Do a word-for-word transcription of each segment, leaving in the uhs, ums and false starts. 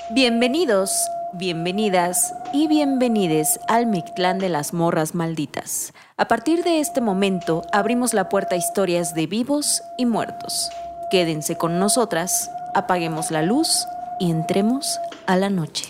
Bienvenidos, bienvenidas y bienvenides al Mictlán de las Morras Malditas. A partir de este momento abrimos la puerta a historias de vivos y muertos. Quédense con nosotras, apaguemos la luz y entremos a la noche.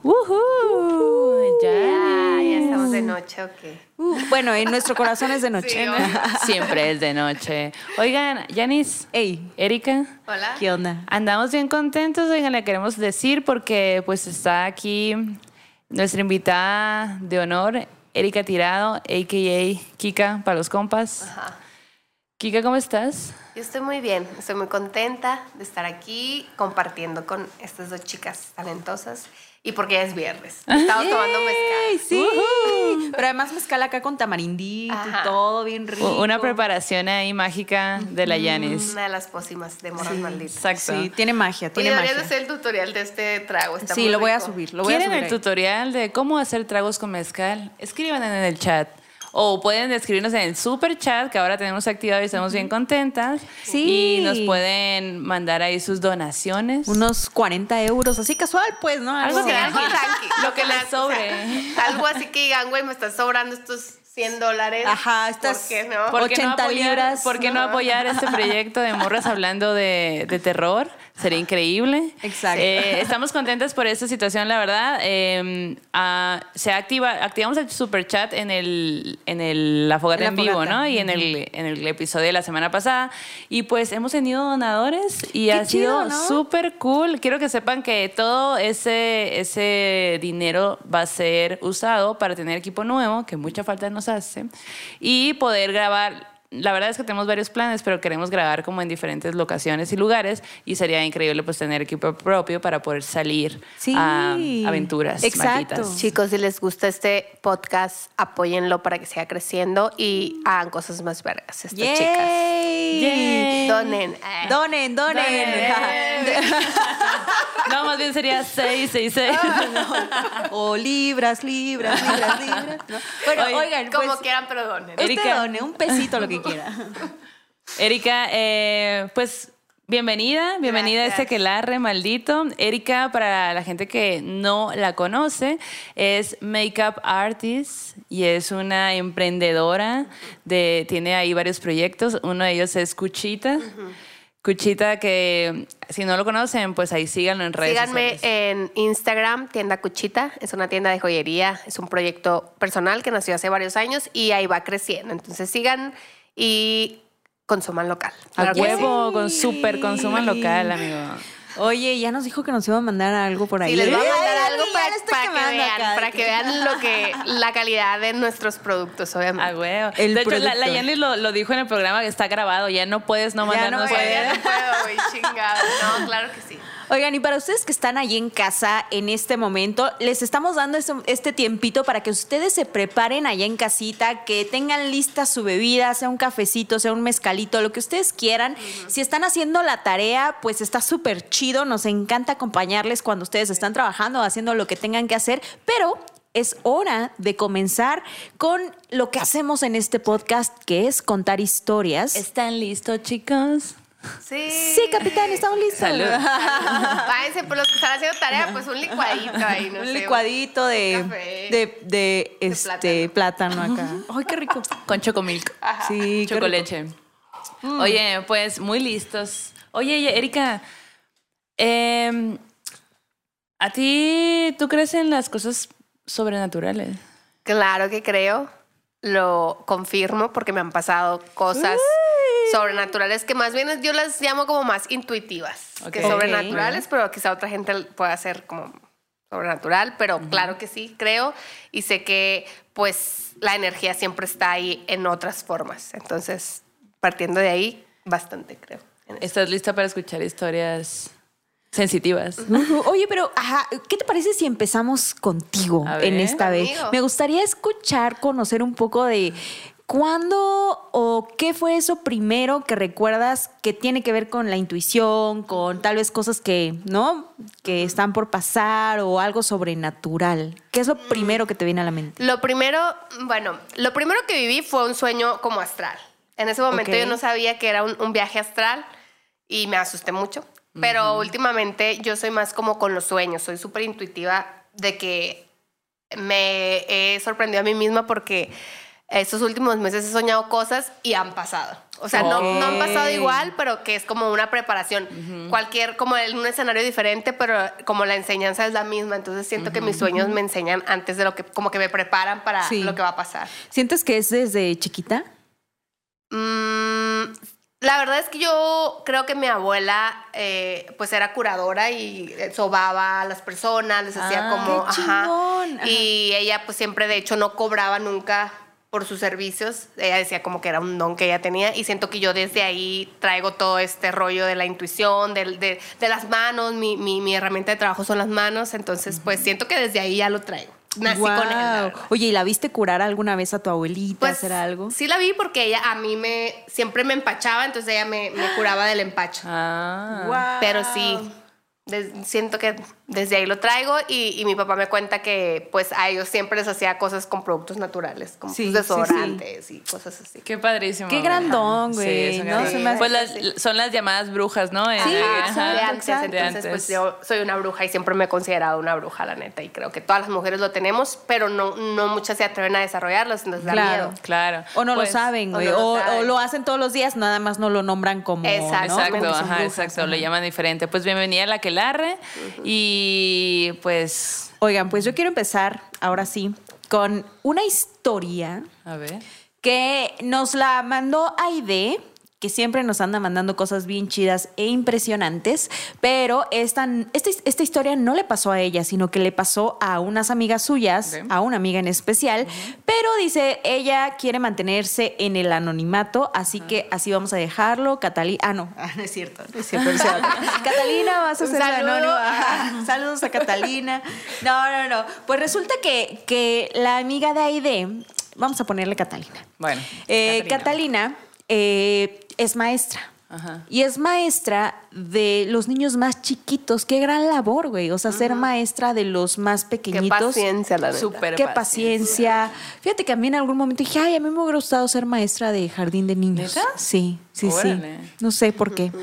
Uh-huh. Ya, ya estamos de noche, ¿o qué? Uh, bueno, en nuestro corazón es de noche. Sí, ¿no? siempre es de noche. Oigan, Yanis, Ey, Erika, Hola. ¿qué onda? andamos bien contentos, oigan, le queremos decir porque pues está aquí nuestra invitada de honor, Erika Tirado, a k a. Kika para los compas. Ajá. Kika, ¿cómo estás? Yo estoy muy bien, estoy muy contenta de estar aquí compartiendo con estas dos chicas talentosas y porque ya es viernes. Estamos tomando mezcal. Sí, uh-huh. Pero además mezcal acá con tamarindito Ajá. y todo bien rico. Una preparación ahí mágica de la Yanis. Una de las pócimas de morras malditas. Exacto. Sí, tiene magia, Y tiene deberías magia. de hacer el tutorial de este trago. Está Sí, muy lo voy a rico. subir, lo voy a ¿Quieren subir el ahí. tutorial de cómo hacer tragos con mezcal? Escriban en el chat. O pueden escribirnos en el super chat que ahora tenemos activado y estamos bien contentas. Sí. Y nos pueden mandar ahí sus donaciones. Unos cuarenta euros, así casual, pues, ¿no? Algo Sí, tranqui. algo tranqui. Lo que les sobre. O sea, algo así que digan, güey, me están sobrando estos cien dólares. Ajá, estas- ¿Por qué no? ¿Por qué no ochenta apoyar, libras, ¿Por qué no ¿no? apoyar este proyecto de morras hablando de, de terror? Sería increíble. Exacto. Eh, estamos contentas por esta situación, la verdad. Eh, ah, se activa, activamos el super chat en el, en el la fogata En en, la vivo, fogata. ¿no? Y en el, en el episodio de la semana pasada. Y pues hemos tenido donadores y Qué ha chido, sido ¿no? súper cool. Quiero que sepan que todo ese, ese dinero va a ser usado para tener equipo nuevo, que mucha falta nos hace, y poder grabar. La verdad es que tenemos varios planes, pero queremos grabar como en diferentes locaciones y lugares y sería increíble pues tener equipo propio para poder salir Sí. a aventuras Exacto. malditas. Chicos, si les gusta este podcast, apóyenlo para que siga creciendo y hagan cosas más vergas estas Yay. chicas. Yay. Donen. Eh. Donen, donen. No, más bien sería seis seis seis. O libras, libras, libras, libras. ¿no? Bueno, Oye, oigan, Como pues, quieran, pero donen. usted Erika. done un pesito, lo que quiera. Erika, eh, pues bienvenida, bienvenida Gracias. a este aquelarre maldito. Erika, para la gente que no la conoce, es makeup artist y es una emprendedora. De, tiene ahí varios proyectos. Uno de ellos es Cuchita. Uh-huh. Cuchita, que si no lo conocen, pues ahí síganlo en redes Síganme sociales. en Instagram, Tienda Cuchita. Es una tienda de joyería. Es un proyecto personal que nació hace varios años y ahí va creciendo. Entonces sigan y consuman local. A Claro que huevo, sí. con súper consuman local, amigo. Oye, ya nos dijo que nos iba a mandar algo por ahí. Sí, les voy a Ay, mandar ay, algo ya para, le estoy para que quemando vean, acá, para de que que- vean lo que, la calidad de nuestros productos, obviamente. A huevo. El De hecho, la, la productor. Yanis lo, lo dijo en el programa que está grabado. Ya no puedes no Ya no mandarnos. puedes. Ya no puedo, güey, chingado. No, claro que sí. Oigan, y para ustedes que están ahí en casa en este momento, les estamos dando este, este tiempito para que ustedes se preparen allá en casita, que tengan lista su bebida, sea un cafecito, sea un mezcalito, lo que ustedes quieran. Uh-huh. Si están haciendo la tarea, pues está súper chido. Nos encanta acompañarles cuando ustedes están trabajando, haciendo lo que tengan que hacer, pero es hora de comenzar con lo que hacemos en este podcast, que es contar historias. ¿Están listos, chicos? Sí. Sí, capitán, estamos listos. Salud. Váyanse por los que están haciendo tarea, pues un licuadito ahí, no un sé. licuadito de, café. de, de, este plátano. acá. Ay, qué rico. Con chocomilk. Ajá. Sí, qué rico. Chocoleche. Mm. Oye, pues muy listos. Oye, Erika, eh, ¿a ti tú crees en las cosas sobrenaturales? Claro que creo. Lo confirmo porque me han pasado cosas Uy. sobrenaturales que más bien yo las llamo como más intuitivas Ok. que sobrenaturales, pero quizá otra gente pueda hacer como sobrenatural, pero uh-huh. Claro que sí, creo y sé que pues la energía siempre está ahí en otras formas. Entonces, partiendo de ahí, bastante creo. ¿Estás lista para escuchar historias sensitivas? Uh, oye, pero ajá, ¿qué te parece si empezamos contigo A ver. en esta vez? Conmigo. Me gustaría escuchar, conocer un poco de cuándo o qué fue eso primero que recuerdas que tiene que ver con la intuición, con tal vez cosas que, ¿no? Que están por pasar o algo sobrenatural. ¿Qué es lo primero que te viene a la mente? Lo primero, bueno, lo primero que viví fue un sueño como astral. En ese momento Ok. yo no sabía que era un, un viaje astral y me asusté mucho. Pero uh-huh. últimamente yo soy más como con los sueños, soy súper intuitiva de que me he sorprendido a mí misma porque estos últimos meses he soñado cosas y han pasado. O sea, okay. no, no han pasado igual, pero que es como una preparación. Uh-huh. Cualquier, como en un escenario diferente, pero como la enseñanza es la misma. Entonces siento uh-huh. que mis sueños me enseñan antes de lo que, como que me preparan para sí. lo que va a pasar. ¿Sientes que es desde chiquita? Mm, la verdad es que yo creo que mi abuela eh, pues era curadora y sobaba a las personas, les hacía ah, como... qué chingón. Ajá, y ella pues siempre de hecho no cobraba nunca por sus servicios. Ella decía como que era un don que ella tenía y siento que yo desde ahí traigo todo este rollo de la intuición, de, de, de las manos, mi, mi, mi herramienta de trabajo son las manos, entonces pues siento que desde ahí ya lo traigo. Nací wow. con él. Oye, ¿y la viste curar alguna vez a tu abuelita, pues, hacer algo? Sí la vi porque ella a mí me siempre me empachaba, entonces ella me, me curaba del empacho. Ah. Wow. Pero sí, des, siento que desde ahí lo traigo y, y mi papá me cuenta que pues a ellos siempre les hacía cosas con productos naturales, como sí, desodorantes sí, sí. y cosas así. Qué padrísimo. Qué grandón, güey. Sí, ¿no? sí. Pues las, son las llamadas brujas, ¿no? Sí, ajá, ajá, de antes. Exacto. Entonces, de antes. pues yo soy una bruja y siempre me he considerado una bruja, la neta. Y creo que todas las mujeres lo tenemos, pero no, no muchas se atreven a desarrollarlos, entonces da claro, miedo. Claro. O no pues, lo saben, güey. O, no o, lo saben. o lo hacen todos los días, nada más no lo nombran como. Exacto, ¿no? exacto, como ajá, brujas, exacto. ajá. Lo llaman diferente. Pues bienvenida a la Aquelarre. Uh-huh. Y pues. Oigan, pues yo quiero empezar, ahora sí, con una historia. A ver. Que nos la mandó Aide, que siempre nos anda mandando cosas bien chidas e impresionantes, pero esta, esta, esta historia no le pasó a ella, sino que le pasó a unas amigas suyas, okay. a una amiga en especial, uh-huh. pero dice, ella quiere mantenerse en el anonimato, así uh-huh. que así vamos a dejarlo. Catalina, ah, no, ah, no es cierto, no es cierto. No es cierto. Catalina, vas a ser anónimo. Ah, saludos a Catalina. No, no, no. Pues resulta que, que la amiga de Aide, vamos a ponerle Catalina. Bueno, eh, Catalina, Catalina eh, es maestra. Ajá. Y es maestra de los niños más chiquitos. Qué gran labor, güey. O sea, uh-huh. ser maestra de los más pequeñitos. Qué paciencia, la verdad. Super Qué paciencia. paciencia. Fíjate que a mí en algún momento dije, ay, a mí me hubiera gustado ser maestra de jardín de niños. ¿Neta? Sí, sí, Órale. sí. No sé por qué.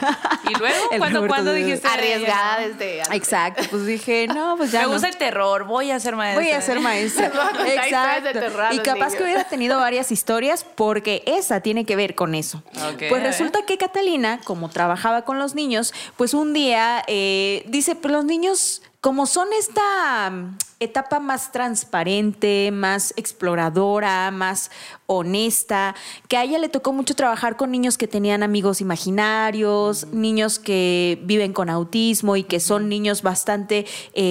¿Y luego? ¿Cuándo, ¿cuándo dijiste? Arriesgada desde antes. Exacto. Pues dije, no, pues ya Me no. gusta el terror. Voy a ser maestra. Voy a ser maestra. Exacto. Y capaz niños. que hubiera tenido varias historias porque esa tiene que ver con eso. Okay, pues resulta que Catalina, como trabajaba con los niños, pues un día eh, dice, pues los niños, como son esta etapa más transparente, más exploradora, más honesta, que a ella le tocó mucho trabajar con niños que tenían amigos imaginarios, mm. niños que viven con autismo y que son niños bastante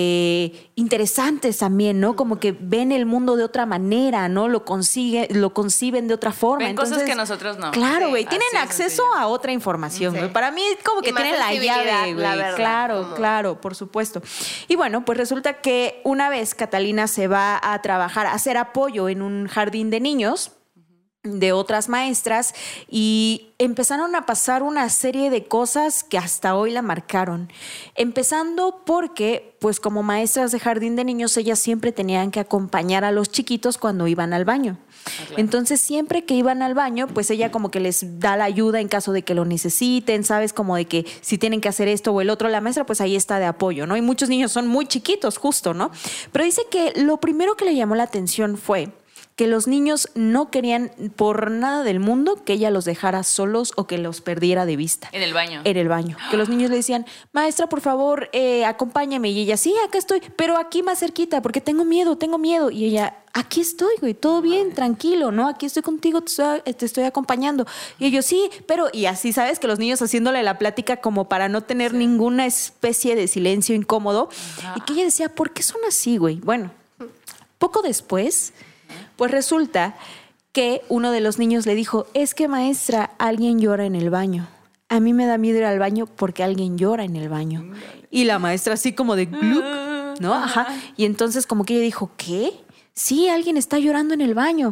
eh, interesantes también, ¿no? Como que ven el mundo de otra manera, ¿no? Lo consigue, lo conciben de otra forma. Ven Entonces, cosas que nosotros no. Claro, güey, sí, tienen acceso a otra información, güey. Sí. Para mí como que tienen la llave, güey. Claro, como... claro, por supuesto. Y bueno, pues resulta que una vez Catalina se va a trabajar, a hacer apoyo en un jardín de niños de otras maestras y empezaron a pasar una serie de cosas que hasta hoy la marcaron. Empezando porque, pues como maestras de jardín de niños, ellas siempre tenían que acompañar a los chiquitos cuando iban al baño. Ah, claro. Entonces, siempre que iban al baño, pues ella como que les da la ayuda en caso de que lo necesiten, ¿sabes? Como de que si tienen que hacer esto o el otro, la maestra pues ahí está de apoyo, ¿no? Y muchos niños son muy chiquitos, justo, ¿no? Pero dice que lo primero que le llamó la atención fue que los niños no querían por nada del mundo que ella los dejara solos o que los perdiera de vista. En el baño. En el baño. Que los niños le decían, maestra, por favor, eh, acompáñame. Y ella, sí, acá estoy, pero aquí más cerquita, porque tengo miedo, tengo miedo. Y ella, aquí estoy, güey, todo bien, tranquilo, ¿no? Aquí estoy contigo, te estoy, te estoy acompañando. Y ellos, sí, pero... Y así, ¿sabes? Que los niños haciéndole la plática como para no tener sí. ninguna especie de silencio incómodo. Ajá. Y que ella decía, ¿por qué son así, güey? Bueno, poco después... Pues resulta que uno de los niños le dijo, es que maestra, alguien llora en el baño. A mí me da miedo ir al baño porque alguien llora en el baño. Y la maestra así como de glup, ¿no? Ajá. Y entonces como que ella dijo, ¿qué? Sí, alguien está llorando en el baño.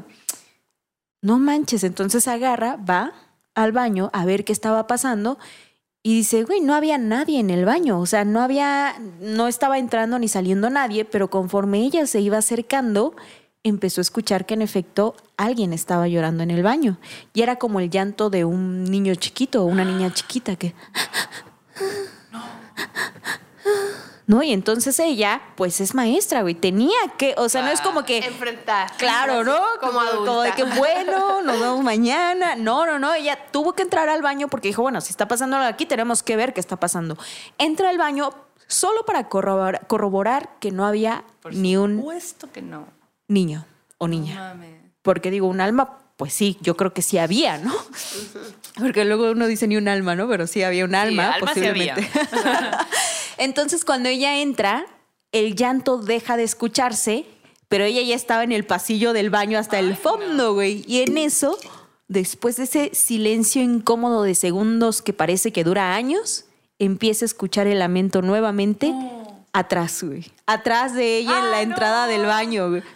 No manches. Entonces agarra, va al baño a ver qué estaba pasando y dice, güey, no había nadie en el baño. O sea, no había, no estaba entrando ni saliendo nadie, pero conforme ella se iba acercando... empezó a escuchar que en efecto alguien estaba llorando en el baño y era como el llanto de un niño chiquito o una niña chiquita que No, y entonces ella, pues es maestra, güey. Tenía que, o sea, no es como que... Enfrentar. Claro, ¿no? Como adulta. Como de que, bueno, nos vemos mañana. No, no, no. Ella tuvo que entrar al baño porque dijo, bueno, si está pasando algo aquí, tenemos que ver qué está pasando. Entra al baño solo para corroborar, corroborar que no había Por ni un supuesto que no. niño o niña. No mames. Porque digo, un alma, pues sí, yo creo que sí había, ¿no? Porque luego uno dice ni un alma, ¿no? Pero sí había un alma, alma sí posiblemente. había. Entonces, cuando ella entra, el llanto deja de escucharse, pero ella ya estaba en el pasillo del baño hasta el fondo, güey. Y en eso, después de ese silencio incómodo de segundos que parece que dura años, empieza a escuchar el lamento nuevamente No. atrás, güey. Atrás de ella en ¡Ah, la entrada no! del baño, güey.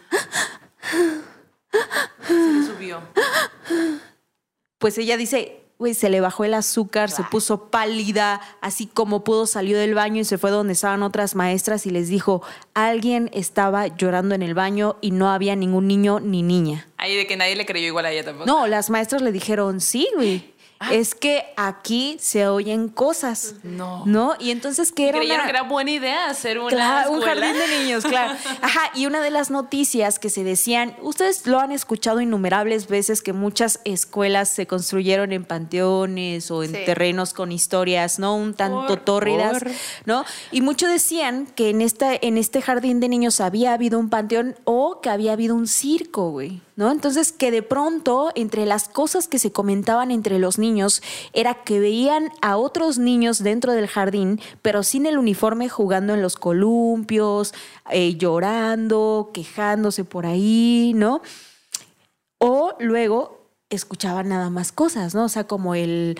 Se le subió. Pues ella dice, güey, se le bajó el azúcar, se puso pálida, así como pudo salió del baño y se fue donde estaban otras maestras y les dijo, alguien estaba llorando en el baño y no había ningún niño ni niña. Ahí de que nadie le creyó igual a ella tampoco. No, las maestras le dijeron, sí, güey. Es que aquí se oyen cosas. No. ¿No? Y entonces, ¿qué Y era creyeron una... que era buena idea hacer una Claro, un escuela. jardín de niños, claro. Ajá, y una de las noticias que se decían, ustedes lo han escuchado innumerables veces, que muchas escuelas se construyeron en panteones o en Sí. terrenos con historias, ¿no? Un tanto Por- tórridas, por. ¿no? Y muchos decían que en, esta, en este jardín de niños había habido un panteón o que había habido un circo, güey, ¿no? Entonces, que de pronto, entre las cosas que se comentaban entre los niños, era que veían a otros niños dentro del jardín, pero sin el uniforme, jugando en los columpios, eh, llorando, quejándose por ahí, ¿no? O luego escuchaban nada más cosas, ¿no? O sea, como el...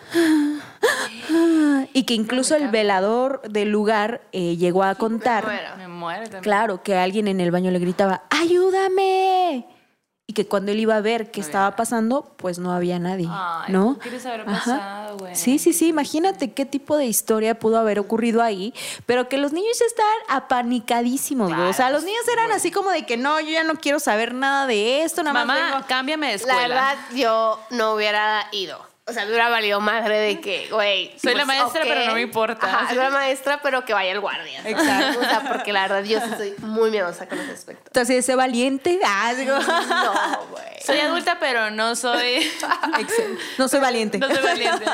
Y que incluso el velador del lugar eh, llegó a contar... muero. Me muero también. Claro, que alguien en el baño le gritaba, ¡ayúdame! Y que cuando él iba a ver qué No había estaba nadie. pasando, pues no había nadie, Ay, ¿no? ¿cómo quieres haber Ajá. pasado, güey? Sí, sí, sí, imagínate qué tipo de historia pudo haber ocurrido ahí, pero que los niños están apanicadísimos, güey. O sea, Claro, los niños eran güey. así como de que no, yo ya no quiero saber nada de esto, nada más Mamá, vengo- cámbiame de escuela. La verdad, yo no hubiera ido. O sea, me hubiera valido madre de que, güey. pues, Soy la maestra, pero no me importa. Ajá, soy la maestra, pero que vaya el guardia. ¿sabes? Exacto. O sea, porque la verdad, yo sí soy muy miedosa con ese aspecto. Entonces, ese valiente, ah, digo, No, güey. Soy adulta, pero no soy... excel- no soy valiente. no soy valiente.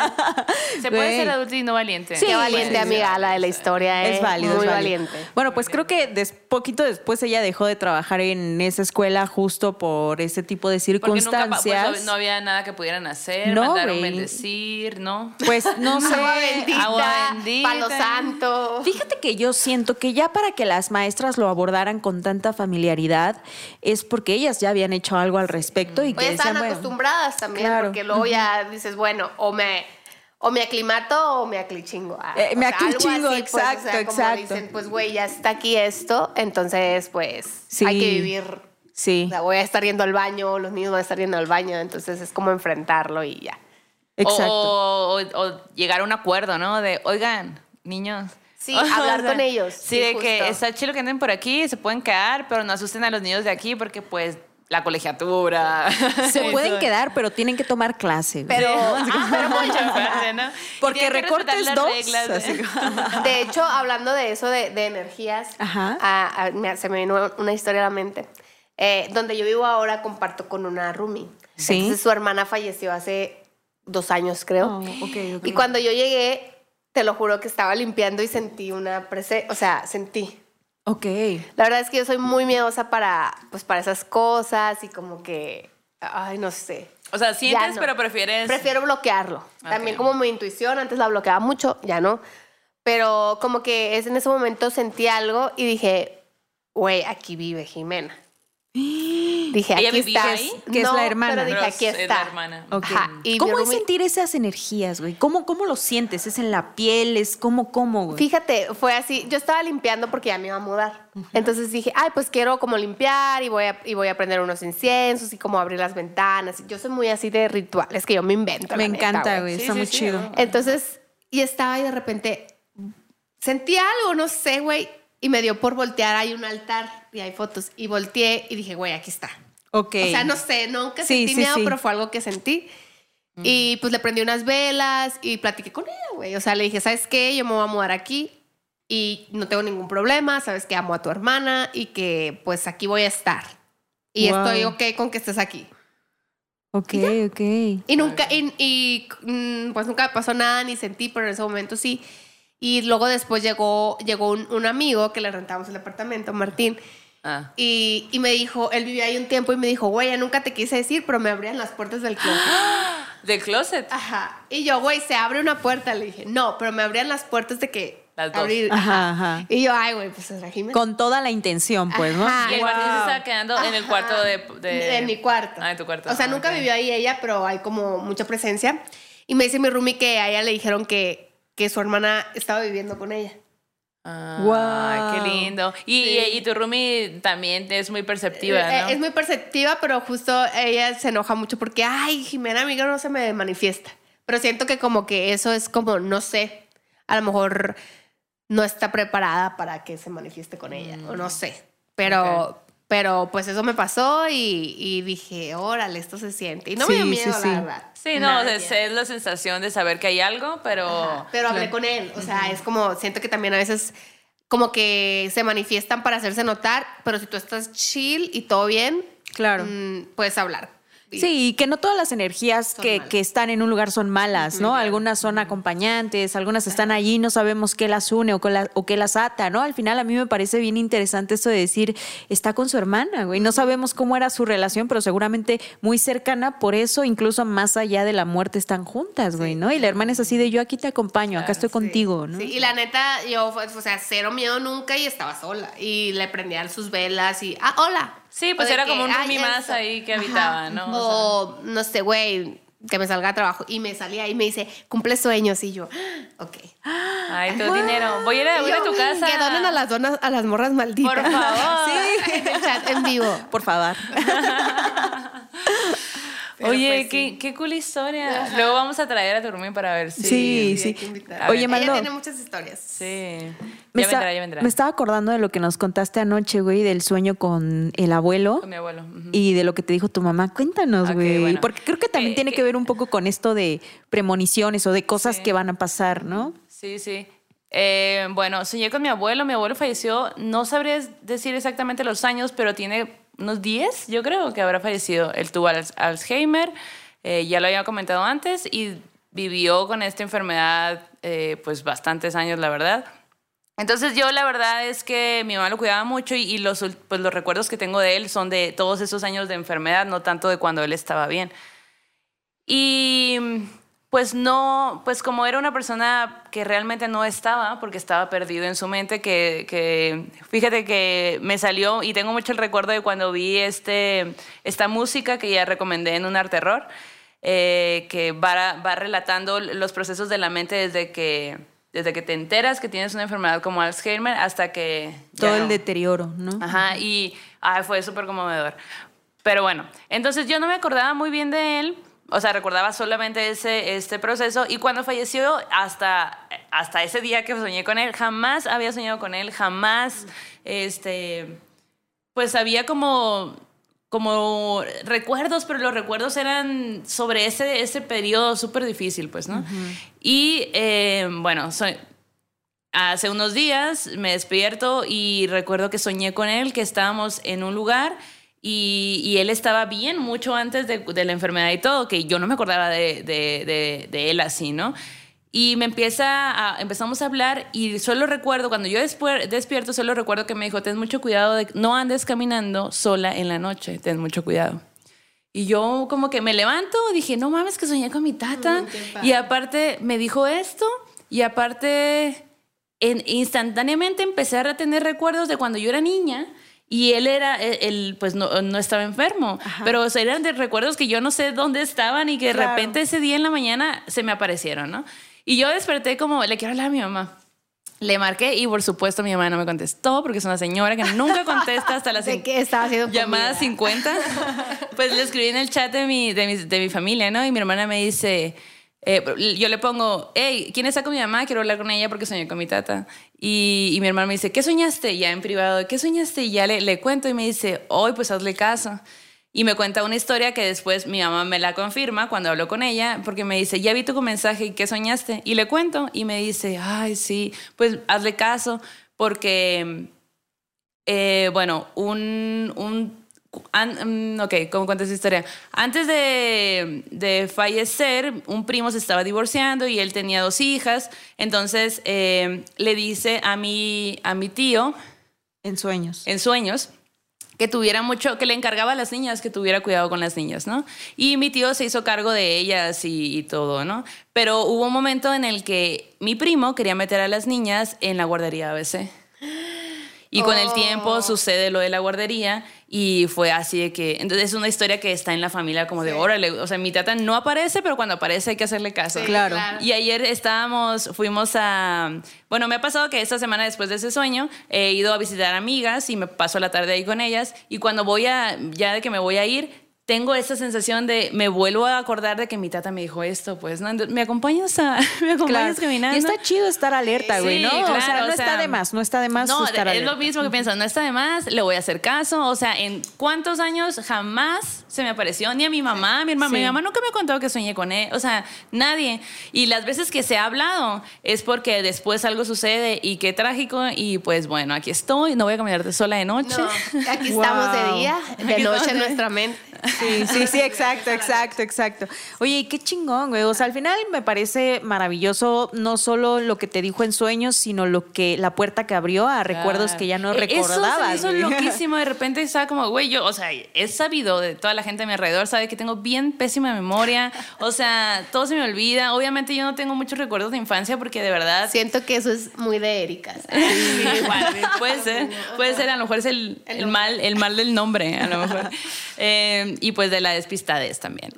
Se puede Güey. ser adulta y no valiente. Sí, Qué valiente, sí, sí. amiga, la de la historia. Es eh, válido, Muy es válido. valiente. Bueno, pues creo que des- poquito después ella dejó de trabajar en esa escuela justo por ese tipo de Porque nunca pa- circunstancias. pues, no había nada que pudieran hacer, No, mandaron güey. bendecir, ¿no? Pues no sé. Agua bendita, Agua bendita. palo santo. Fíjate que yo siento que ya para que las maestras lo abordaran con tanta familiaridad es porque ellas ya habían hecho algo al respecto y Pues que ya decían, estaban bueno, acostumbradas también, claro. porque luego ya dices, bueno, o me, o me aclimato o me aclichingo. Ah, Eh, me o sea, algo aclichingo, así, pues, o sea, exacto, como exacto. dicen, pues, güey, ya está aquí esto, entonces, pues, Sí. hay que vivir. sí, O sea, voy a estar yendo al baño, los niños van a estar yendo al baño, entonces es como enfrentarlo y ya. exacto. O, o- o llegar a un acuerdo, ¿no? De, oigan, niños. Sí, hablar con ellos, Sí, sí, de que justo. está chido que anden por aquí, se pueden quedar, pero no asusten a los niños de aquí porque, pues, la colegiatura. Se pueden Eso. quedar, pero tienen que tomar clase. güey. Pero, Pero mucho aparte, ¿no? Porque Y tienen que recortes respetar dos, las reglas, así ¿eh? de hecho, hablando de eso, de, de energías, Ajá. a- a- me- se me vino una historia a la mente. Eh, donde yo vivo ahora comparto con una roomie. Sí. Entonces su hermana falleció hace dos años, creo. Oh, ok, ok. Y cuando yo llegué, te lo juro que estaba limpiando y sentí una presencia, o sea, sentí. Ok. La verdad es que yo soy muy miedosa para, pues, para esas cosas y como que, ay, no sé. O sea, sientes, Ya no. pero prefieres... Prefiero bloquearlo. También Ok. como mi intuición, antes la bloqueaba mucho, ya no. Pero como que es en ese momento sentí algo y dije, güey, aquí vive Jimena. Dije, ¿Ella aquí vivía está. ahí? Que es la hermana. Pero dije, Pero aquí es la está. hermana. Ok. Ajá, y ¿Cómo mi es roomie- sentir esas energías, güey? ¿Cómo, ¿Cómo lo sientes? ¿Es en la piel? ¿Es cómo, cómo, güey? Fíjate, fue así. Yo estaba limpiando porque ya me iba a mudar. Entonces dije, ay, pues quiero como limpiar y voy a, y voy a prender unos inciensos y como abrir las ventanas. Yo soy muy así de rituales que yo me invento. Me la neta, encanta, güey. Sí, Está sí, muy sí, chido. ¿no? Entonces, y estaba ahí de repente, sentí algo, no sé, güey, y me dio por voltear, hay un altar y hay fotos, y volteé y dije, güey, aquí está. Ok. O sea, no sé, nunca Sí, sentí sí, miedo, sí. pero fue algo que sentí. Mm. Y pues le prendí unas velas y platiqué con ella, güey. O sea, le dije, ¿sabes qué? Yo me voy a mudar aquí y no tengo ningún problema. Sabes que amo a tu hermana y que pues aquí voy a estar. Y wow. estoy ok con que estés aquí. Ok, y ok. Y nunca, y, y pues nunca me pasó nada ni sentí, pero en ese momento sí. Y luego después llegó, llegó un, un amigo que le rentamos el apartamento, Martín. Ah. Y, y me dijo, él vivía ahí un tiempo y me dijo, güey, ya nunca te quise decir, pero me abrían las puertas del closet. ¿Del closet? Ajá. Y yo, güey, se abre una puerta. Le dije, no, pero me abrían las puertas de que... Las dos. Abrir. Ajá, ajá. Y yo, ay, güey, pues aquí me... Con toda la intención, pues, ¿no? Ajá. Y el Martín wow. se estaba quedando ajá. en el cuarto de, de... En mi cuarto. Ah, en tu cuarto. O sea, ah, nunca okay. vivió ahí ella, pero hay como mucha presencia. Y me dice mi roomie que a ella le dijeron que, que su hermana estaba viviendo con ella. Ah, wow. Qué lindo. Y, sí. y, y tu roomie también es muy perceptiva, ¿no? Es muy perceptiva, pero justo ella se enoja mucho porque, ay, Jimena, amiga, no se me manifiesta. Pero siento que como que eso es como, no sé, a lo mejor no está preparada para que se manifieste con ella, mm. o no sé. Pero, okay. pero pues eso me pasó y, y dije, órale, esto se siente. Y no sí, me dio miedo, sí, sí. la verdad. Sí, no, es, es la sensación de saber que hay algo, pero... Ajá, pero hablé con él, o sea, uh-huh. es como, siento que también a veces como que se manifiestan para hacerse notar, pero si tú estás chill y todo bien, claro, mmm, puedes hablar. Sí, y que no todas las energías que, que están en un lugar son malas, ¿no? Algunas son acompañantes, algunas están allí, no sabemos qué las une o qué, la, o qué las ata, ¿no? Al final a mí me parece bien interesante esto de decir, está con su hermana, güey. No sabemos cómo era su relación, pero seguramente muy cercana, por eso incluso más allá de la muerte están juntas, güey, ¿no? Y la hermana es así de, yo aquí te acompaño, acá estoy sí, contigo, ¿no? Sí, y la neta, yo, o sea, cero miedo nunca y estaba sola. Y le prendían sus velas y, ah, hola. Sí, pues era que, como un roomie más esto. Ahí que habitaba, ajá. ¿no? O, o sea. no sé, güey, que me salga a trabajo. Y me salía y me dice, cumple sueños. Y yo, ok. Ay, todo dinero. Voy a ir a, voy yo, a tu casa. Que donen a las donas, a las morras malditas. Por favor. Sí, en el chat, en vivo. Por favor. Pero Oye, pues, qué, sí. qué cool historia. Ajá. Luego vamos a traer a tu roomie para ver si... Sí, sí. sí. Oye, Maldo. Ella tiene muchas historias. Sí. Me ya está, vendrá, ya vendrá. Me estaba acordando de lo que nos contaste anoche, güey, del sueño con el abuelo. Con mi abuelo. Uh-huh. Y de lo que te dijo tu mamá. Cuéntanos, güey. Okay, bueno. Porque creo que también eh, tiene eh, que ver un poco con esto de premoniciones o de cosas sí. que van a pasar, ¿no? Sí, sí. Eh, bueno, soñé con mi abuelo. Mi abuelo falleció, no sabría decir exactamente los años, pero tiene unos diez, yo creo, que habrá fallecido. Él tuvo Alzheimer. Eh, ya lo había comentado antes y vivió con esta enfermedad eh, pues bastantes años, la verdad. Entonces yo la verdad es que mi mamá lo cuidaba mucho y, y los, pues, los recuerdos que tengo de él son de todos esos años de enfermedad, no tanto de cuando él estaba bien. Y pues no, pues como era una persona que realmente no estaba, porque estaba perdido en su mente, que, que fíjate que me salió y tengo mucho el recuerdo de cuando vi este, esta música que ya recomendé en Un Arte Terror, eh, que va, va relatando los procesos de la mente desde que, desde que te enteras que tienes una enfermedad como Alzheimer hasta que... Todo el no. deterioro, ¿no? Ajá, y ay, fue súper conmovedor. Pero bueno, entonces yo no me acordaba muy bien de él. O sea, recordaba solamente ese, este proceso y cuando falleció, hasta, hasta ese día que soñé con él, jamás había soñado con él, jamás, este, pues había como, como recuerdos, pero los recuerdos eran sobre ese, ese periodo súper difícil, pues, ¿no? Uh-huh. Y, eh, bueno, soy, hace unos días me despierto y recuerdo que soñé con él, que estábamos en un lugar... Y, y él estaba bien mucho antes de, de la enfermedad y todo, que yo no me acordaba de, de, de, de él así, ¿no? Y me empieza a, empezamos a hablar y solo recuerdo, cuando yo después, despierto, solo recuerdo que me dijo, ten mucho cuidado, de, no andes caminando sola en la noche, ten mucho cuidado. Y yo como que me levanto, dije, no mames, que soñé con mi tata. Mm, y aparte me dijo esto y aparte en, instantáneamente empecé a tener recuerdos de cuando yo era niña. Y él era, él, pues no, no estaba enfermo, ajá. pero o sea, eran de recuerdos que yo no sé dónde estaban y que de claro. repente ese día en la mañana se me aparecieron, ¿no? Y yo desperté como, le quiero hablar a mi mamá. Le marqué y por supuesto mi mamá no me contestó porque es una señora que nunca contesta hasta las ¿De qué estaba haciendo llamada cincuenta. Pues le escribí en el chat de mi, de mi, de mi familia, ¿no? Y mi hermana me dice... Eh, yo le pongo, hey, ¿quién está con mi mamá? Quiero hablar con ella porque soñé con mi tata. Y, y mi hermano me dice, ¿qué soñaste? Ya en privado, ¿qué soñaste? Y ya le, le cuento y me dice, hoy pues hazle caso. Y me cuenta una historia que después mi mamá me la confirma cuando hablo con ella, porque me dice, ya vi tu mensaje y ¿qué soñaste? Y le cuento y me dice, ay, sí, pues hazle caso, porque, eh, bueno, un... un an, ok, ¿cómo cuenta esa historia? Antes de, de fallecer, un primo se estaba divorciando y él tenía dos hijas, entonces eh, le dice a mi, a mi tío... En sueños. En sueños. Que tuviera mucho, que le encargaba a las niñas que tuviera cuidado con las niñas, ¿no? Y mi tío se hizo cargo de ellas y, y todo, ¿no? Pero hubo un momento en el que mi primo quería meter a las niñas en la guardería A B C. Y con oh. el tiempo sucede lo de la guardería y fue así de que... Entonces es una historia que está en la familia como de, sí. órale, o sea, mi tata no aparece, pero cuando aparece hay que hacerle caso. Sí, claro. claro. Y ayer estábamos, fuimos a... Bueno, me ha pasado que esta semana después de ese sueño he ido a visitar amigas y me paso la tarde ahí con ellas y cuando voy a... Ya de que me voy a ir... Tengo esa sensación de, me vuelvo a acordar de que mi tata me dijo esto, pues, ¿no? ¿Me acompañas, a, me acompañas claro. caminando? Y está chido estar alerta, güey, sí, ¿no? Claro, o sea, no o está sea, de más, no está de más no, estar es alerta. lo mismo que pienso, no está de más, le voy a hacer caso, o sea, ¿en cuántos años jamás se me apareció? Ni a mi mamá, mi hermana, sí. mi mamá nunca me ha contado que soñé con él, o sea, nadie. Y las veces que se ha hablado es porque después algo sucede y qué trágico y pues bueno, aquí estoy, no voy a caminarte sola de noche. No, aquí wow. estamos de día, de aquí noche en de... nuestra mente. Sí, sí, sí, exacto, exacto, exacto. Oye, qué chingón, güey. O sea, al final me parece maravilloso no solo lo que te dijo en sueños, sino lo que la puerta que abrió a claro. recuerdos que ya no recordabas. Eso, eso es loquísimo. De repente estaba como, güey, yo, o sea, he sabido de toda la gente a mi alrededor, sabe que tengo bien pésima memoria. O sea, todo se me olvida. Obviamente yo no tengo muchos recuerdos de infancia porque de verdad... Siento que eso es muy de Erika. Sí, igual, puede ser. Puede ser, a lo mejor es el, el, mal, el mal del nombre, a lo mejor. Eh, y pues de la despistadez también.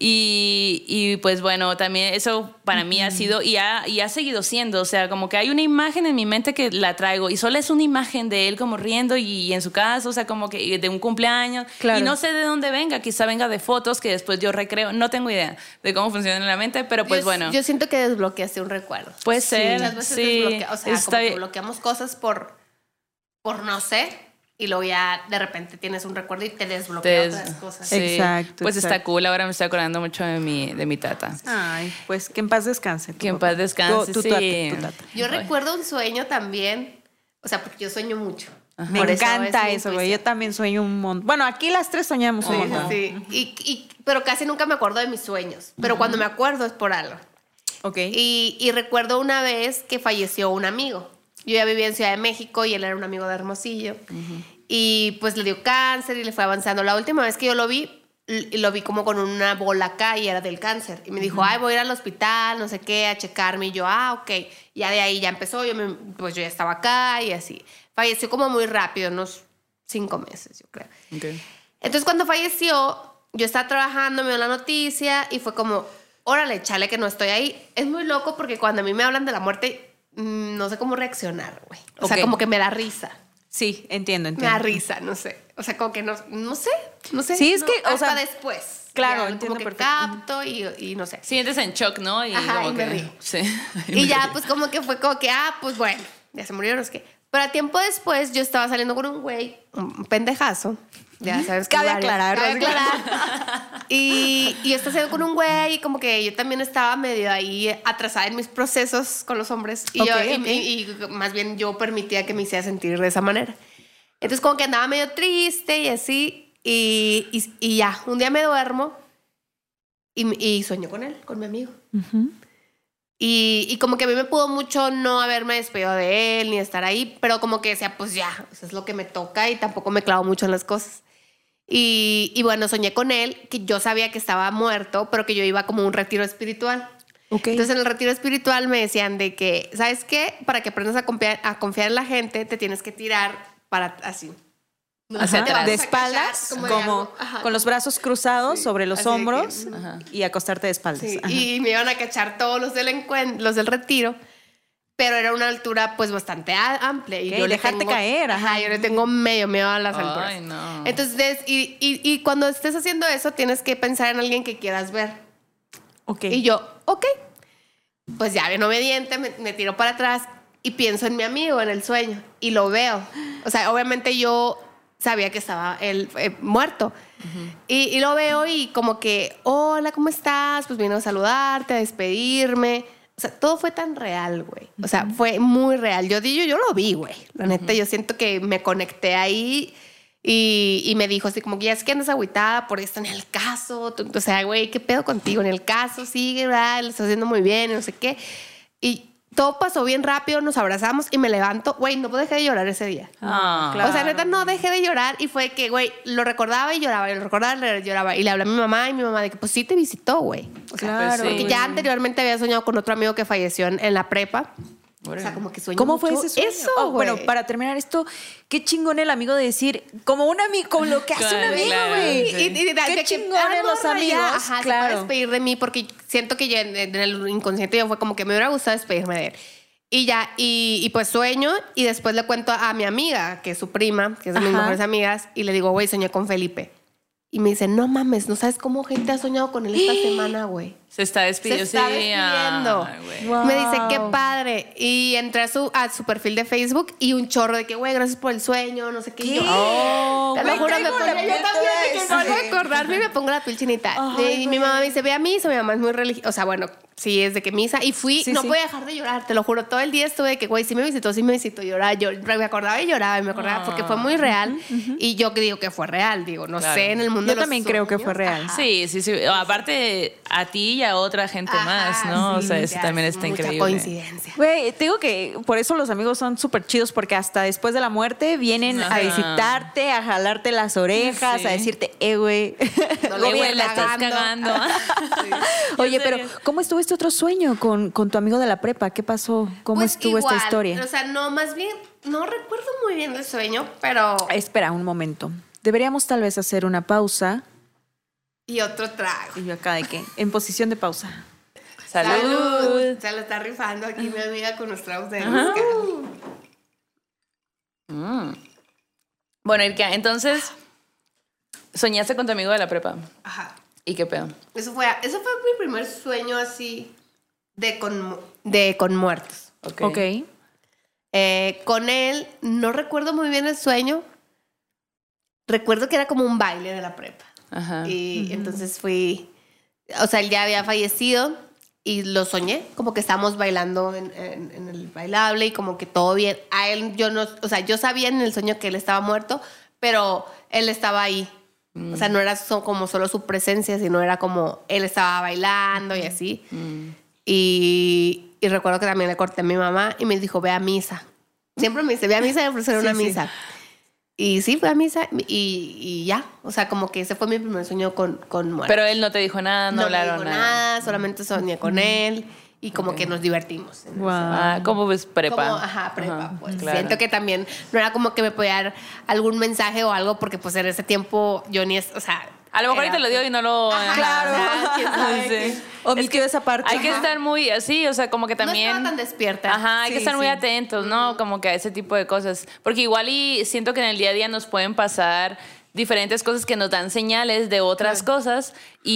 Y, y pues bueno, también eso para mí ha sido y ha, y ha seguido siendo, o sea, como que hay una imagen en mi mente que la traigo y solo es una imagen de él como riendo y, y en su casa, o sea, como que de un cumpleaños. Claro. Y no sé de dónde venga, quizá venga de fotos que después yo recreo, no tengo idea de cómo funciona en la mente, pero pues yo, bueno. Yo siento que desbloqueaste un recuerdo. Puede ser, muchas veces sí. Desbloquea, o sea, Está como que bloqueamos cosas por, por no sé... Y luego ya de repente tienes un recuerdo y te desbloquea te, otras cosas. Sí. Exacto. Pues exacto. está cool. Ahora me estoy acordando mucho de mi, de mi tata. Ay, pues que en paz descanse. Que en paz descanse, tu, tu, sí. Tu tata, tu tata. Yo Ay. recuerdo un sueño también. O sea, porque yo sueño mucho. Ajá. Me encanta eso, güey. Yo también sueño un montón. Bueno, aquí las tres soñamos sí, un montón. Sí, sí. Y, y, pero casi nunca me acuerdo de mis sueños. Pero uh-huh. cuando me acuerdo es por algo. Ok. Y, y recuerdo una vez que falleció un amigo. Yo ya vivía en Ciudad de México y él era un amigo de Hermosillo. Uh-huh. Y pues le dio cáncer y le fue avanzando. La última vez que yo lo vi, lo vi como con una bola acá y era del cáncer. Y me dijo, uh-huh. ay, voy a ir al hospital, no sé qué, a checarme. Y yo, ah, ok. Ya de ahí ya empezó, yo me, pues yo ya estaba acá y así. Falleció como muy rápido, unos cinco meses, yo creo. Okay. Entonces cuando falleció, yo estaba trabajando, me dio la noticia y fue como, órale, chale que no estoy ahí. Es muy loco porque cuando a mí me hablan de la muerte, mmm, no sé cómo reaccionar, güey. O okay. sea, como que me da risa. Sí, entiendo, entiendo. Me da risa, no sé. O sea, como que no, no sé, no sé. Sí, es no, que, o hasta sea, después. Claro, ya, entiendo como que perfecto. capto y, y no sé. Sientes en shock, ¿no? Y, Ajá, como y que, me río. Sí. Y ya, pues como que fue como que, ah, pues bueno, ya se murieron, es que. Pero a tiempo después yo estaba saliendo con un güey, un pendejazo. Ya sabes que cabe aclarar. Cabe aclarar. y, y yo estaba saliendo con un güey y como que yo también estaba medio ahí atrasada en mis procesos con los hombres. Y, okay, yo, okay. Y, y, y más bien yo permitía que me hiciera sentir de esa manera. Entonces como que andaba medio triste y así. Y, y, y ya, un día me duermo y, y sueño con él, con mi amigo. Uh-huh. Y, y como que a mí me pudo mucho no haberme despedido de él ni estar ahí, pero como que decía, pues ya, o sea, es lo que me toca y tampoco me clavo mucho en las cosas. Y, y bueno, soñé con él, que yo sabía que estaba muerto, pero que yo iba como a un retiro espiritual. Okay. Entonces en el retiro espiritual me decían de que, ¿sabes qué? Para que aprendas a confiar, a confiar en la gente, te tienes que tirar para así. Hacia atrás. De espaldas, como, como con los brazos cruzados sí, sobre los hombros que, y acostarte de espaldas. Sí, y me iban a cachar todos los del encuentro, los del retiro, pero era una altura pues bastante amplia. Y ¿Qué? yo Dejarte le tengo, caer. Ajá. Ajá, yo le tengo medio miedo a las Ay, alturas. No. Entonces, y, y, y cuando estés haciendo eso, tienes que pensar en alguien que quieras ver. Ok. Y yo, ok. Pues ya, bien obediente, me, me tiro para atrás y pienso en mi amigo en el sueño y lo veo. O sea, obviamente yo sabía que estaba él eh, muerto, Uh-huh. Y, y lo veo y como que, hola, ¿cómo estás? Pues vino a saludarte, a despedirme. O sea, todo fue tan real, güey. O sea, uh-huh. fue muy real. Yo, yo, yo lo vi, güey. La neta, uh-huh. yo siento que me conecté ahí y, y me dijo así como que ya es que andas agüitada por esto en el caso. O sea, güey, ¿qué pedo contigo? En el caso sigue, ¿verdad? Lo estás haciendo muy bien, no sé qué. Y todo pasó bien rápido, nos abrazamos y me levanto. Güey, no dejé de llorar ese día. Ah, claro. O sea, neta, no dejé de llorar y fue que, güey, lo recordaba y lloraba, y lo recordaba y lloraba. Y le hablé a mi mamá y mi mamá de que, pues sí te visitó, güey. O sea, claro, porque sí. ya anteriormente había soñado con otro amigo que falleció en, en la prepa. O sea, como que sueño ¿Cómo mucho. fue ese sueño? Eso, oh, güey. Bueno, para terminar esto, qué chingón el amigo de decir, como un amigo, como lo que hace Claro, un amigo, claro, güey. sí. Y, y, y, qué que, chingón ah, en los morra, amigos, ya. Ajá, claro. se puede despedir de mí porque siento que yo en, en el inconsciente yo fue como que me hubiera gustado despedirme de él. Y ya, y, y pues sueño y después le cuento a mi amiga, que es su prima, que es de mis Ajá. mejores amigas, y le digo, güey, soñé con Felipe. Y me dice, no mames, no sabes cómo gente ha soñado con él esta semana, güey. Se está despidiendo. Se está sí. despidiendo. Ay, güey. Wow. Me dice, qué padre. Y entré a su, a su perfil de Facebook y un chorro de que, güey, gracias por el sueño, no sé qué. ¿Qué? Y yo, Oh, te lo güey, juro, me traigo pongo, la yo piel también, de que toda vuelvo a así. acordarme y me pongo la piel chinita. Ay, y mi güey. mamá me dice, ve a misa. Mi mamá es muy religiosa. O sea, bueno, sí, es de que misa. Y fui, Sí, no sí. podía dejar de llorar, te lo juro. Todo el día estuve de que, güey, sí me visitó, sí me visitó. Lloraba, yo me acordaba y lloraba y me acordaba Ah. porque fue muy real. Y yo que digo que fue real, digo, no Claro. sé, en el mundo Yo de los también creo que fue sueños. real. Ajá. Sí, sí, sí. Aparte, a ti y a otra gente Ajá, más, ¿no? o sí, sea, eso ya, también es está mucha increíble. coincidencia. Güey, te digo que por eso los amigos son súper chidos, porque hasta después de la muerte vienen Ajá. a visitarte, a jalarte las orejas, Sí. a decirte, eh, güey. No Eh, le güey, la estás cagando. cagando. Oye, En pero serio. ¿cómo estuvo este otro sueño con, con tu amigo de la prepa? ¿Qué pasó? ¿Cómo Pues estuvo esta igual, historia? O sea, no, más bien, no recuerdo muy bien el sueño, pero... Espera un momento. Deberíamos tal vez hacer una pausa. Y otro trago. Y yo acá de qué? En posición de pausa. Salud. Se lo está rifando aquí mi amiga con los tragos de mezcal. Mm. Bueno, Ilka, entonces, soñaste con tu amigo de la prepa. Ajá. ¿Y qué pedo? Eso fue, eso fue mi primer sueño así de con, de con muertos. Ok. Ok. Eh, con él, no recuerdo muy bien el sueño. Recuerdo que era como un baile de la prepa. Ajá. Y entonces fui, o sea, él ya había fallecido y lo soñé, como que estábamos bailando en, en- en el bailable y como que todo bien. A él yo no, o sea, yo sabía en el sueño que él estaba muerto, pero él estaba ahí. O sea, no era so- como solo su presencia, sino era como él estaba bailando y así. Mm. Y, y recuerdo que también le corté a mi mamá y me dijo, ve a misa. Siempre me dice, ve a misa y ofrecer una Sí, sí. misa. Y sí, fui a misa y, y ya. O sea, como que ese fue mi primer sueño con, con muerte. Pero él no te dijo nada, no, no me hablaron dijo nada, solamente soñé con él y como que nos divertimos. en Wow. ese- Ah, ¿cómo ves prepa? Como, ajá, prepa, Ajá, pues. claro. Siento que también no era como que me podía dar algún mensaje o algo porque pues en ese tiempo yo ni es, o sea... A lo mejor era, ahorita lo dio y no lo... Ajá, Claro. ajá, quién sabe Sí. qué. Omitió esa parte. Hay que estar muy así, o sea, como que también... No estaba tan despierta. Ajá, hay Sí, que estar muy sí. atentos, ¿no? Como que a ese tipo de cosas. Porque igual y siento que en el día a día nos pueden pasar diferentes cosas que nos dan señales de otras cosas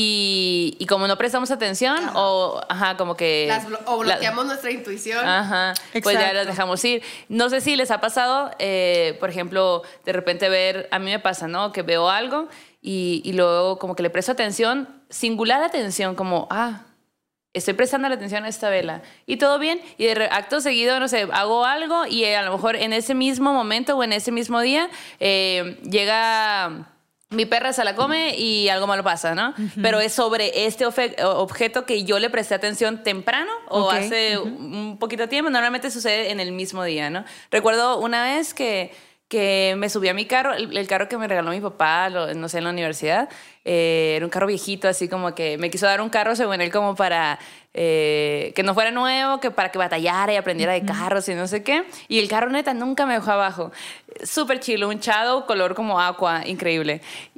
y, y como no prestamos atención Ajá. o, ajá, como que... Las blo- o la- bloqueamos nuestra intuición. Ajá, pues ya Exacto. las dejamos ir. No sé si les ha pasado, eh, por ejemplo, de repente ver, a mí me pasa, ¿no? Que veo algo y, y luego como que le presto atención, singular atención, como, ah, estoy prestando la atención a esta vela y todo bien y de re- acto seguido, no sé, hago algo y eh, a lo mejor en ese mismo momento o en ese mismo día eh, llega... Mi perra se la come y algo malo pasa, ¿no? Pero es sobre este ofe- objeto que yo le presté atención temprano o Ok. hace un poquito de tiempo. Normalmente sucede en el mismo día, ¿no? Recuerdo una vez que, que me subí a mi carro, el, el carro que me regaló mi papá, lo- no sé, en la universidad. Eh, era un carro viejito, así como que me quiso dar un carro según él como para eh, que no fuera nuevo, que para que batallara y aprendiera de carros y no sé qué. Y el carro neta nunca me dejó abajo. Súper chilo, un Shadow color como aqua, increíble.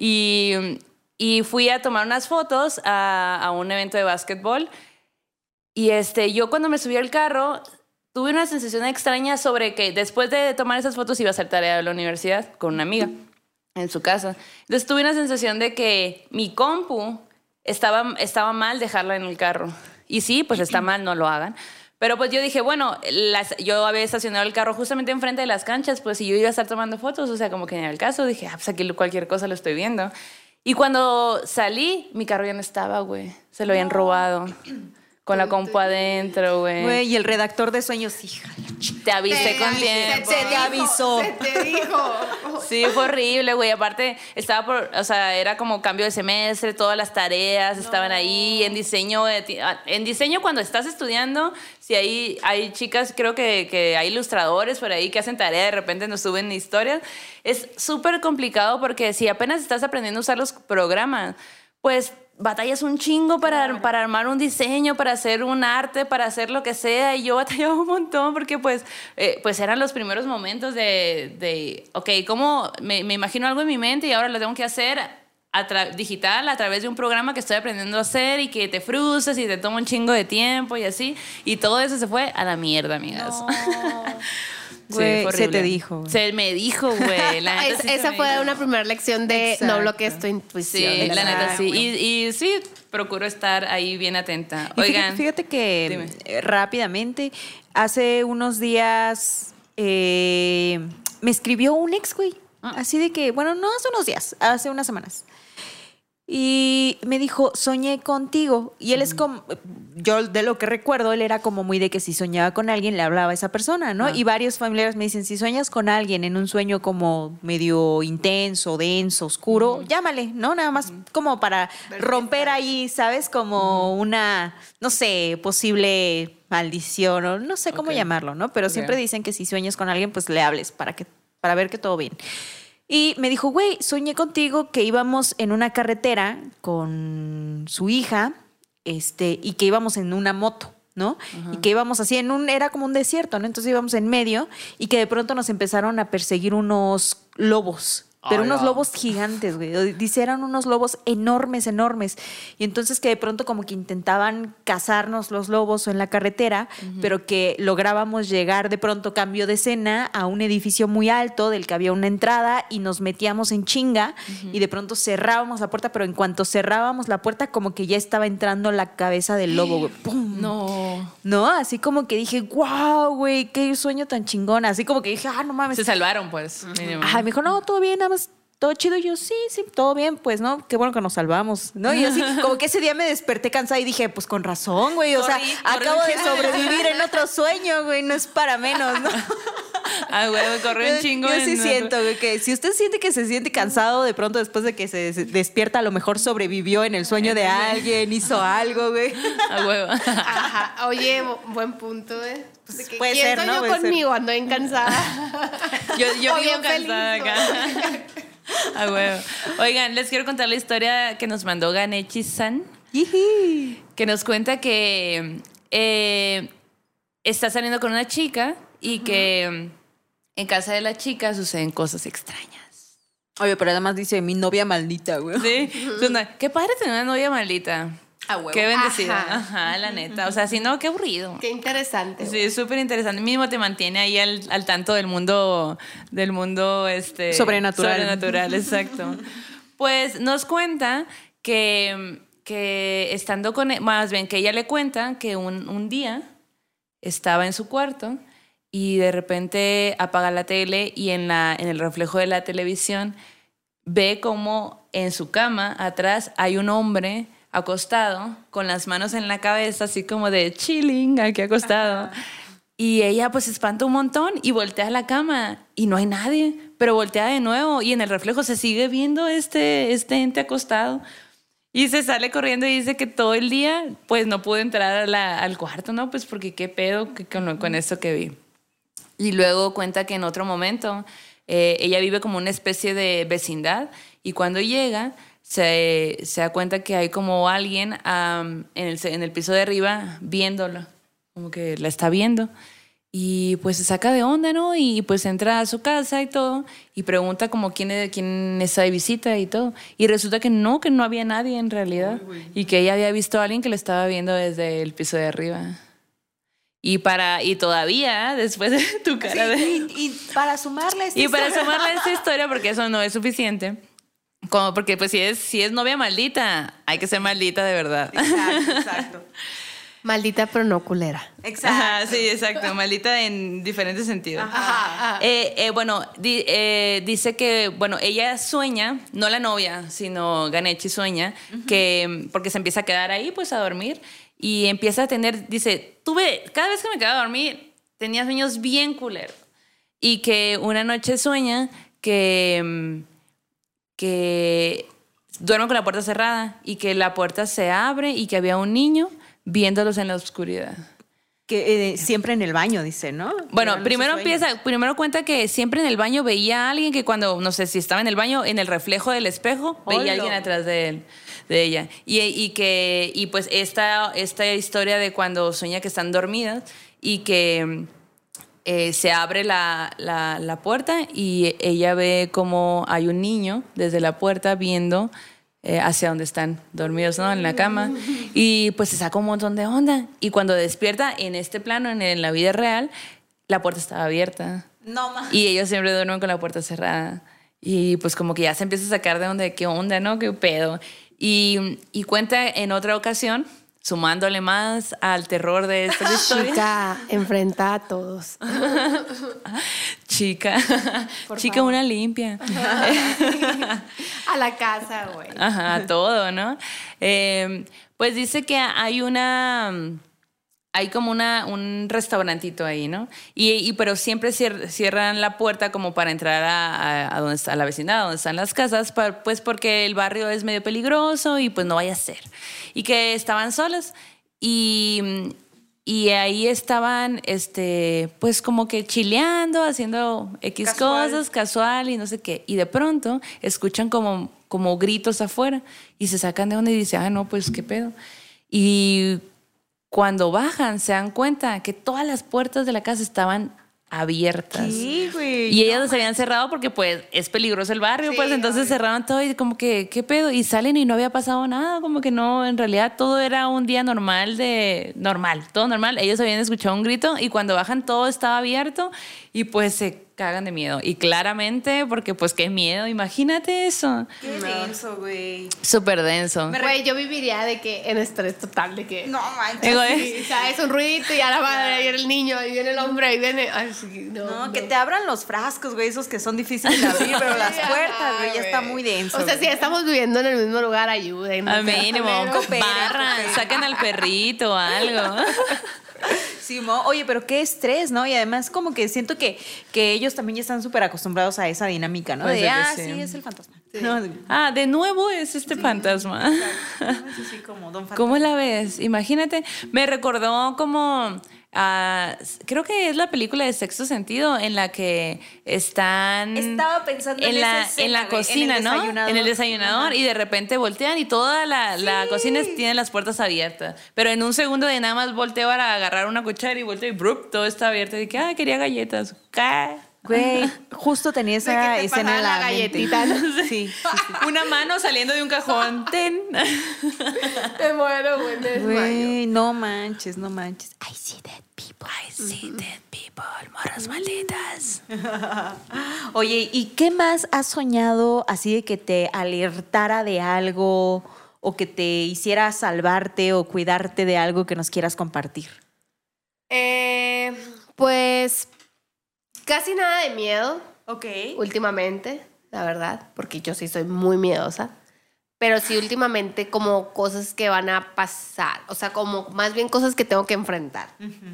Y, y fui a tomar unas fotos a, a un evento de básquetbol. Y este, yo cuando me subí al carro tuve una sensación extraña sobre que después de tomar esas fotos iba a hacer tarea de la universidad con una amiga en su casa. Entonces tuve una sensación de que mi compu estaba, estaba mal dejarla en el carro. Y sí, pues está mal, no lo hagan. Pero pues yo dije, bueno, las, yo había estacionado el carro justamente enfrente de las canchas, pues si yo iba a estar tomando fotos, o sea, como que en el caso, dije, ah, pues aquí cualquier cosa lo estoy viendo. Y cuando salí, mi carro ya no estaba, güey. Se lo habían robado. Con la compu adentro, güey. Güey, y el redactor de sueños, hija. Te avisé Te con avisé, tiempo. Se te avisó. Se te dijo. Sí, fue horrible, güey. Aparte, estaba por, o sea, era como cambio de semestre, todas las tareas estaban ahí. En diseño, en diseño cuando estás estudiando, si hay, hay chicas, creo que, que hay ilustradores por ahí que hacen tarea, de repente nos suben historias. Es súper complicado porque si apenas estás aprendiendo a usar los programas, pues batallas un chingo para, claro. para armar un diseño, para hacer un arte, para hacer lo que sea. Y yo batallaba un montón porque pues, eh, pues eran los primeros momentos de, de ok, ¿cómo me, me imagino algo en mi mente y ahora lo tengo que hacer a tra- digital a través de un programa que estoy aprendiendo a hacer y que te frustras y te toma un chingo de tiempo y así? Y todo eso se fue a la mierda, amigas. No. Güey, sí, se te dijo. Güey. Se me dijo, güey. La neta, es, sí esa fue dijo. una primera lección de Exacto. no bloquees tu intuición. Sí, la neta sí. Y, y sí, procuro estar ahí bien atenta. Oigan. Fíjate, fíjate que dime. rápidamente, hace unos días eh, me escribió un ex, güey. Ah. Así de que, bueno, no hace unos días, hace unas semanas. Y me dijo, soñé contigo. Y él mm. es como, yo de lo que recuerdo, él era como muy de que si soñaba con alguien, le hablaba a esa persona, ¿no? Ah. Y varios familiares me dicen, si sueñas con alguien en un sueño como medio intenso, denso, oscuro, mm. llámale, ¿no? Nada más mm. como para romper ahí, ¿sabes? Como mm. una, no sé, posible maldición o no sé cómo okay. llamarlo, ¿no? Pero okay. siempre dicen que si sueñas con alguien, pues le hables para, que, para ver que todo bien. Y me dijo, güey, soñé contigo que íbamos en una carretera con su hija, este, y que íbamos en una moto, ¿no? Uh-huh. Y que íbamos así en un, era como un desierto, ¿no? Entonces íbamos en medio y que de pronto nos empezaron a perseguir unos lobos. Pero Ay, unos no. lobos gigantes, güey. Dice, eran unos lobos enormes, enormes. Y entonces que de pronto como que intentaban cazarnos los lobos en la carretera, uh-huh. pero que lográbamos llegar de pronto, cambio de escena, a un edificio muy alto del que había una entrada y nos metíamos en chinga uh-huh. y de pronto cerrábamos la puerta, pero en cuanto cerrábamos la puerta como que ya estaba entrando la cabeza del lobo, güey. ¡Pum! No. No, así como que dije, wow, güey, qué sueño tan chingón. Así como que dije, ah, no mames. Se salvaron, pues. Uh-huh. Ay, me dijo, no, todo bien, nada más todo chido. Y yo, sí, sí, todo bien, pues, ¿no? Qué bueno que nos salvamos, ¿no? Y así, como que ese día me desperté cansada y dije, pues, con razón, güey. O sea, acabo de sobrevivir en otro sueño, güey. No es para menos, ¿no? Ah, güey, me corrió un chingo. Yo, yo sí siento, güey, que si usted siente que se siente cansado de pronto después de que se despierta, a lo mejor sobrevivió en el sueño de alguien, hizo algo, güey. Ah, huevo. Ajá. Oye, buen punto, ¿eh? Pues que, puede ¿quién ser, soy ¿no? yo Puede conmigo? ser. Ando bien cansada. Yo, yo o vivo bien cansada feliz, acá. Ah, huevo. Oigan, les quiero contar la historia que nos mandó Ganechi-san, que nos cuenta que eh, está saliendo con una chica y uh-huh. que en casa de la chica suceden cosas extrañas. Oye, pero además dice, mi novia maldita, güey. Sí. Uh-huh. Qué padre tener una novia maldita. Ah, huevo. Qué bendecida. Ajá. Ajá, la neta. O sea, si no, qué aburrido. Qué interesante. Sí, súper interesante. Mínimo te mantiene ahí al, al tanto del mundo, del mundo este, sobrenatural. Sobrenatural, exacto. Pues nos cuenta que, que estando con, más bien que ella le cuenta que un, un día estaba en su cuarto y de repente apaga la tele y en, la, en el reflejo de la televisión ve como en su cama atrás hay un hombre acostado, con las manos en la cabeza, así como de chilling, aquí acostado. Ajá. Y ella pues se espanta un montón y voltea a la cama y no hay nadie, pero voltea de nuevo y en el reflejo se sigue viendo este, este ente acostado. Y se sale corriendo y dice que todo el día pues no pudo entrar a la, al cuarto, ¿no? Pues porque qué pedo que, con, con esto que vi. Y luego cuenta que en otro momento eh, ella vive como una especie de vecindad y cuando llega Se, se da cuenta que hay como alguien um, en, el, en el piso de arriba viéndolo, como que la está viendo. Y pues se saca de onda, ¿no? Y pues entra a su casa y todo, y pregunta como quién, es, quién está de visita y todo. Y resulta que no, que no había nadie en realidad. Y que ella había visto a alguien que lo estaba viendo desde el piso de arriba. Y, para, y todavía, después de tu cara de... Sí, y, y para sumarle a esta Y historia. para sumarle a esta historia, porque eso no es suficiente... Como porque pues si es, si es novia maldita, hay que ser maldita de verdad. Exacto, exacto. Maldita pero no culera. Exacto. Ajá, sí, exacto. Maldita en diferentes sentidos. Ajá, ajá. Eh, eh, bueno, di- eh, dice que, bueno, ella sueña, no la novia, sino Ganechi sueña, que porque se empieza a quedar ahí, pues a dormir, y empieza a tener, dice, tuve, cada vez que me quedaba a dormir, tenía sueños bien culeros. Y que una noche sueña que, mm, que duerme con la puerta cerrada y que la puerta se abre y que había un niño viéndolos en la oscuridad. Que eh, siempre en el baño, dice, ¿no? Bueno, Eran primero esos sueños. empieza, primero cuenta que siempre en el baño veía a alguien que cuando, no sé si estaba en el baño, en el reflejo del espejo, veía Hola. a alguien atrás de él, de ella. Y, y que, y pues esta, esta historia de cuando sueña que están dormidas y que eh, se abre la, la, la puerta y ella ve como hay un niño desde la puerta viendo eh, hacia donde están dormidos, ¿no? En la cama. Y pues se saca un montón de onda. Y cuando despierta en este plano, en, en la vida real, la puerta estaba abierta. No más. Y ellos siempre duermen con la puerta cerrada. Y pues como que ya se empieza a sacar de onda, de qué onda, ¿no? Qué pedo. Y, y cuenta en otra ocasión, sumándole más al terror de esta historia. Chica, enfrenta a todos. Chica. Por Chica, favor. una limpia. A la casa, güey. Ajá, todo, ¿no? Eh, pues dice que hay una... Hay como una, un restaurantito ahí, ¿no? Y, y pero siempre cier- cierran la puerta como para entrar a, a, a donde está la vecindad, donde están las casas, pa- pues porque el barrio es medio peligroso y pues no vaya a ser. Y que estaban solas y, y ahí estaban, este, pues como que chileando, haciendo X Casual. cosas, casual y no sé qué. Y de pronto escuchan como, como gritos afuera y se sacan de onda y dicen, ah, no, pues qué pedo. Y cuando bajan se dan cuenta que todas las puertas de la casa estaban abiertas. Sí, güey. Y ellas las habían cerrado porque pues es peligroso el barrio, Sí, pues entonces obvio. cerraron todo y como que, ¿qué pedo? Y salen y no había pasado nada, como que no, en realidad todo era un día normal de, normal, todo normal. Ellos habían escuchado un grito y cuando bajan todo estaba abierto y pues se cagan de miedo. Y claramente, porque pues qué miedo, imagínate eso. Qué denso, güey. Súper denso. Güey, yo viviría de que en estrés total, de que... No manches. Digo, Sí, o sea, es un ruidito y a la madre, ahí viene el niño, ahí viene el hombre, ahí viene... Ay, sí, no, No, no. que te abran los frascos, güey, esos que son difíciles de abrir, pero las Sí, puertas, ajá, güey, ya está muy denso. O sea, si güey. estamos viviendo en el mismo lugar, ayuden. A mínimo, Cooperen, barran, cooperen. saquen al perrito o algo. Sí, mo. Oye, pero qué estrés, ¿no? Y además como que siento que, que ellos también ya están súper acostumbrados a esa dinámica, ¿no? Puede De, ser que ah, sí. sí, es el fantasma. No, sí, Ah, de nuevo es este fantasma. sí, como Don Fantasma. ¿Cómo la ves? Imagínate, me recordó como, ah, creo que es la película de Sexto Sentido en la que están Estaba pensando en en esa la, escena, en la güey, cocina, en el ¿no? desayunador. En el desayunador Ajá. y de repente voltean y toda la, la cocina tiene las puertas abiertas. Pero en un segundo de nada más volteo para agarrar una cuchara y volteo y ¡brup! Todo está abierto. Y que, ah, quería galletas. ¿Qué? Güey, justo tenía De esa que te escena en pasaba la, la mente. galletita, ¿no? Sí, sí, sí. Una mano saliendo de un cajón. Ten. Te muero, güey, me desmayo. Güey, no manches, no manches. I see dead people. I see dead people, morras malditas. Oye, ¿y qué más has soñado así de que te alertara de algo o que te hiciera salvarte o cuidarte de algo que nos quieras compartir? Eh, pues casi nada de miedo Ok. últimamente, la verdad, porque yo sí soy muy miedosa. Pero sí últimamente como cosas que van a pasar, o sea, como más bien cosas que tengo que enfrentar.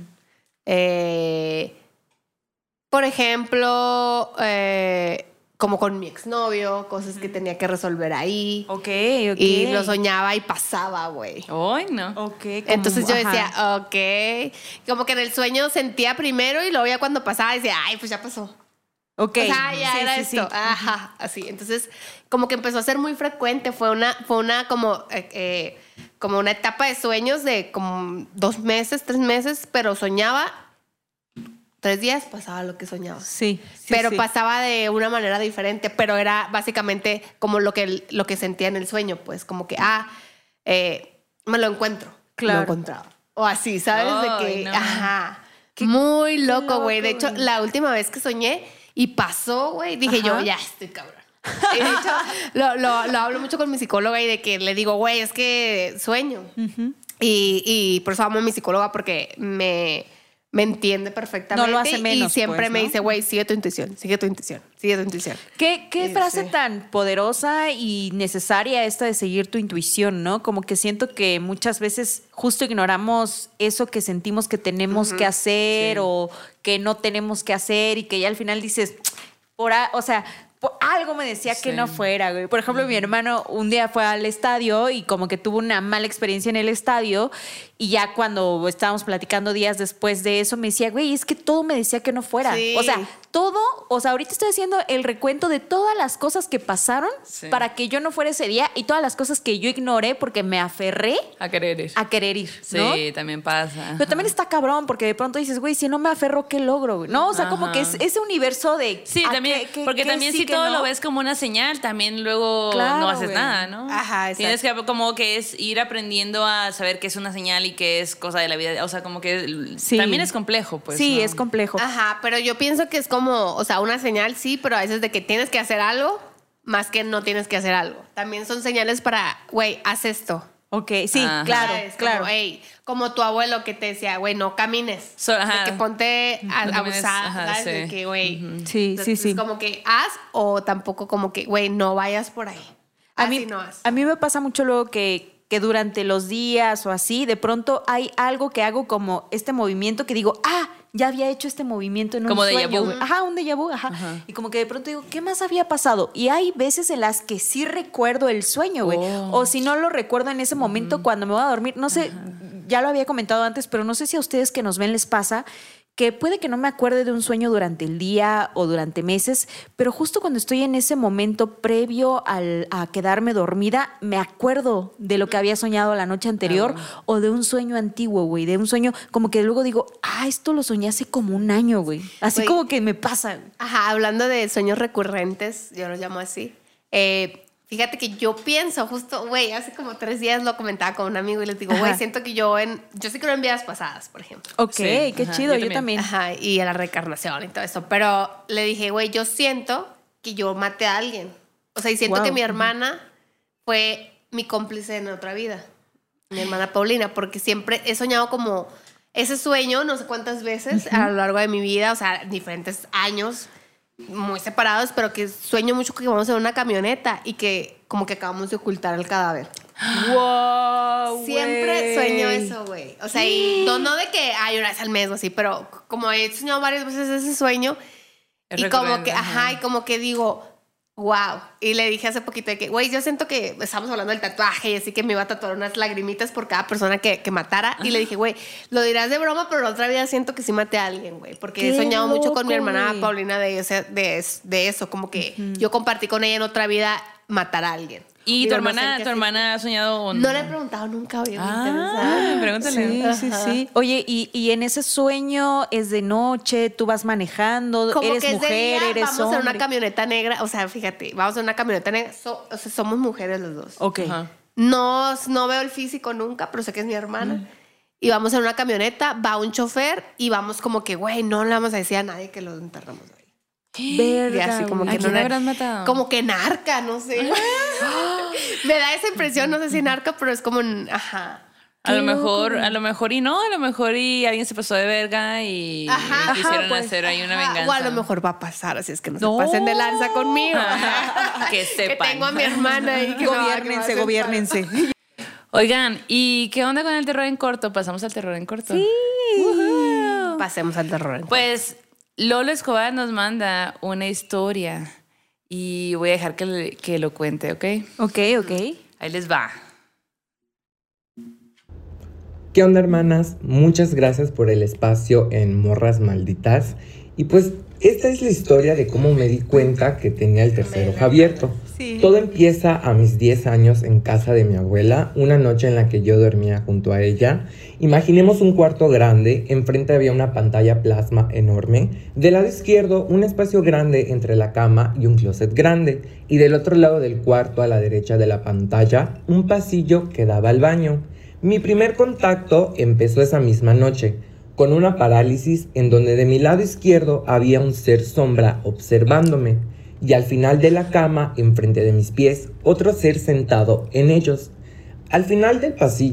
Eh, por ejemplo, eh, como con mi exnovio, cosas que tenía que resolver ahí. Ok, ok. Y lo soñaba y pasaba, güey. Ay, no. Ok. como- Entonces yo ajá. decía, ok. Como que en el sueño sentía primero y luego ya cuando pasaba decía, ay, pues ya pasó. Ok. O sea, ya Sí, era sí, esto. sí. Ajá, así. Entonces, como que empezó a ser muy frecuente. Fue una, fue una como, eh, eh, como una etapa de sueños de como dos meses, tres meses, pero soñaba. Tres días pasaba lo que soñaba. Sí, sí, pero sí. pasaba de una manera diferente, pero era básicamente como lo que, lo que sentía en el sueño, pues como que, ah, eh, me lo encuentro. Claro. Lo encontraba. O así, ¿sabes? Ay, de que, no. ajá. Muy loco, güey. De loco, hecho, güey. la última vez que soñé y pasó, güey, dije Ajá. yo, ya estoy cabrón. Y de hecho, lo, lo, lo hablo mucho con mi psicóloga y de que le digo, güey, es que sueño. Y, y por eso amo a mi psicóloga porque me, me entiende perfectamente. No lo hace menos, y siempre pues, me ¿no? dice, güey, sigue tu intuición, sigue tu intuición, sigue tu intuición. ¿Qué, qué Sí, frase sí. tan poderosa y necesaria esta de seguir tu intuición, ¿no? Como que siento que muchas veces justo ignoramos eso que sentimos que tenemos que hacer o que no tenemos que hacer y que ya al final dices, por a- o sea, por algo me decía que Sí. no fuera, güey. Por ejemplo, mi hermano un día fue al estadio y como que tuvo una mala experiencia en el estadio y ya cuando estábamos platicando días después de eso me decía, güey, es que todo me decía que no fuera. Sí. O sea, todo, o sea, ahorita estoy haciendo el recuento de todas las cosas que pasaron Sí. para que yo no fuera ese día y todas las cosas que yo ignoré porque me aferré A querer ir. a querer ir, ¿no? Sí, también pasa. Pero también está cabrón porque de pronto dices, güey, si no me aferro, ¿qué logro? güey? No, o sea, como Ajá. que es ese universo de... Sí, ¿a también, qué- qué- porque qué también sí, si qué todo no? lo ves como una señal, también luego Claro, no haces güey. nada, ¿no? Ajá, exacto. Tienes que como que es ir aprendiendo a saber qué es una señal y qué es cosa de la vida. O sea, como que Sí. también es complejo, pues. sí, ¿no? es complejo. Ajá, pero yo pienso que es como, o sea, una señal sí, pero a veces de que tienes que hacer algo más que no tienes que hacer algo. También son señales para, güey, haz esto. Ok, sí, Ajá. claro, ¿Sabes? claro. Como, ey, como tu abuelo que te decía, güey, no camines. So- ajá. De que ponte a, No camines, abusada, ajá, ¿sabes? De sí. que, güey. Sí, sí, entonces, sí. como que haz o tampoco como que, güey, no vayas por ahí. A Haz mí, y no haz. a mí me pasa mucho luego que, que durante los días o así, de pronto hay algo que hago como este movimiento que digo, ah, ya había hecho este movimiento en un Como déjà sueño. vu. güey. Ajá, un déjà vu, ajá. Y como que de pronto digo, ¿qué más había pasado? Y hay veces en las que sí recuerdo el sueño, güey. Oh. O si no lo recuerdo en ese momento cuando me voy a dormir. No sé, ya lo había comentado antes, pero no sé si a ustedes que nos ven les pasa que puede que no me acuerde de un sueño durante el día o durante meses, pero justo cuando estoy en ese momento previo al, a quedarme dormida, me acuerdo de lo que había soñado la noche anterior o de un sueño antiguo, güey, de un sueño como que luego digo, ah, esto lo soñé hace como un año, güey. Así Güey. como que me pasa. Ajá, hablando de sueños recurrentes, yo los llamo así. Eh, fíjate que yo pienso justo, güey, hace como tres días lo comentaba con un amigo y les digo, güey, Ajá. siento que yo en, yo sí creo en vidas pasadas, por ejemplo. Ok, Sí, qué ajá, chido, yo yo también. Ajá, y a la reencarnación y todo eso. Pero le dije, güey, yo siento que yo maté a alguien. O sea, y siento Wow. que mi hermana fue mi cómplice en otra vida. Mi hermana Paulina, porque siempre he soñado como ese sueño, no sé cuántas veces a lo largo de mi vida, o sea, diferentes años muy separados, pero que sueño mucho que vamos en una camioneta y que como que acabamos de ocultar el cadáver. Wow, Siempre sueño eso, güey. O sea, y no, no de que hay una vez al mes o así, pero como he soñado varias veces ese sueño Es y como recurrente, que, ajá, ajá. y como que digo, wow. Y le dije hace poquito de que, güey, yo siento que estamos hablando del tatuaje y así que me iba a tatuar unas lagrimitas por cada persona que, que matara. Y le dije, güey, lo dirás de broma, pero la otra vida siento que sí maté a alguien, güey. Porque he Qué soñado mucho con mi loco, hermana güey. Paulina de, ese, de, es- de eso, como que yo compartí con ella en otra vida matar a alguien. ¿Y Digo, tu no sé en hermana, qué tu sí. hermana ha soñado o No le he preguntado nunca, obviamente. Ah, ¿sabes? pregúntale. Sí, sí, sí. Oye, y, y en ese sueño es de noche, tú vas manejando, Como eres que es de mujer, día, eres vamos hombre. en una camioneta negra, o sea, fíjate, vamos en una camioneta negra, so- o sea, somos mujeres los dos. Ok. Ajá. No, no veo el físico nunca, pero sé que es mi hermana. Y vamos en una camioneta, va un chofer y vamos como que, güey, no le vamos a decir a nadie que lo enterramos hoy. Y Verga, así como güey. que ¿A quién no le- habrán matado? Como que narca, no sé. Me da esa impresión, no sé si narca, pero es como, un- ajá. A lo Qué loco, mejor, güey. a lo mejor y no, a lo mejor y alguien se pasó de verga y Ajá, quisieron ajá, pues, hacer ahí una Ajá, venganza. o a lo mejor va a pasar, así es que no, No. se pasen de lanza conmigo. Ajá, que sepan. Que tengo a mi hermana y que me va- que me va a Gobiernense, hacer gobiernense. Oigan, ¿y qué onda con el terror en corto? Pasamos al terror en corto. Sí. paro. Pasemos al terror. Pues Lolo Escobar nos manda una historia y voy a dejar que, le- que lo cuente, ¿ok? Ok, ok. Ahí les va. ¿Qué onda, hermanas? Muchas gracias por el espacio en Morras Malditas. Y pues esta es la historia de cómo me di cuenta que tenía el tercer ojo abierto. Sí. Todo empieza a mis diez años en casa de mi abuela, una noche en la que yo dormía junto a ella. Imaginemos un cuarto grande, enfrente había una pantalla plasma enorme, del lado izquierdo un espacio grande entre la cama y un closet grande, y del otro lado del cuarto a la derecha de la pantalla un pasillo que daba al baño. Mi primer contacto empezó esa misma noche, con una parálisis en donde de mi lado izquierdo había un ser sombra observándome, y al final de la cama, enfrente de mis pies, otro ser sentado en ellos. Al final del pasillo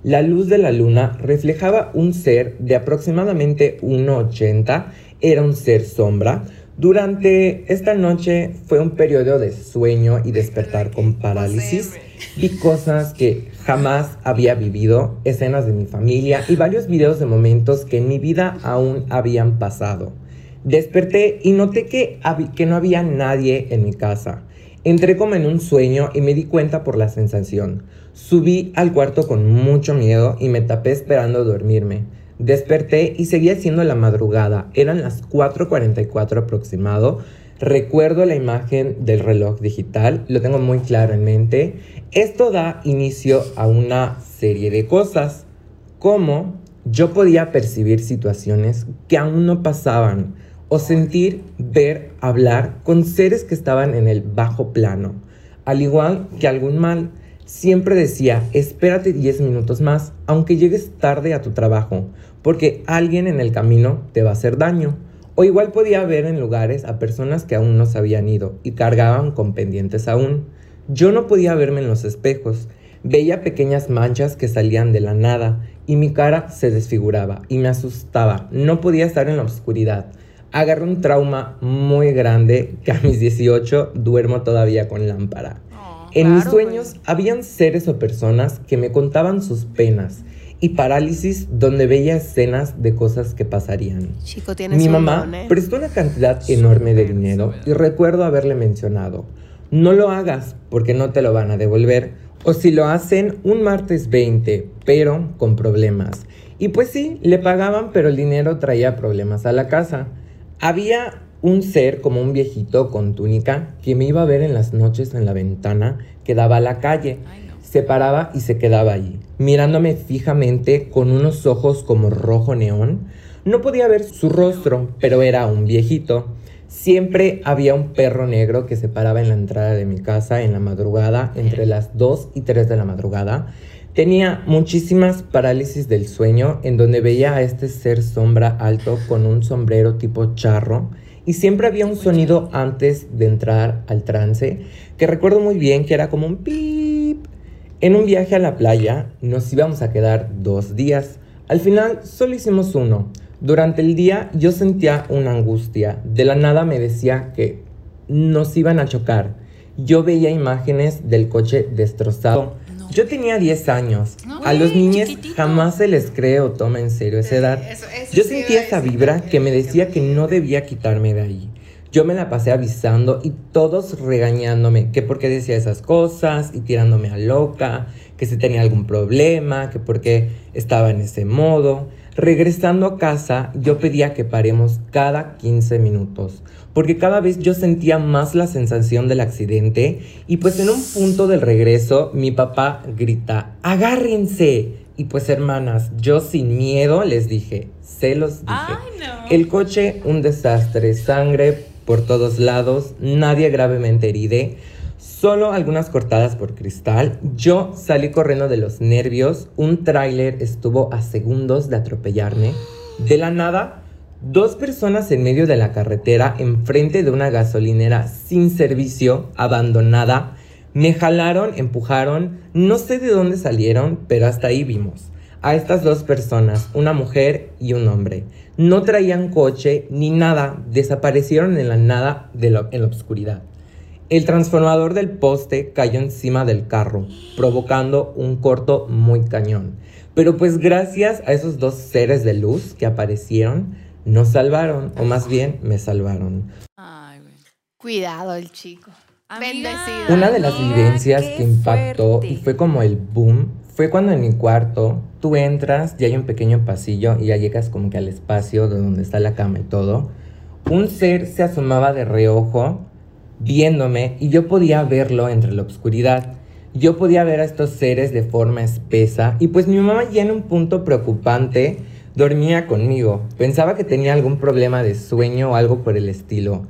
La luz de la luna reflejaba un ser de aproximadamente uno ochenta, era un ser sombra. Durante esta noche fue un periodo de sueño y despertar con parálisis. Vi cosas que jamás había vivido, escenas de mi familia y varios videos de momentos que en mi vida aún habían pasado. Desperté y noté que, hab- que no había nadie en mi casa. Entré como en un sueño y me di cuenta por la sensación. Subí al cuarto con mucho miedo y me tapé esperando dormirme. Desperté y seguía siendo la madrugada. Eran las cuatro cuarenta y cuatro aproximado. Recuerdo la imagen del reloj digital, lo tengo muy claro en mente. Esto da inicio a una serie de cosas, como yo podía percibir situaciones que aún no pasaban, o sentir, ver, hablar con seres que estaban en el bajo plano. Al igual que algún mal, siempre decía, espérate diez minutos más, aunque llegues tarde a tu trabajo, porque alguien en el camino te va a hacer daño. O igual podía ver en lugares a personas que aún no se habían ido y cargaban con pendientes aún. Yo no podía verme en los espejos. Veía pequeñas manchas que salían de la nada y mi cara se desfiguraba y me asustaba. No podía estar en la oscuridad. Agarré un trauma muy grande que a mis dieciocho duermo todavía con lámpara. Oh, en claro, mis sueños güey. habían seres o personas que me contaban sus penas y parálisis donde veía escenas de cosas que pasarían. Chico, tienes Mi un mamá don, ¿eh? prestó una cantidad enorme de dinero y recuerdo haberle mencionado, no lo hagas porque no te lo van a devolver, o si lo hacen un martes veinte, pero con problemas. Y pues sí, le pagaban, pero el dinero traía problemas a la casa. Había un ser como un viejito con túnica que me iba a ver en las noches en la ventana que daba a la calle. Se paraba y se quedaba ahí, mirándome fijamente con unos ojos como rojo neón. No podía ver su rostro, pero era un viejito. Siempre había un perro negro que se paraba en la entrada de mi casa en la madrugada, entre las dos y tres de la madrugada. Tenía muchísimas parálisis del sueño, en donde veía a este ser sombra alto con un sombrero tipo charro. Y siempre había un sonido antes de entrar al trance, que recuerdo muy bien que era como un pip. En un viaje a la playa nos íbamos a quedar dos días. Al final solo hicimos uno. Durante el día yo sentía una angustia. De la nada me decía que nos iban a chocar. Yo veía imágenes del coche destrozado. No. Yo tenía diez años. No, A los güey, niños chiquitito. jamás se les cree o toma en serio esa edad. Eso- eso Yo sí sentía iba a esa decir vibra también, que me que decía me- que no debía quitarme de ahí. Yo me la pasé avisando y todos regañándome que por qué decía esas cosas y tirándome a loca, que si tenía algún problema, que por qué estaba en ese modo. Regresando a casa, yo pedía que paremos cada quince minutos, porque cada vez yo sentía más la sensación del accidente y pues en un punto del regreso mi papá grita, ¡agárrense! Y pues hermanas, yo sin miedo les dije, se los dije. Ay, no. El coche, un desastre, sangre por todos lados, nadie gravemente herido, solo algunas cortadas por cristal. Yo salí corriendo de los nervios, un tráiler estuvo a segundos de atropellarme. De la nada, dos personas en medio de la carretera, enfrente de una gasolinera sin servicio, abandonada, me jalaron, empujaron, no sé de dónde salieron, pero hasta ahí vimos a estas dos personas, una mujer y un hombre. No traían coche ni nada, desaparecieron en la nada de lo, en la oscuridad. El transformador del poste cayó encima del carro, provocando un corto muy cañón. Pero pues gracias a esos dos seres de luz que aparecieron, nos salvaron, o más bien me salvaron. Ay, güey. Cuidado el chico. Amiga. Bendecido. Una de las Amiga, vivencias qué que impactó fuerte. y fue como el boom fue cuando en mi cuarto tú entras y hay un pequeño pasillo y ya llegas como que al espacio de donde está la cama y todo. Un ser se asomaba de reojo viéndome y yo podía verlo entre la oscuridad. Yo podía ver a estos seres de forma espesa y pues mi mamá ya en un punto preocupante dormía conmigo. Pensaba que tenía algún problema de sueño o algo por el estilo.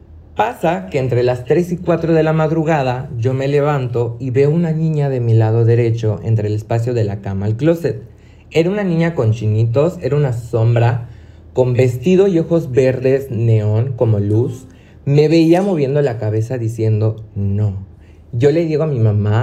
Pasa que entre las tres y cuatro de la madrugada yo me levanto y veo una niña de mi lado derecho entre el espacio de la cama al closet. Era una niña con chinitos, era una sombra, con vestido y ojos verdes neón como luz. Me veía moviendo la cabeza diciendo no. Yo le digo a mi mamá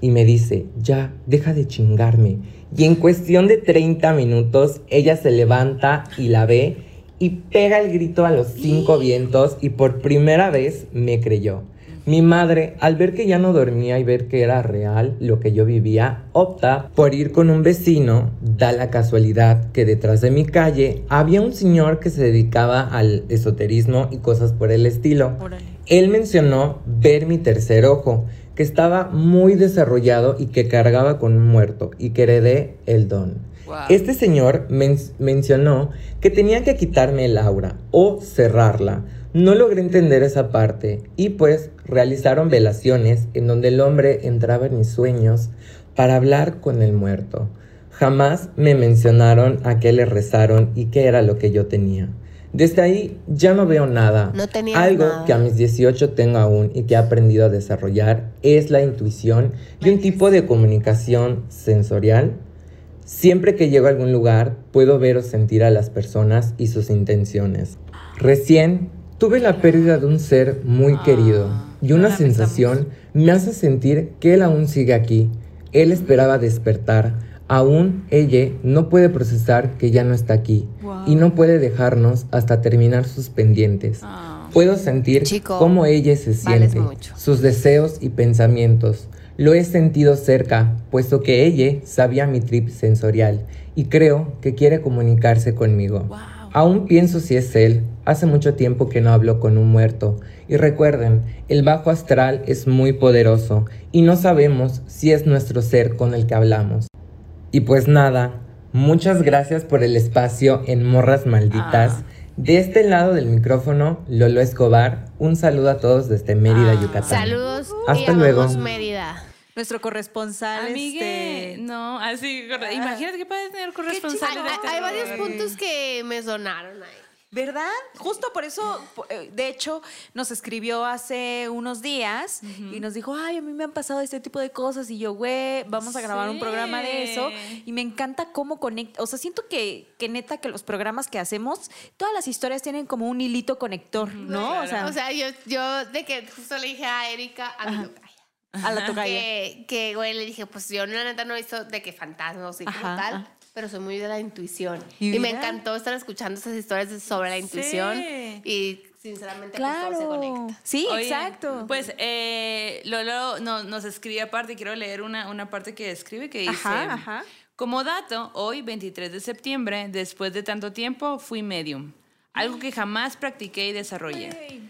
y me dice, ya, deja de chingarme. Y en cuestión de treinta minutos, ella se levanta y la ve y pega el grito a los cinco vientos y por primera vez me creyó. Mi madre, al ver que ya no dormía y ver que era real lo que yo vivía, opta por ir con un vecino. Da la casualidad que detrás de mi calle había un señor que se dedicaba al esoterismo y cosas por el estilo. Órale. Él mencionó ver mi tercer ojo, que estaba muy desarrollado y que cargaba con un muerto y que heredé el don. Wow. Este señor men- mencionó que tenía que quitarme el aura o cerrarla. No logré entender esa parte y pues realizaron velaciones en donde el hombre entraba en mis sueños para hablar con el muerto. Jamás me mencionaron a qué le rezaron y qué era lo que yo tenía. Desde ahí ya no veo nada. No tenías Algo nada. que a mis dieciocho tengo aún y que he aprendido a desarrollar es la intuición y un tipo de comunicación sensorial. Siempre que llego a algún lugar puedo ver o sentir a las personas y sus intenciones. Recién tuve la pérdida de un ser muy querido y lo una lamentamos. sensación me hace sentir que él aún sigue aquí. Él esperaba despertar. Aún ella no puede procesar que ya no está aquí Wow. y no puede dejarnos hasta terminar sus pendientes. Ah. Puedo sentir Chico, cómo ella se vales siente, mucho. sus deseos y pensamientos. Lo he sentido cerca, puesto que ella sabía mi trip sensorial y creo que quiere comunicarse conmigo. Wow. Aún pienso si es él. Hace mucho tiempo que no hablo con un muerto. Y recuerden, el bajo astral es muy poderoso y no sabemos si es nuestro ser con el que hablamos. Y pues nada, muchas gracias por el espacio en Morras Malditas. Ah. De este lado del micrófono, Lolo Escobar. Un saludo a todos desde Mérida, Ah. Yucatán. Saludos Hasta y luego. amamos Mérida. Nuestro corresponsal. Amigue, este, no, así, corre- imagínate que puedes tener corresponsales Hay, de hay- este hay varios lugar. puntos que me sonaron ahí. ¿Verdad? Justo por eso, po- eh, de hecho, nos escribió hace unos días y nos dijo, ay, a mí me han pasado este tipo de cosas y yo, güey, vamos a grabar un Sí. programa de eso. Y me encanta cómo conecta, o sea, siento que, que neta que los programas que hacemos, todas las historias tienen como un hilito conector, ¿no? claro. O sea, O sea, yo, yo de que justo le dije a Erika, a mi tocaya, a la tocaya. que, que, güey, le dije, pues yo la neta no he visto de que fantasmas y como Ajá, tal, ajá. pero soy muy de la intuición. Y Y, me mira. encantó estar escuchando esas historias de- sobre la intuición Sí. y sinceramente pues, todo se Claro. conecta. Sí, Oye, exacto. Pues eh, Lolo no- nos escribe aparte, quiero leer una, una parte que escribe que dice, Ajá, ajá. como dato, hoy veintitrés de septiembre, después de tanto tiempo, fui medium, algo que jamás practiqué y desarrollé.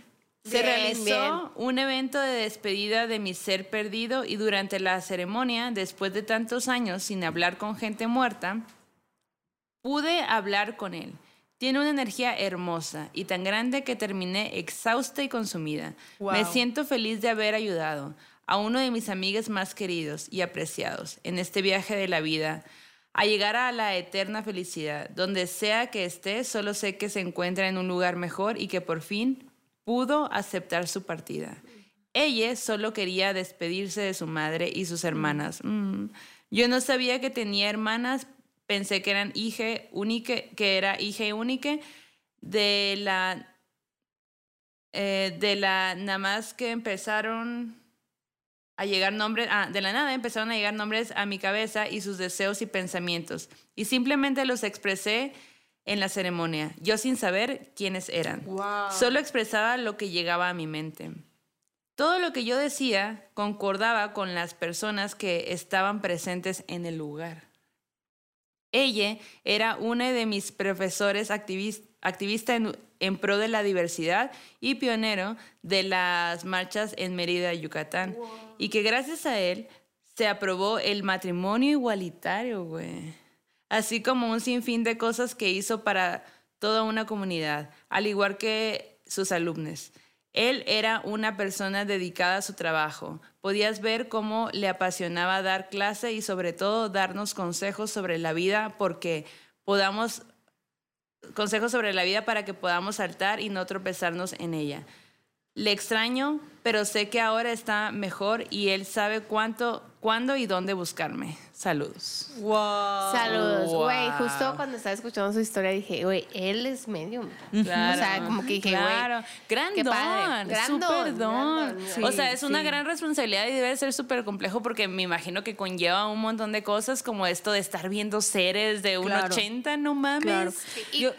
Se Bien, realizó bien. un evento de despedida de mi ser perdido y durante la ceremonia, después de tantos años sin hablar con gente muerta, pude hablar con él. Tiene una energía hermosa y tan grande que terminé exhausta y consumida. Wow. Me siento feliz de haber ayudado a uno de mis amigos más queridos y apreciados en este viaje de la vida a llegar a la eterna felicidad. Donde sea que esté, solo sé que se encuentra en un lugar mejor y que por fin pudo aceptar su partida. Ella solo quería despedirse de su madre y sus hermanas. Mm. Yo no sabía que tenía hermanas, pensé que eran hija única, que era hija única de la eh, de la nada más que empezaron a llegar nombres, ah, de la nada empezaron a llegar nombres a mi cabeza y sus deseos y pensamientos y simplemente los expresé en la ceremonia, yo sin saber quiénes eran. Wow. Solo expresaba lo que llegaba a mi mente. Todo lo que yo decía concordaba con las personas que estaban presentes en el lugar. Ella era una de mis profesores activis- activista en, en pro de la diversidad y pionero de las marchas en Mérida, Yucatán. Wow. Y que gracias a él se aprobó el matrimonio igualitario, güey. Así como un sinfín de cosas que hizo para toda una comunidad, al igual que sus alumnos. Él era una persona dedicada a su trabajo. Podías ver cómo le apasionaba dar clase y sobre todo darnos consejos sobre la vida porque podamos consejos sobre la vida para que podamos saltar y no tropezarnos en ella. Le extraño, pero sé que ahora está mejor y él sabe cuánto, cuándo y dónde buscarme. Saludos. Wow. Saludos, Wow. güey. Justo cuando estaba escuchando su historia dije, güey, él es medium. Claro, O sea, como que dije, güey. claro. Gran qué don, padre. Gran súper don, don. gran don, O güey. sea, es una sí. gran responsabilidad y debe ser súper complejo porque me imagino que conlleva un montón de cosas como esto de estar viendo seres de un Claro. ochenta, no mames. Claro. Y- Yo-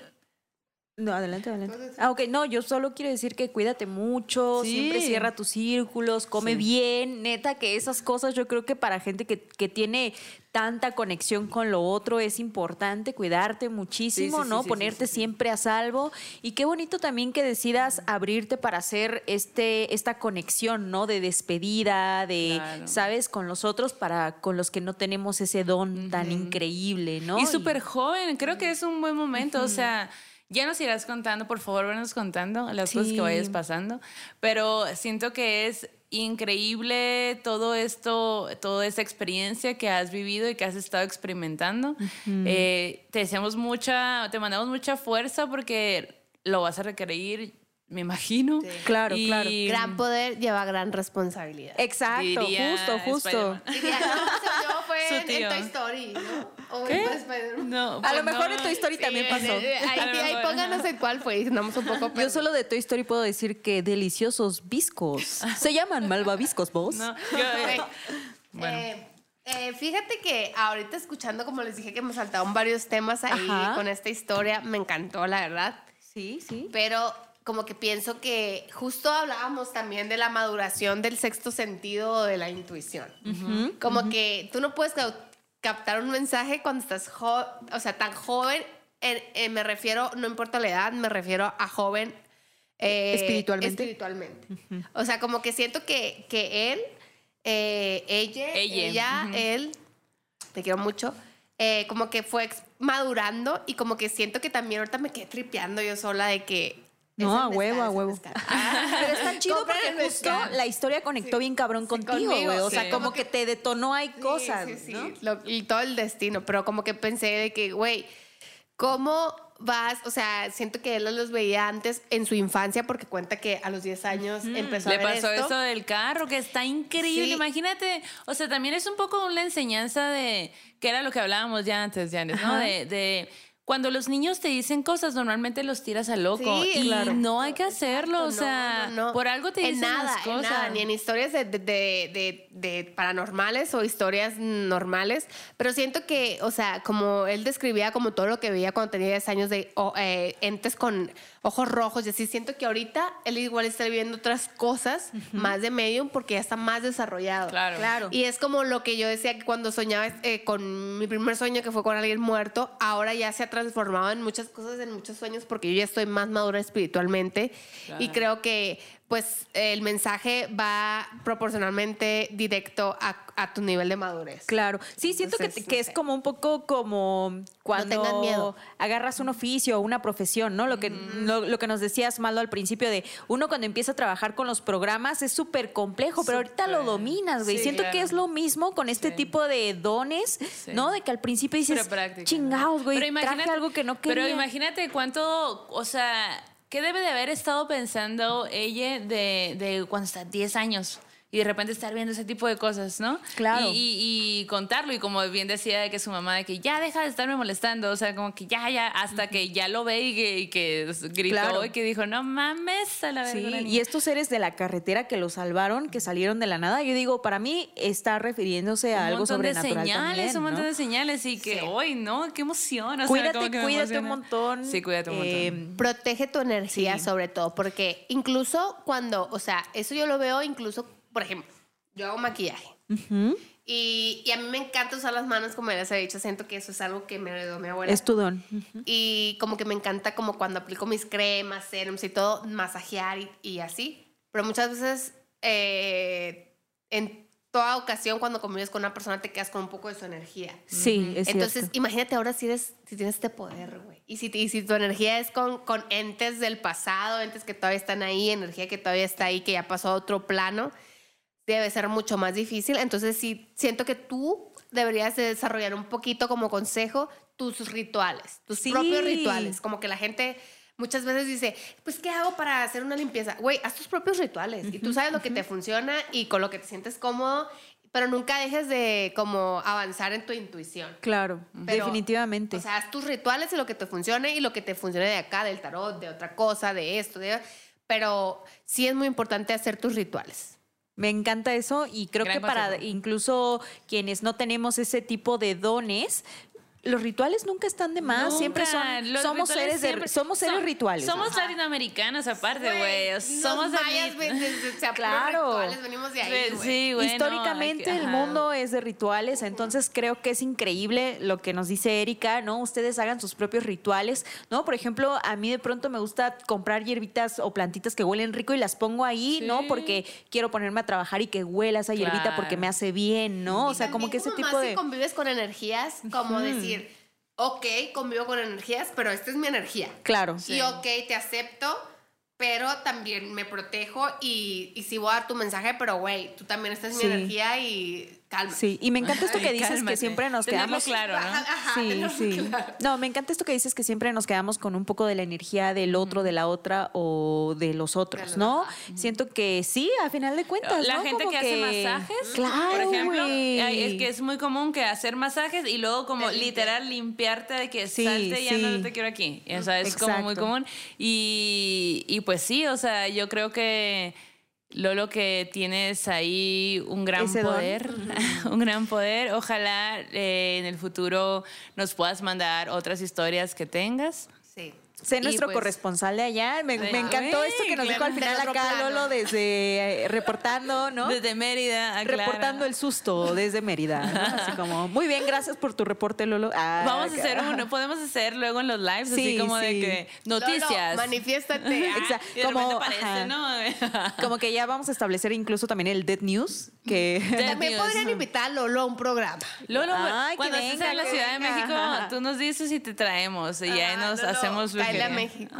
no, adelante, adelante. Ah, ok, no, yo solo quiero decir que cuídate mucho, Sí. siempre cierra tus círculos, come Sí. bien, neta, que esas cosas yo creo que para gente que, que tiene tanta conexión con lo otro es importante cuidarte muchísimo, Sí, sí, ¿no? sí, sí, Ponerte sí, sí. siempre a salvo y qué bonito también que decidas abrirte para hacer este esta conexión, ¿no? De despedida, de, Claro. ¿sabes? Con los otros para con los que no tenemos ese don tan increíble, ¿no? Y súper joven, creo que es un buen momento, o sea, ya nos irás contando, por favor, venos contando las Sí. cosas que vayas pasando, pero siento que es increíble todo esto, toda esta experiencia que has vivido y que has estado experimentando. Eh, te deseamos mucha, te mandamos mucha fuerza porque lo vas a requerir, me imagino. Claro, Y- claro. Gran poder lleva gran responsabilidad. Exacto, Diría justo, justo. Spider-Man. Diría, no, según yo fue Su en, en tío. Toy Story, ¿no? O ¿Qué? en Spider-Man. No, A pues lo mejor no. en Toy Story también Sí, pasó. eh, eh, Ahí, A lo ahí mejor. pónganos en cuál fue y andamos un poco Yo solo de Toy Story puedo decir que deliciosos viscos. Se llaman malvaviscos, vos. No, yo- Güey, Bueno. eh, eh, fíjate que ahorita escuchando, como les dije, que me saltaron varios temas ahí Ajá. con esta historia, me encantó, la verdad. Sí, sí. Pero como que pienso que justo hablábamos también de la maduración del sexto sentido o de la intuición. Como que tú no puedes cau- captar un mensaje cuando estás jo- o sea, tan joven. En- en- me refiero, no importa la edad, me refiero a joven eh, Espiritualmente. espiritualmente. O sea, como que siento que, que él, eh, ella, Ella, ella, ujú. él, te quiero mucho, eh, como que fue ex- madurando y como que siento que también ahorita me quedé tripeando yo sola de que... No, es el a mezcal, huevo, a es el huevo. mezcal. Pero está chido Compren el porque justo mezcal. la historia conectó bien cabrón contigo, conmigo, güey. O sí. sea, como Como que que- te detonó hay cosas, Sí, sí, sí. ¿no? Lo- y todo el destino, pero como que pensé de que, güey, ¿cómo vas? O sea, siento que él los veía antes en su infancia porque cuenta que a los diez años empezó Le a ver pasó esto. eso del carro, que está increíble. Sí. Imagínate, o sea, también es un poco una enseñanza de, que era lo que hablábamos ya antes, Janet, ¿no? Ajá. De, de cuando los niños te dicen cosas, normalmente los tiras a loco. Sí, y claro. no hay que hacerlo, o No, sea, no, no. por algo te en dicen nada, las en cosas. nada, ni en historias de, de- de- de- de paranormales o historias normales, pero siento que, o sea, como él describía como todo lo que veía cuando tenía diez años de o- eh, entes con ojos rojos y así, siento que ahorita él igual está viendo otras cosas más de medium porque ya está más desarrollado. Claro. Claro. Y es como lo que yo decía que cuando soñaba eh, con mi primer sueño que fue con alguien muerto, ahora ya se ha transformado en muchas cosas, en muchos sueños, porque yo ya estoy más madura espiritualmente y creo que pues el mensaje va proporcionalmente directo a, a tu nivel de madurez. Claro. Sí, siento Entonces, que, no que es sé. como un poco como cuando tengan miedo. agarras un oficio o una profesión, ¿no? Lo que, lo, lo que nos decías, Malo, al principio de uno cuando empieza a trabajar con los programas es súper complejo, pero ahorita lo Súper. dominas, güey. Sí, siento que claro. es lo mismo con este Sí. tipo de dones, ¿no? De que al principio dices, Pero práctica. chingados, güey, Pero traje imagínate- algo que no quería. Pero imagínate cuánto, o sea, ¿qué debe de haber estado pensando ella de, de cuando está diez años? Y de repente estar viendo ese tipo de cosas, ¿no? Claro. Y, y- y contarlo, y como bien decía de que su mamá, de que ya deja de estarme molestando, o sea, como que ya, ya, hasta que ya lo ve y que, y que gritó Claro. y que dijo, no mames, a la Sí, verga. y estos seres de la carretera que lo salvaron, que salieron de la nada, yo digo, para mí está refiriéndose a un algo montón de sobrenatural señales, también, un montón ¿no? de señales, y que Sí. hoy, ¿no? Qué emoción. o sea, Cuídate, como que me cuídate un emociona. montón. Sí, cuídate un montón. Eh, Protege tu energía Sí. sobre todo, porque incluso cuando, o sea, eso yo lo veo incluso, por ejemplo, yo hago maquillaje. ujú. Y, y a mí me encanta usar las manos, como ya les he dicho, siento que eso es algo que me heredó mi abuela. Es tu don. Ujú. Y como que me encanta como cuando aplico mis cremas, serums y todo, masajear y, y así. Pero muchas veces, eh, en toda ocasión, cuando convives con una persona, te quedas con un poco de su energía. Sí, es Entonces, cierto. imagínate ahora si, eres, si tienes este poder, güey. Y si, y si tu energía es con, con entes del pasado, entes que todavía están ahí, energía que todavía está ahí, que ya pasó a otro plano, debe ser mucho más difícil. Entonces, sí, siento que tú deberías de desarrollar un poquito como consejo tus rituales, tus Sí. propios rituales. Como que la gente muchas veces dice, pues, ¿qué hago para hacer una limpieza? Güey, haz tus propios rituales y tú sabes lo que te funciona y con lo que te sientes cómodo, pero nunca dejes de como avanzar en tu intuición. Claro, Pero, definitivamente. O sea, haz tus rituales y lo que te funcione y lo que te funcione de acá, del tarot, de otra cosa, de esto, de... pero sí es muy importante hacer tus rituales. Me encanta eso y creo Gran que para consejo. incluso quienes no tenemos ese tipo de dones, los rituales nunca están de más. Nunca. Siempre son, Los somos rituales seres de, siempre- somos seres son- rituales. Somos Ajá. latinoamericanos aparte, güey. Los Somos de mayas, mi- ven, desde- o sea, puros Claro. rituales, venimos de ahí, güey. Sí, güey. Históricamente no, hay que- el ajá. mundo es de rituales, entonces creo que es increíble lo que nos dice Erika, ¿no? Ustedes hagan sus propios rituales, ¿no? Por ejemplo, a mí de pronto me gusta comprar hierbitas o plantitas que huelen rico y las pongo ahí, Sí. ¿no? Porque quiero ponerme a trabajar y que huela esa hierbita Claro. porque me hace bien, ¿no? O Y sea, como también que ese como tipo más de... si convives con energías, como decir, ok, convivo con energías, pero esta es mi energía. Claro. Y ok, te acepto, pero también me protejo y, y sí voy a dar tu mensaje, pero güey, tú también estás en Sí. mi energía y calma. Sí, y me encanta esto que Ay, dices que cálmate. siempre nos Tenerlo quedamos... claro, ¿no? Ajá, ajá, Sí, tenerlo sí. claro. No, me encanta esto que dices que siempre nos quedamos con un poco de la energía del otro, de la otra o de los otros, los- ¿no? ajá. Siento que sí, a final de cuentas, La ¿no? gente Como que, hace masajes, Claro, por ejemplo, güey. ay, es que es muy común que hacer masajes y luego como Te limpia. literal limpiarte de que Sí, salte ya no sí. te quiero aquí. O sea, es como muy Exacto. común. Y, y pues sí, o sea, yo creo que Lolo, que tienes ahí un gran Ese don. poder, un gran poder. Ojalá eh, en el futuro nos puedas mandar otras historias que tengas. Sí. Sé Y nuestro pues- corresponsal de allá. Me, me Sí. encantó Ay, esto que nos claro. dijo al final Del otro acá, plano. Lolo, desde eh, reportando, ¿no? Desde Mérida, ah, claro. Reportando el susto desde Mérida, ¿no? Así como, muy bien, gracias por tu reporte, Lolo. Ah, Vamos a hacer ajá. uno, podemos hacer luego en los lives, Sí, así como de sí. que noticias. Lolo, manifiéstate. Ah, Exacto. Y de Como, repente aparece, ajá. ¿no? Como que ya vamos a establecer incluso también el Dead News, que... Dead También News. podrían invitar a Lolo a un programa. Lolo, Ay, que cuando estés venga, en la que Ciudad de venga. México, tú nos dices y te traemos y ahí Ah, nos Lolo, hacemos cáele a brujería. México.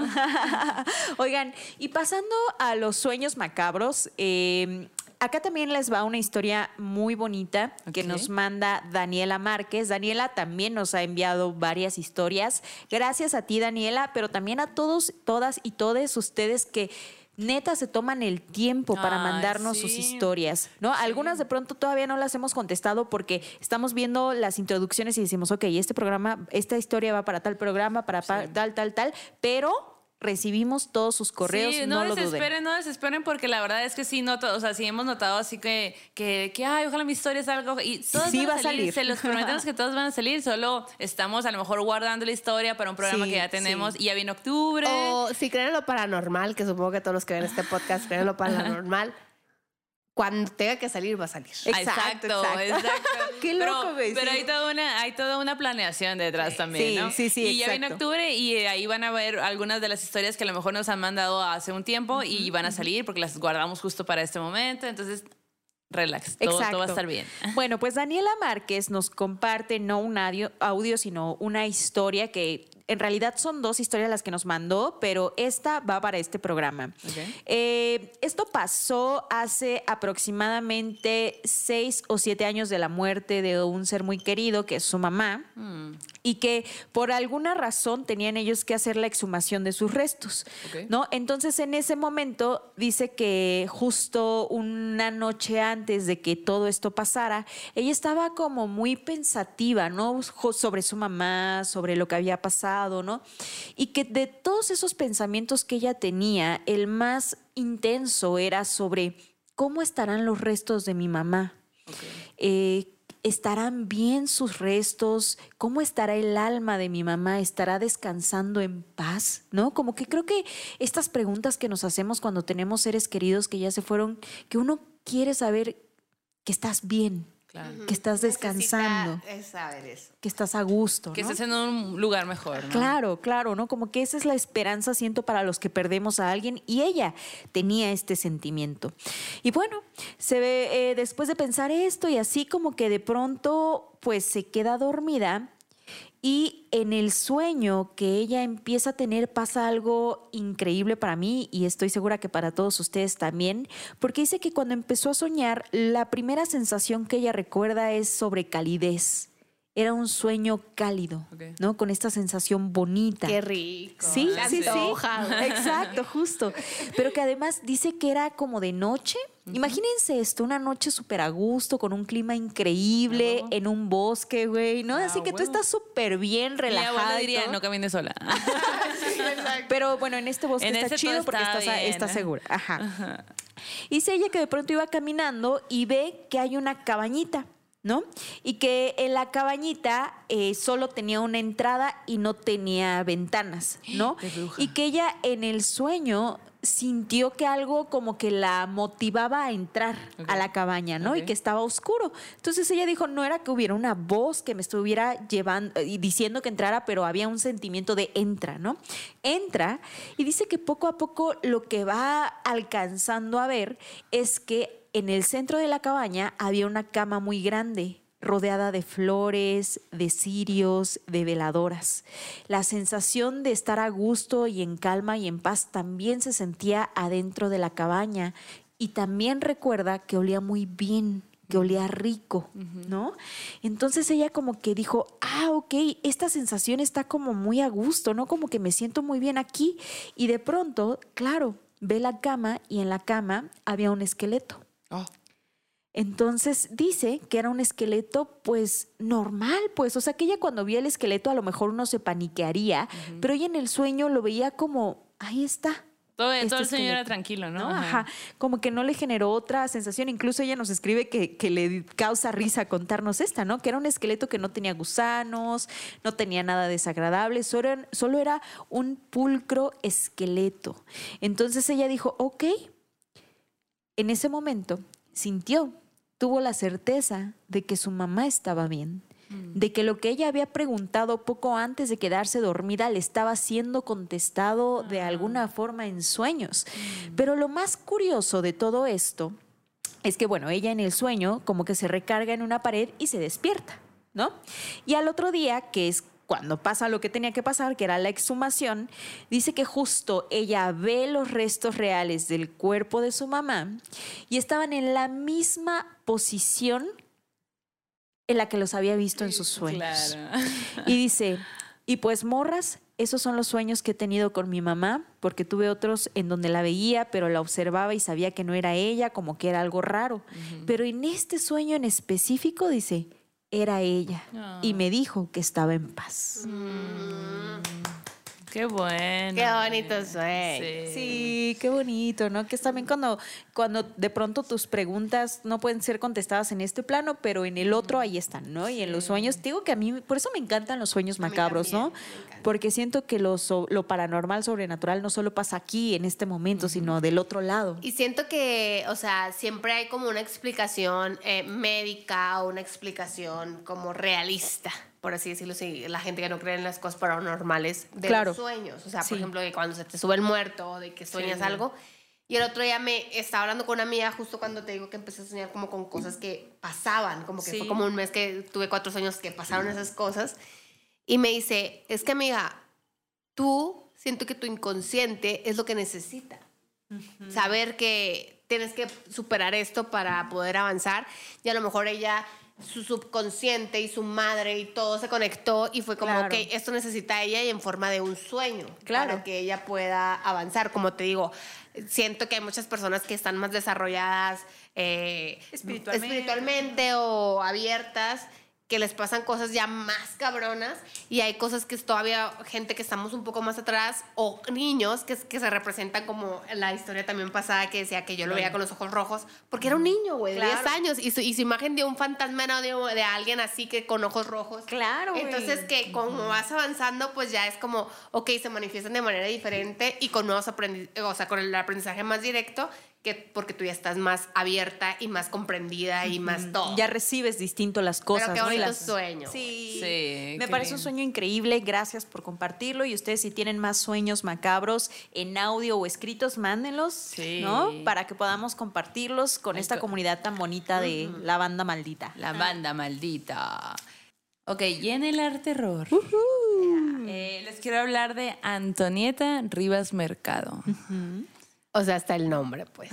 Oigan, y pasando a los sueños macabros, eh, acá también les va una historia muy bonita que Ok. nos manda Daniela Márquez. Daniela también nos ha enviado varias historias. Gracias a ti, Daniela, pero también a todos, todas y todes ustedes que neta se toman el tiempo para Ay, mandarnos sí. sus historias, ¿no? Algunas de pronto todavía no las hemos contestado porque estamos viendo las introducciones y decimos, ok, este programa, esta historia va para tal programa, para pa- tal, tal, tal, pero recibimos todos sus correos, Sí, no, no, lo desesperen, duden. no desesperen porque la verdad es que sí noto, o sea, sí hemos notado así que, que, que ay, ojalá mi historia salga y todas Sí van va a salir. se los prometemos que todos van a salir, solo estamos a lo mejor guardando la historia para un programa Sí, que ya tenemos sí. y ya viene octubre. O si creen en lo paranormal, que supongo que todos los que ven este podcast creen en lo paranormal, cuando tenga que salir, va a salir. Exacto, exacto, exacto. exacto. Qué loco, pero, güey, Pero sí. hay toda una, hay toda una planeación detrás también, Sí, ¿no? sí, sí, Y ya viene exacto. octubre y eh, ahí van a ver algunas de las historias que a lo mejor nos han mandado hace un tiempo y van a salir porque las guardamos justo para este momento. Entonces, relax, todo, todo va a estar bien. Bueno, pues Daniela Márquez nos comparte no un audio, audio, sino una historia que en realidad son dos historias las que nos mandó, pero esta va para este programa. Ok. Eh, esto pasó hace aproximadamente seis o siete años de la muerte de un ser muy querido, que es su mamá, Mm, y que por alguna razón tenían ellos que hacer la exhumación de sus restos, Ok. ¿no? Entonces, en ese momento dice que justo una noche antes de que todo esto pasara, ella estaba como muy pensativa, ¿no? Jo- Sobre su mamá, sobre lo que había pasado, ¿no? Y que de todos esos pensamientos que ella tenía, el más intenso era sobre cómo estarán los restos de mi mamá. Eh, ¿Estarán bien sus restos? ¿Cómo estará el alma de mi mamá? ¿Estará descansando en paz? ¿No? Como que creo que estas preguntas que nos hacemos cuando tenemos seres queridos que ya se fueron, que uno quiere saber que estás bien, claro. que estás descansando, Necesita es saber eso. que estás a gusto, Que ¿no? estés en un lugar mejor, ¿no? Claro, claro, ¿no? Como que esa es la esperanza, siento, para los que perdemos a alguien y ella tenía este sentimiento. Y bueno, se ve, eh, después de pensar esto y así como que de pronto pues se queda dormida y en el sueño que ella empieza a tener pasa algo increíble para mí y estoy segura que para todos ustedes también, porque dice que cuando empezó a soñar, la primera sensación que ella recuerda es sobre calidez era un sueño cálido, Ok. ¿no? Con esta sensación bonita. Qué rico. Sí, Se sí, sí. antoja. Exacto, justo. Pero que además dice que era como de noche. Imagínense esto, una noche súper a gusto, con un clima increíble, huevo. en un bosque, güey, ¿no? A Así que tú huevo. estás súper bien, Mi relajada. abuela y diría, todo. no camines sola. Pero bueno, en este bosque En está este chido todo porque está estás, bien, estás ¿eh? segura. Ajá. Y dice ella que de pronto iba caminando y ve que hay una cabañita, ¿no? Y que en la cabañita eh, solo tenía una entrada y no tenía ventanas, ¿no? ¡Qué bruja! Y que ella en el sueño sintió que algo como que la motivaba a entrar Ok. a la cabaña, ¿no? Ok. Y que estaba oscuro. Entonces ella dijo, no era que hubiera una voz que me estuviera llevando y diciendo que entrara, pero había un sentimiento de entra, ¿no? Entra y dice que poco a poco lo que va alcanzando a ver es que en el centro de la cabaña había una cama muy grande, rodeada de flores, de cirios, de veladoras. La sensación de estar a gusto y en calma y en paz también se sentía adentro de la cabaña y también recuerda que olía muy bien, que olía rico, ¿no? Entonces ella como que dijo, ah, ok, esta sensación está como muy a gusto, ¿no? Como que me siento muy bien aquí. Y de pronto, claro, ve la cama y en la cama había un esqueleto. Oh. Entonces dice que era un esqueleto pues normal, pues, o sea que ella cuando vio el esqueleto a lo mejor uno se paniquearía, pero ella en el sueño lo veía como, ahí está. Todo, este todo el sueño era esqueleto, tranquilo, ¿no? ¿no? Ajá. Como que no le generó otra sensación. Incluso ella nos escribe que, que le causa risa contarnos esta, ¿no? Que era un esqueleto que no tenía gusanos, no tenía nada desagradable, solo era, solo era un pulcro esqueleto. Entonces ella dijo, ok, en ese momento sintió, tuvo la certeza de que su mamá estaba bien, de que lo que ella había preguntado poco antes de quedarse dormida le estaba siendo contestado de alguna forma en sueños. Pero lo más curioso de todo esto es que, bueno, ella en el sueño como que se recarga en una pared y se despierta, ¿no? Y al otro día, que es cuando pasa lo que tenía que pasar, que era la exhumación, dice que justo ella ve los restos reales del cuerpo de su mamá y estaban en la misma posición en la que los había visto en sus sueños. Claro. Y dice, y pues morras, esos son los sueños que he tenido con mi mamá, porque tuve otros en donde la veía, pero la observaba y sabía que no era ella, como que era algo raro. Uh-huh. Pero en este sueño en específico, dice, era ella. Oh. Y me dijo que estaba en paz. Mm. Qué bueno. Qué bonito sueño. Sí. sí, qué bonito, ¿no? Que es también cuando, cuando de pronto tus preguntas no pueden ser contestadas en este plano, pero en el otro ahí están, ¿no? Y en los sueños, te digo que a mí, por eso me encantan los sueños macabros, ¿no? Porque siento que lo, lo paranormal, sobrenatural, no solo pasa aquí, en este momento, uh-huh. sino del otro lado. Y siento que, o sea, siempre hay como una explicación eh, médica o una explicación como realista, por así decirlo, si la gente que no cree en las cosas paranormales de claro. los sueños. O sea, por sí. ejemplo, de cuando se te sube el muerto, de que sueñas sí. algo. Y el otro día me estaba hablando con una amiga justo cuando te digo que empecé a soñar como con cosas que pasaban, como que sí. fue como un mes que tuve cuatro sueños que pasaron esas cosas. Y me dice, es que amiga, tú, siento que tu inconsciente es lo que necesita. Uh-huh. Saber que tienes que superar esto para poder avanzar. Y a lo mejor ella, su subconsciente y su madre y todo se conectó y fue como, claro. ok, esto necesita ella y en forma de un sueño. Claro. Para que ella pueda avanzar. Como te digo, siento que hay muchas personas que están más desarrolladas eh, espiritualmente. espiritualmente o abiertas, que les pasan cosas ya más cabronas y hay cosas que es todavía gente que estamos un poco más atrás o niños que, que se representan como la historia también pasada que decía que yo lo veía con los ojos rojos porque era un niño, güey, de claro. diez años y su, y su imagen de un fantasma era de, de alguien así que con ojos rojos. Claro, güey. Entonces que como vas avanzando pues ya es como, ok, se manifiestan de manera diferente y con nuevos aprendizajes, o sea, con el aprendizaje más directo que porque tú ya estás más abierta y más comprendida y más todo. Ya recibes distinto las cosas. Pero qué bonito ¿no? Las... sueño. Sí, sí me parece bien. Un sueño increíble. Gracias por compartirlo. Y ustedes si tienen más sueños macabros en audio o escritos, mándenlos, sí. ¿no? Para que podamos compartirlos con esta comunidad tan bonita de uh-huh. la banda maldita. La banda maldita. Ok, y en el arte terror. Uh-huh. eh, les quiero hablar de Antonieta Rivas Mercado. Uh-huh. O sea, hasta el nombre, pues.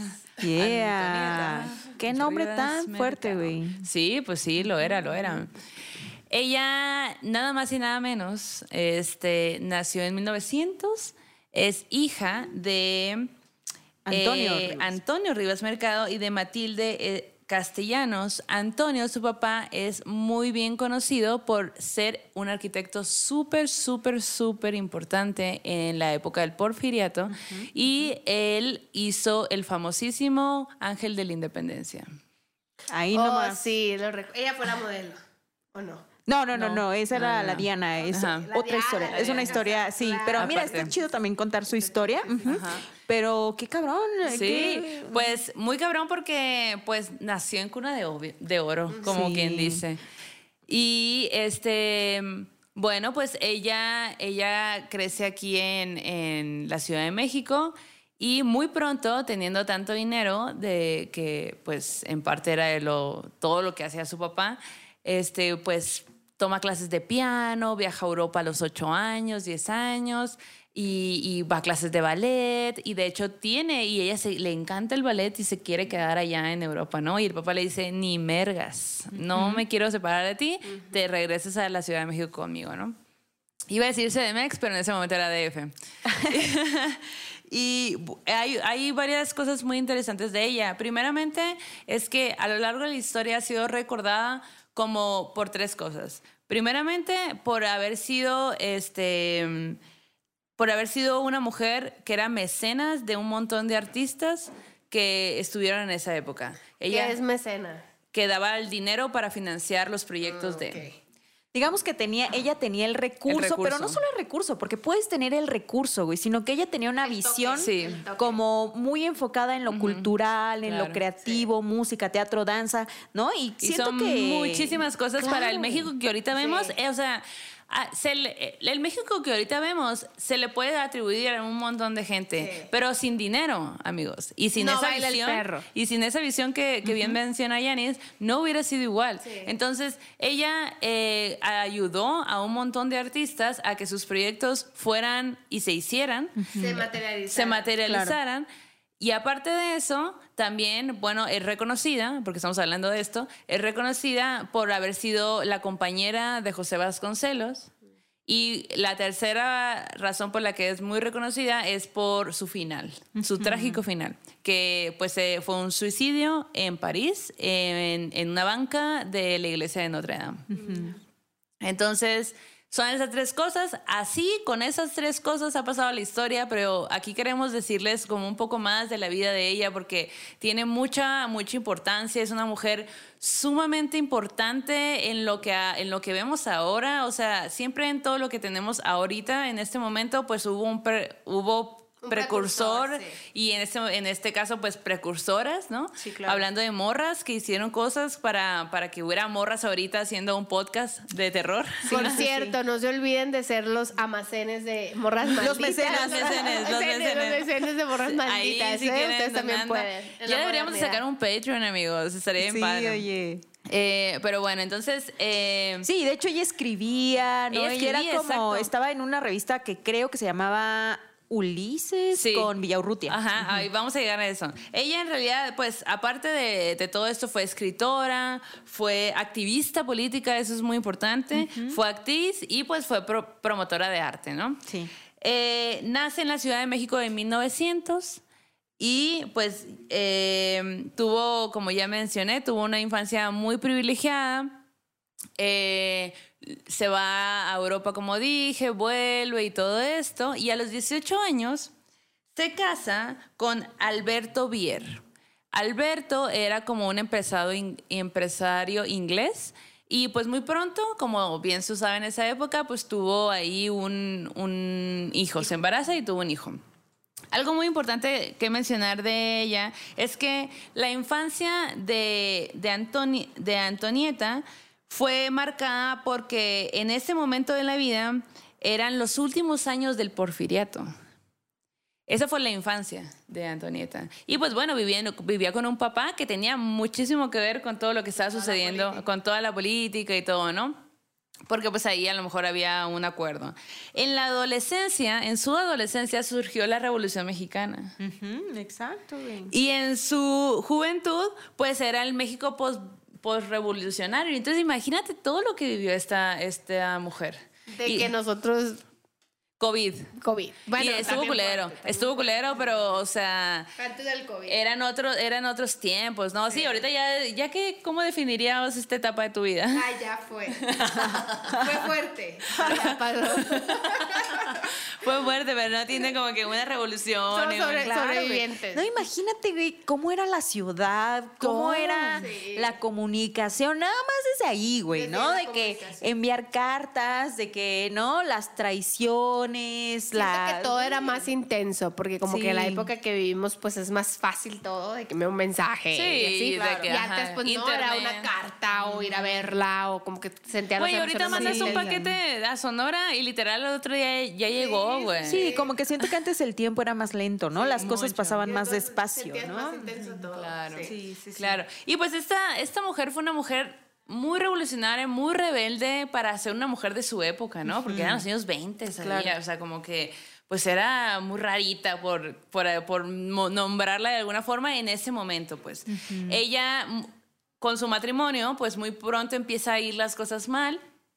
Yeah. Qué nombre Rivas tan Mercado. Fuerte, güey. Sí, pues sí, lo era, lo era. ella, nada más y nada menos, este, nació en mil novecientos, es hija de Antonio eh, Rivas. Antonio Rivas Mercado y de Matilde eh, Castellanos. Antonio, su papá, es muy bien conocido por ser un arquitecto súper, súper, súper importante en la época del Porfiriato. Uh-huh, y uh-huh. él hizo el famosísimo Ángel de la Independencia. Ahí oh, nomás. Sí, lo recu- ella fue la modelo, ¿o no? No, no, no, no, no, esa era no, la no. Diana, es Ajá. otra Diana, historia, la es una Diana, historia, sí, claro. pero mira, Aparte. está chido también contar su historia, uh-huh. pero qué cabrón. Sí, qué... pues muy cabrón porque pues nació en cuna de, obvio, de oro, como sí. quien dice. Y este, bueno, pues ella, ella crece aquí en, en la Ciudad de México. Y muy pronto, teniendo tanto dinero, de que pues en parte era de lo, todo lo que hacía su papá, este, pues toma clases de piano, viaja a Europa a los ocho años, diez años, y, y va a clases de ballet, y de hecho tiene, y ella se, le encanta el ballet y se quiere quedar allá en Europa, ¿no? Y el papá le dice, ni mergas, no uh-huh. me quiero separar de ti, uh-huh. te regresas a la Ciudad de México conmigo, ¿no? Iba a decir C D M X, pero en ese momento era D F. Y hay, hay varias cosas muy interesantes de ella. Primeramente, es que a lo largo de la historia ha sido recordada como por tres cosas. Primeramente, por haber sido, este, por haber sido una mujer que era mecenas de un montón de artistas que estuvieron en esa época. Ella ¿Qué es mecena? Que daba el dinero para financiar los proyectos Mm, de... okay. Digamos que tenía, ella tenía el recurso, El recurso. pero no solo el recurso, porque puedes tener el recurso, güey, sino que ella tenía una El visión toque, sí. el toque. como muy enfocada en lo Ujú, cultural, en claro, lo creativo, música, teatro, danza, ¿no? Y, Y siento son que muchísimas cosas Claro. para el México que ahorita vemos. Sí. Eh, o sea, a- se le- el México que ahorita vemos se le puede atribuir a un montón de gente, Sí. pero sin dinero, amigos. Y sin No esa baila el visión. perro. Y sin esa visión que, que bien menciona Yanis, no hubiera sido igual. Sí. Entonces, ella eh, ayudó a un montón de artistas a que sus proyectos fueran y se hicieran. Se materializaron. se materializaran. Y aparte de eso, también, bueno, es reconocida, porque estamos hablando de esto, es reconocida por haber sido la compañera de José Vasconcelos. Y la tercera razón por la que es muy reconocida es por su final, su trágico final, que pues eh, fue un suicidio en París, en, en una banca de la iglesia de Notre Dame. Uh-huh. Entonces, son esas tres cosas. Así, con esas tres cosas ha pasado la historia, pero aquí queremos decirles como un poco más de la vida de ella porque tiene mucha, mucha importancia. Es una mujer sumamente importante en lo que, en lo que vemos ahora. O sea, siempre en todo lo que tenemos ahorita, en este momento, pues hubo un... Pre, hubo Un precursor, precursor, sí. y en este, en este caso pues precursoras, ¿no? Sí, claro. Hablando de morras que hicieron cosas para, para que hubiera morras ahorita haciendo un podcast de terror. Por cierto, no se olviden de ser los almacenes de morras malditas. Los mecenas, Los mecenes, los mecenes. Los mecenes de morras malditas. Ahí, si ¿eh? quieren, Ustedes también donando. pueden. en Ya la deberíamos de modernidad. sacar un Patreon, amigos. Estaría bien Sí, padre. oye. Eh, pero bueno, entonces... Eh, Sí, de hecho ella escribía, ¿no? Ella Ella era escribía, como, exacto. estaba en una revista que creo que se llamaba Ulises Sí. con Villaurrutia. Ajá, ahí vamos a llegar a eso. Ella en realidad, pues, aparte de, de todo esto, fue escritora, fue activista política, eso es muy importante, fue actriz y pues fue pro- promotora de arte, ¿no? Sí. Eh, nace en la Ciudad de México en mil novecientos y pues eh, tuvo, como ya mencioné, tuvo una infancia muy privilegiada. Eh, se va a Europa, como dije, vuelve y todo esto. Y a los dieciocho años se casa con Alberto Bier. Alberto era como un empresario, in- empresario inglés. Y pues muy pronto, como bien se usaba en esa época, pues tuvo ahí un, un hijo. Se embaraza y tuvo un hijo. Algo muy importante que mencionar de ella es que la infancia de, de, Antoni- de Antonieta fue marcada porque en ese momento de la vida eran los últimos años del Porfiriato. Esa fue la infancia de Antonieta. Y pues bueno, vivía, vivía con un papá que tenía muchísimo que ver con todo lo que estaba sucediendo, con toda la política y todo, ¿no? Porque pues ahí a lo mejor había un acuerdo. En la adolescencia, en su adolescencia surgió la Revolución Mexicana. Ujú, exacto, güey. Y en su juventud, pues era el México post post-revolucionario. Entonces imagínate todo lo que vivió esta, esta mujer. De Y que nosotros... COVID. COVID. Bueno, y estuvo también culero, fuerte, estuvo culero, pero, o sea, antes del COVID. eran otros, eran otros tiempos, ¿no? Sí, ahorita ya, ya que, ¿cómo definirías esta etapa de tu vida? Ah, ya fue. Fue fuerte. Ya pasó. Fue fuerte, pero no tiene como que una revolución. Somos y sobre- un- Claro, güey. sobrevivientes. No, imagínate, güey, cómo era la ciudad, cómo Todo. era Sí. la comunicación, nada más desde ahí, güey, Desde ¿no? la De que comunicación. enviar cartas, de que, ¿no? Las traiciones, Siento la... que todo era más intenso, porque como Sí. que la época que vivimos, pues es más fácil todo, de que me un mensaje. Sí, y así, de claro. que, Y ajá, antes, pues no, era internet. una carta o ir a verla, o como que sentía Güey, ahorita mandas un intensa. paquete a Sonora y literal el otro día ya llegó, güey. Sí, como que siento que antes el tiempo era más lento, ¿no? Las cosas mucho. pasaban más despacio, Más ¿no? intenso todo. Claro. Sí. Sí, sí, sí. Claro. Y pues esta, esta mujer fue una mujer muy revolucionaria, muy rebelde para ser una mujer de su época, ¿no? Porque eran los años veinte, ¿sabía? Claro. O sea, como que pues era muy rarita por, por, por mo- nombrarla de alguna forma en ese momento, pues. Ella, m- con su matrimonio, pues muy pronto empieza a ir las cosas mal.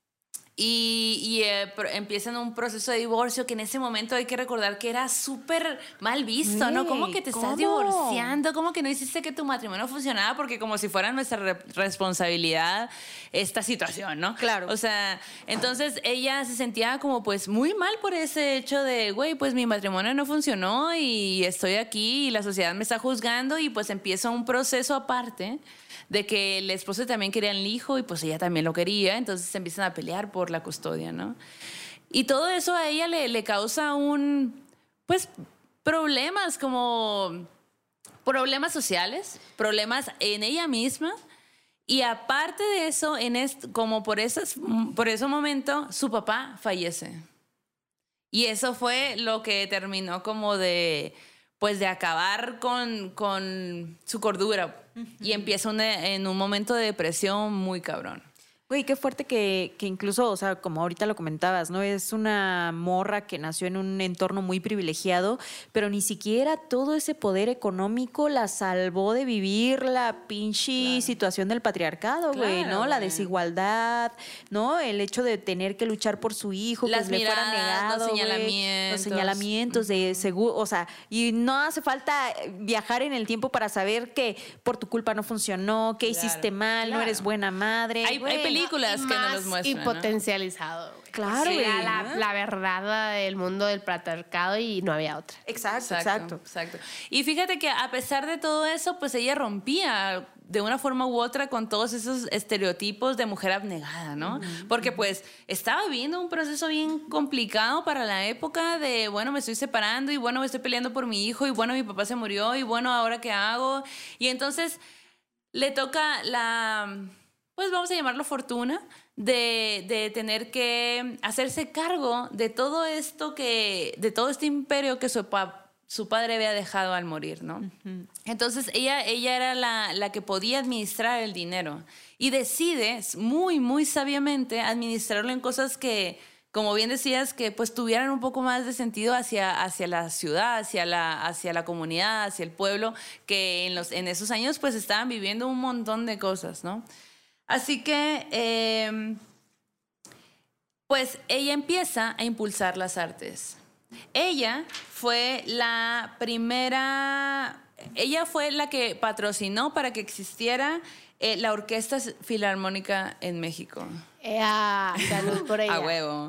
Y, y eh, pro- empiezan un proceso de divorcio que en ese momento hay que recordar que era súper mal visto, ¿no? Güey, ¿Cómo que te ¿cómo? estás divorciando? ¿Cómo que no hiciste que tu matrimonio funcionara? Porque como si fuera nuestra re- responsabilidad esta situación, ¿no? Claro. O sea, entonces ella se sentía como pues muy mal por ese hecho de, güey, pues mi matrimonio no funcionó y estoy aquí y la sociedad me está juzgando y pues empieza un proceso aparte de que el esposo también quería el hijo y pues ella también lo quería, entonces se empiezan a pelear por la custodia, ¿no? Y todo eso a ella le, le causa un, pues, problemas como problemas sociales, problemas en ella misma. Y aparte de eso, en est- como por, esas, por ese momento, su papá fallece. Y eso fue lo que terminó como de, pues de acabar con, con su cordura. Y empieza una- en un momento de depresión muy cabrón. Güey, qué fuerte que, que incluso, o sea, como ahorita lo comentabas, ¿no? Es una morra que nació en un entorno muy privilegiado, pero ni siquiera todo ese poder económico la salvó de vivir la pinche situación del patriarcado, güey, Claro, ¿no? La güey. desigualdad, ¿no? El hecho de tener que luchar por su hijo, Las que le fuera miradas, negado, los güey, señalamientos. los señalamientos de seguro, o sea, y no hace falta viajar en el tiempo para saber que por tu culpa no funcionó, que Claro, hiciste mal, no claro. eres buena madre. Hay- güey. hay películas Y que nos más los muestran, y ¿no? potencializado, güey. Claro, Sí, güey, era la, ¿no? la verdad del mundo del patriarcado y no había otra. Exacto, exacto. Exacto. Y fíjate que a pesar de todo eso, pues ella rompía de una forma u otra con todos esos estereotipos de mujer abnegada, ¿no? Porque pues estaba viviendo un proceso bien complicado para la época de, bueno, me estoy separando y bueno, me estoy peleando por mi hijo y bueno, mi papá se murió y bueno, ¿ahora qué hago? Y entonces le toca la, pues vamos a llamarlo fortuna, de, de tener que hacerse cargo de todo esto que, de todo este imperio que su, pa- su padre había dejado al morir, ¿no? Entonces ella, ella era la, la que podía administrar el dinero y decide muy, muy sabiamente administrarlo en cosas que, como bien decías, que pues tuvieran un poco más de sentido hacia, hacia la ciudad, hacia la, hacia la comunidad, hacia el pueblo, que en, los, en esos años pues estaban viviendo un montón de cosas, ¿no? Así que, eh, pues ella empieza a impulsar las artes. Ella fue la primera, ella fue la que patrocinó para que existiera eh, la Orquesta Filarmónica en México. Ea, salud por ella. A huevo.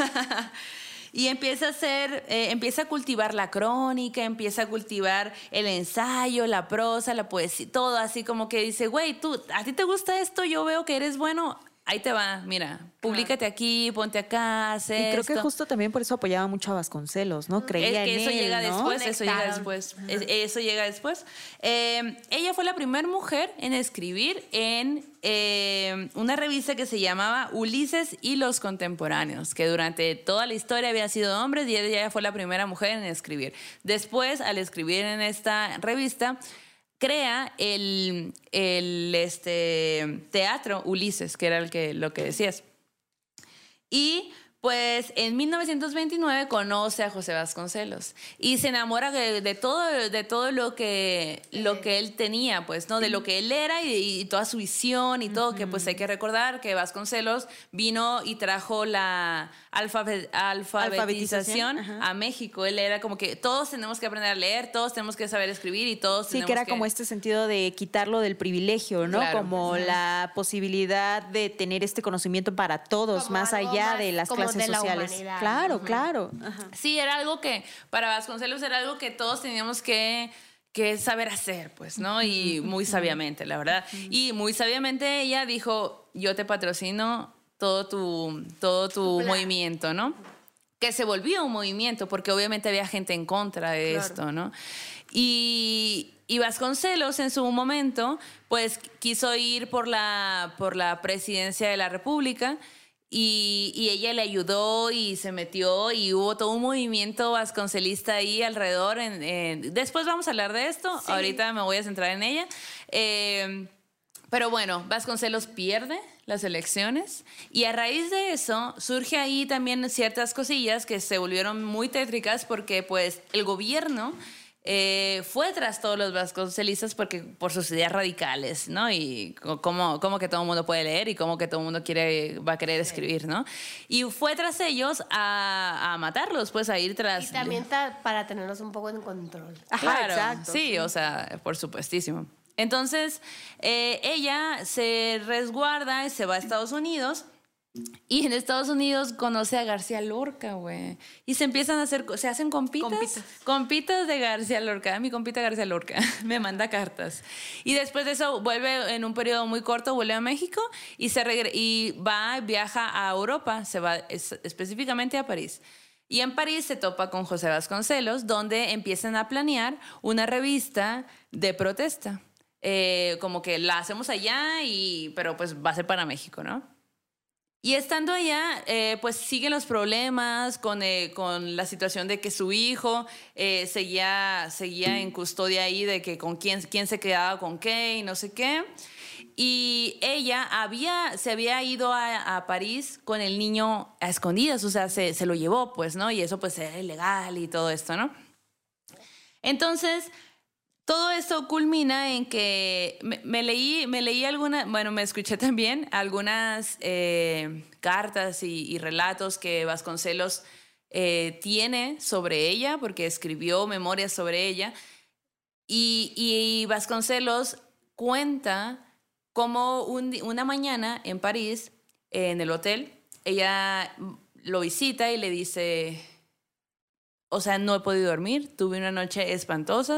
Y empieza a hacer, eh, empieza a cultivar la crónica, empieza a cultivar el ensayo, la prosa, la poesía, todo así como que dice, güey, tú, ¿a ti te gusta esto? Yo veo que eres bueno. Ahí te va, mira, públicate aquí, ponte acá, haz Y creo que esto. justo también por eso apoyaba mucho a Vasconcelos, ¿no? Creía Es que en eso él, llega ¿no? después, eso llega Conectaron. después. Es- eso llega después. Eh, ella fue la primera mujer en escribir en eh, una revista que se llamaba Ulises y los Contemporáneos, que durante toda la historia habían sido hombres y ella fue la primera mujer en escribir. Después, al escribir en esta revista, crea el, el este, teatro Ulises, que era el que, lo que decías. Y Pues en mil novecientos veintinueve conoce a José Vasconcelos y se enamora de, de todo, de todo lo que, lo que él tenía, pues, ¿no? De lo que él era y, y toda su visión y todo, uh-huh. que pues hay que recordar que Vasconcelos vino y trajo la alfabe, alfabetización, alfabetización a México. Él era como que todos tenemos que aprender a leer, todos tenemos que saber escribir y todos sí, tenemos que era que... como este sentido de quitarlo del privilegio, ¿no? Claro. Como uh-huh. la posibilidad de tener este conocimiento para todos, como más allá más de las clases de sociales. Claro, uh-huh. claro. Uh-huh. Sí, era algo que para Vasconcelos era algo que todos teníamos que, que saber hacer, pues, ¿no? Y muy sabiamente, la verdad. Uh-huh. Y muy sabiamente ella dijo, yo te patrocino todo tu, todo tu movimiento, ¿no? Que se volvió un movimiento, porque obviamente había gente en contra de claro. esto, ¿no? Y, y Vasconcelos en su momento, pues, quiso ir por la, por la presidencia de la República. Y, y ella le ayudó y se metió y hubo todo un movimiento vasconcelista ahí alrededor. En, en, después vamos a hablar de esto. Sí. Ahorita me voy a centrar en ella. Eh, pero bueno, Vasconcelos pierde las elecciones y a raíz de eso surge ahí también ciertas cosillas que se volvieron muy tétricas porque pues el gobierno... Eh, fue tras todos los vasconcelistas porque por sus ideas radicales, ¿no? Y cómo, cómo que todo el mundo puede leer y cómo que todo el mundo quiere, va a querer escribir, ¿no? Y fue tras ellos a, a matarlos, pues a ir tras... Y también ta, para tenerlos un poco en control. Ajá, claro, exacto. Sí, sí, o sea, por supuestísimo. Entonces, eh, ella se resguarda y se va a Estados Unidos. Y en Estados Unidos conoce a García Lorca, güey. Y se empiezan a hacer, se hacen compitas. Compitas. Compitas de García Lorca. Mi compita García Lorca me manda cartas. Y después de eso vuelve en un periodo muy corto, vuelve a México y, se regre- y va, viaja a Europa, se va es, específicamente a París. Y en París se topa con José Vasconcelos, donde empiezan a planear una revista de protesta. Eh, como que la hacemos allá, y, pero pues va a ser para México, ¿no? Y estando allá, eh, pues siguen los problemas con, eh, con la situación de que su hijo eh, seguía, seguía en custodia ahí, de que con quién, quién se quedaba con qué y no sé qué. Y ella había, se había ido a, a París con el niño a escondidas, o sea, se, se lo llevó, pues, ¿no? Y eso pues era ilegal y todo esto, ¿no? Entonces... todo esto culmina en que me, me leí, me leí algunas, bueno, me escuché también algunas eh, cartas y, y relatos que Vasconcelos eh, tiene sobre ella, porque escribió memorias sobre ella, y, y Vasconcelos cuenta cómo un, una mañana en París, en el hotel, ella lo visita y le dice, o sea, no he podido dormir, tuve una noche espantosa,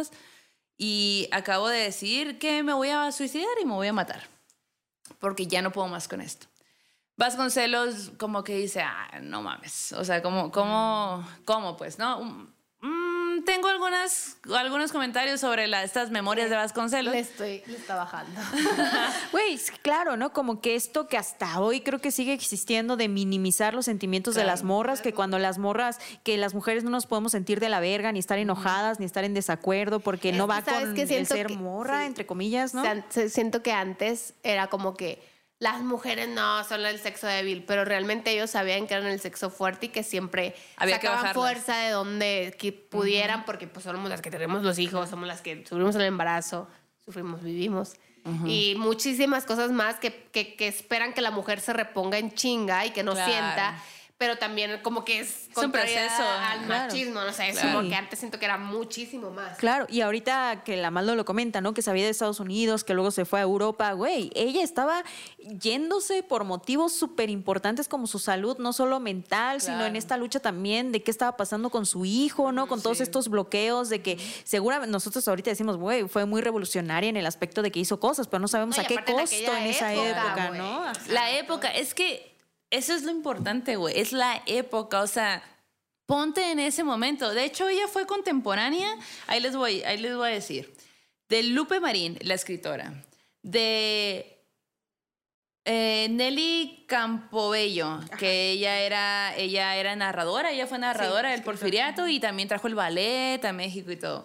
y acabo de decir que me voy a suicidar y me voy a matar porque ya no puedo más con esto. Vasconcelos como que dice, ah, no mames, o sea, ¿cómo, cómo, cómo pues, no? Mm, tengo algunas, algunos comentarios sobre la, estas memorias de Vasconcelos. Le estoy, le está bajando. Güey, claro, ¿no? Como que esto que hasta hoy creo que sigue existiendo de minimizar los sentimientos claro, de las morras, claro. Que cuando las morras, que las mujeres no nos podemos sentir de la verga, ni estar enojadas, mm. ni estar en desacuerdo, porque es no va con el ser que, morra, sí, entre comillas, ¿no? O sea, siento que antes era como que las mujeres no son el sexo débil, pero realmente ellos sabían que eran el sexo fuerte y que siempre había sacaban que fuerza de donde que pudieran, uh-huh. porque pues somos las que tenemos los hijos, somos las que sufrimos el embarazo, sufrimos, vivimos. Uh-huh. Y muchísimas cosas más que, que, que esperan que la mujer se reponga en chinga y que no claro. sienta. Pero también como que es, es un proceso al claro. machismo, no sé, es claro. como que antes siento que era muchísimo más. Claro, y ahorita que la Maldo lo comenta, ¿no? Que sabía de Estados Unidos, que luego se fue a Europa, güey, ella estaba yéndose por motivos súper importantes como su salud, no solo mental, claro. sino en esta lucha también de qué estaba pasando con su hijo, ¿no? Con sí. todos estos bloqueos de que seguramente nosotros ahorita decimos, güey, fue muy revolucionaria en el aspecto de que hizo cosas, pero no sabemos no, a qué costo en esa época, época ¿no? La época, es que eso es lo importante, güey. Es la época, o sea, ponte en ese momento. De hecho, ella fue contemporánea, ahí les voy, ahí les voy a decir, de Lupe Marín, la escritora, de eh, Nelly Campobello, Ajá. que ella era, ella era narradora, ella fue narradora sí, del Porfiriato y también trajo el ballet a México y todo.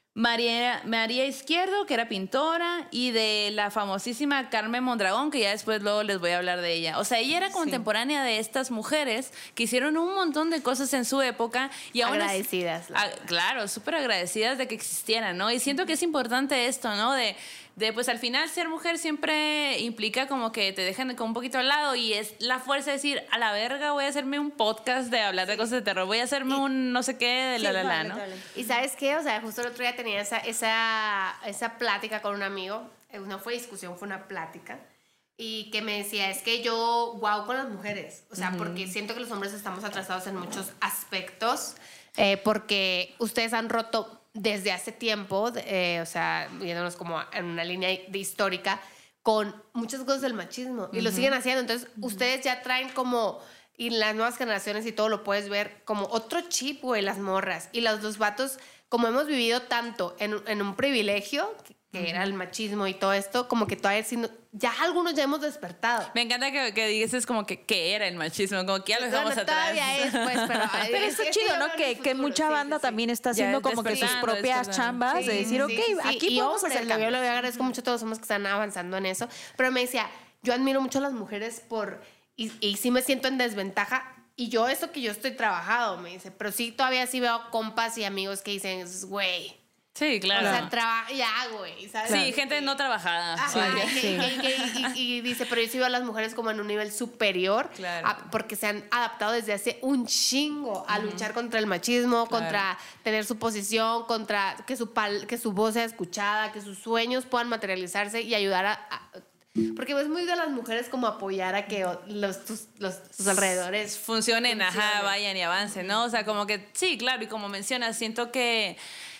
María, María Izquierdo, que era pintora, y de la famosísima Carmen Mondragón, que ya después luego les voy a hablar de ella. O sea, ella era contemporánea de estas mujeres que hicieron un montón de cosas en su época. Y aún agradecidas. Es, a, claro, súper agradecidas de que existieran, ¿no? Y siento que es importante esto, ¿no? De, de, pues al final ser mujer siempre implica como que te dejan como un poquito al lado y es la fuerza de decir, a la verga voy a hacerme un podcast de hablar de cosas de terror, voy a hacerme y, un no sé qué de la sí, la la, ¿no? Y ¿sabes qué? O sea, justo el otro día tenía esa, esa, esa plática con un amigo, no fue discusión, fue una plática, y que me decía, es que yo, wow, con las mujeres, o sea, uh-huh. porque siento que los hombres estamos atrasados en muchos aspectos, eh, porque ustedes han roto desde hace tiempo, eh, o sea, viéndonos como en una línea de histórica, con muchas cosas del machismo, uh-huh. y lo siguen haciendo, entonces uh-huh. ustedes ya traen como... Y las nuevas generaciones y todo lo puedes ver como otro chip, güey, las morras. Y los dos vatos, como hemos vivido tanto en, en un privilegio, que, que uh-huh. era el machismo y todo esto, como que todavía siendo, ya algunos ya hemos despertado. Me encanta que, que digas es como que, que era el machismo, como que ya lo dejamos bueno, atrás. Todavía es, pues, pero... pero está es chido, ¿no? Que, futuro, que mucha sí, banda sí, también está haciendo ya, como que sus propias chambas, sí, de decir, sí, ok, sí, aquí sí. podemos hacer cambios. Yo lo agradezco mucho a todos los hombres que están avanzando en eso. Pero me decía, yo admiro mucho a las mujeres por... Y, y sí me siento en desventaja. Y yo, eso que yo estoy trabajado, me dice. Pero sí, todavía sí veo compas y amigos que dicen, güey. Sí, claro. O sea, trabaja ya, güey. ¿sabes? Sí, gente no trabajada. Ajá, sí. y, y, y, y dice, pero yo sí veo a las mujeres como en un nivel superior. Claro. A, porque se han adaptado desde hace un chingo a uh-huh. luchar contra el machismo, claro. contra tener su posición, contra que su, pal, que su voz sea escuchada, que sus sueños puedan materializarse y ayudar a... a porque es muy de las mujeres como apoyar a que los, tus, los, tus alrededores funcionen, funcionen, ajá, vayan y avancen, ¿no? O sea, como que, sí, claro, y como mencionas, siento que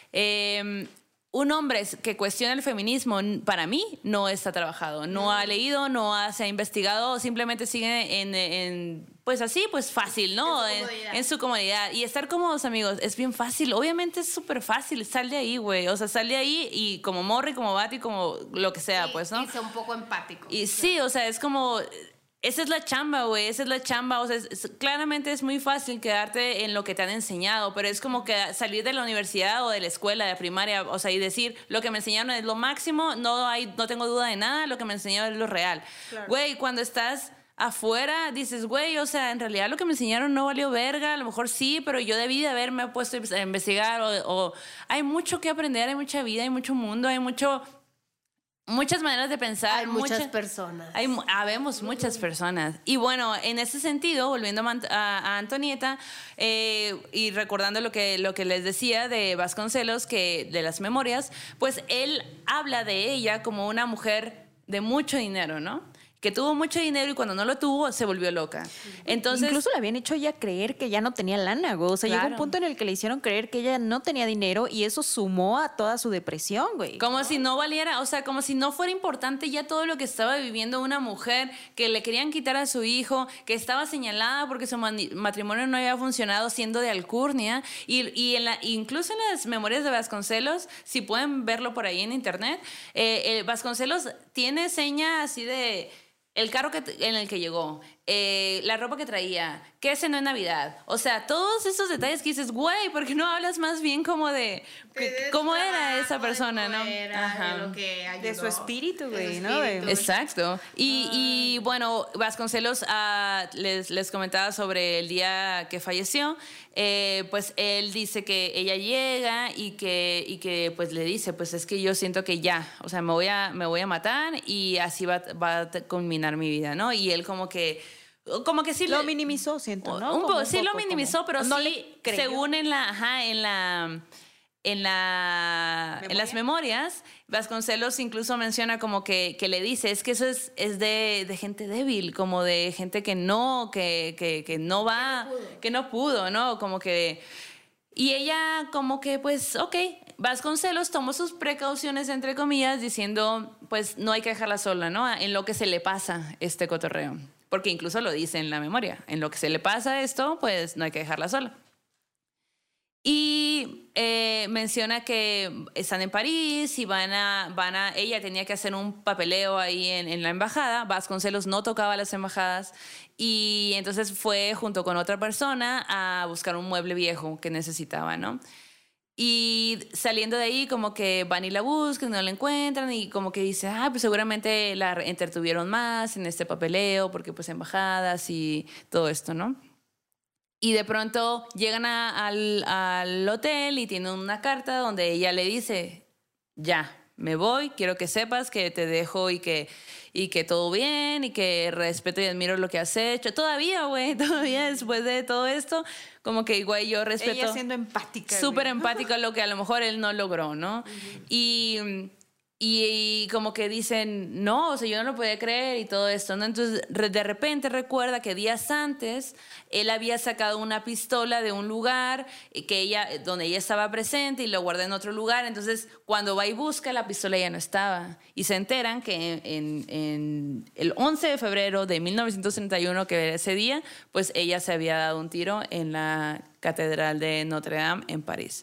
eh, un hombre que cuestiona el feminismo, para mí, no está trabajado, no mm. ha leído, no ha, se ha investigado, simplemente sigue en, en pues así, pues fácil, ¿no? En su comodidad. En, en su comodidad. Y estar cómodos, amigos, es bien fácil. Obviamente es súper fácil. Sal de ahí, güey. O sea, sal de ahí y como morri, como bati, como lo que sea, y, pues, ¿no? Y sea un poco empático. Y sí, o sea, es como... Esa es la chamba, güey, esa es la chamba. O sea, es, es, claramente es muy fácil quedarte en lo que te han enseñado, pero es como que salir de la universidad o de la escuela, de primaria, o sea, y decir, lo que me enseñaron es lo máximo, no, hay, no tengo duda de nada, lo que me enseñaron es lo real. Claro. Güey, cuando estás afuera, dices, güey, o sea, en realidad lo que me enseñaron no valió verga, a lo mejor sí, pero yo debí de haberme puesto a investigar, o, o hay mucho que aprender, hay mucha vida, hay mucho mundo, hay mucho... Muchas maneras de pensar. Hay muchas mucha, personas. Hay, habemos muchas personas. Y bueno, en ese sentido, volviendo a, a Antonieta, eh, y recordando lo que, lo que les decía de Vasconcelos, que de las memorias, pues él habla de ella como una mujer de mucho dinero, ¿no? Que tuvo mucho dinero y cuando no lo tuvo se volvió loca. Entonces, incluso le habían hecho ella creer que ya no tenía lana, güey. O sea, claro. llegó un punto en el que le hicieron creer que ella no tenía dinero y eso sumó a toda su depresión, güey. Como ¿no? si no valiera, o sea, como si no fuera importante ya todo lo que estaba viviendo una mujer, que le querían quitar a su hijo, que estaba señalada porque su matrimonio no había funcionado siendo de alcurnia. Y, y en la, incluso en las memorias de Vasconcelos, si pueden verlo por ahí en internet, eh, eh, Vasconcelos tiene seña así de... El carro que, en el que llegó, eh, la ropa que traía, qué cenó en Navidad. O sea, todos esos detalles que dices, güey, ¿por qué no hablas más bien como de, de cómo era trabajo, esa persona, no? Era, Ajá. De, lo que ayudó, de su espíritu, güey, ¿no? Exacto. Y, ah. y bueno, Vasconcelos uh, les, les comentaba sobre el día que falleció. Eh, pues él dice que ella llega y que, y que pues le dice, pues es que yo siento que ya, o sea, me voy a, me voy a matar y así va, va a culminar mi vida, ¿no? Y él como que como que sí lo le, minimizó, siento, ¿no? Un poco, poco, sí poco, lo minimizó, pero no sí, según en la, ajá, en la en la ¿Memoria? En las memorias, Vasconcelos incluso menciona como que, que le dice, es que eso es, es de, de gente débil, como de gente que no, que, que, que no va, que no pudo, que no pudo, ¿no? Como que... Y ella como que, pues, ok, Vasconcelos tomó sus precauciones, entre comillas, diciendo, pues, no hay que dejarla sola, ¿no? En lo que se le pasa este cotorreo. Porque incluso lo dice en la memoria. En lo que se le pasa esto, pues, no hay que dejarla sola. Y eh, menciona que están en París y van a, van a... Ella tenía que hacer un papeleo ahí en, en la embajada. Vasconcelos no tocaba las embajadas y entonces fue junto con otra persona a buscar un mueble viejo que necesitaba, ¿no? Y saliendo de ahí, como que van y la buscan, no la encuentran, y como que dice, ah, pues seguramente la entretuvieron más en este papeleo, porque pues embajadas y todo esto, ¿no? Y de pronto llegan a, al, al hotel y tienen una carta donde ella le dice, ya, me voy, quiero que sepas que te dejo y que, y que todo bien y que respeto y admiro lo que has hecho. Todavía, güey, todavía después de todo esto, como que, güey, yo respeto. Ella siendo empática. Súper empática, lo que a lo mejor él no logró, ¿no? Uh-huh. Y... Y, y como que dicen, no, o sea, yo no lo podía creer y todo esto, ¿no? Entonces, de repente recuerda que días antes él había sacado una pistola de un lugar que ella, donde ella estaba presente y lo guarda en otro lugar. Entonces, cuando va y busca, la pistola ya no estaba. Y se enteran que en, en el once de febrero de mil novecientos treinta y uno, que era ese día, pues ella se había dado un tiro en la Catedral de Notre Dame en París.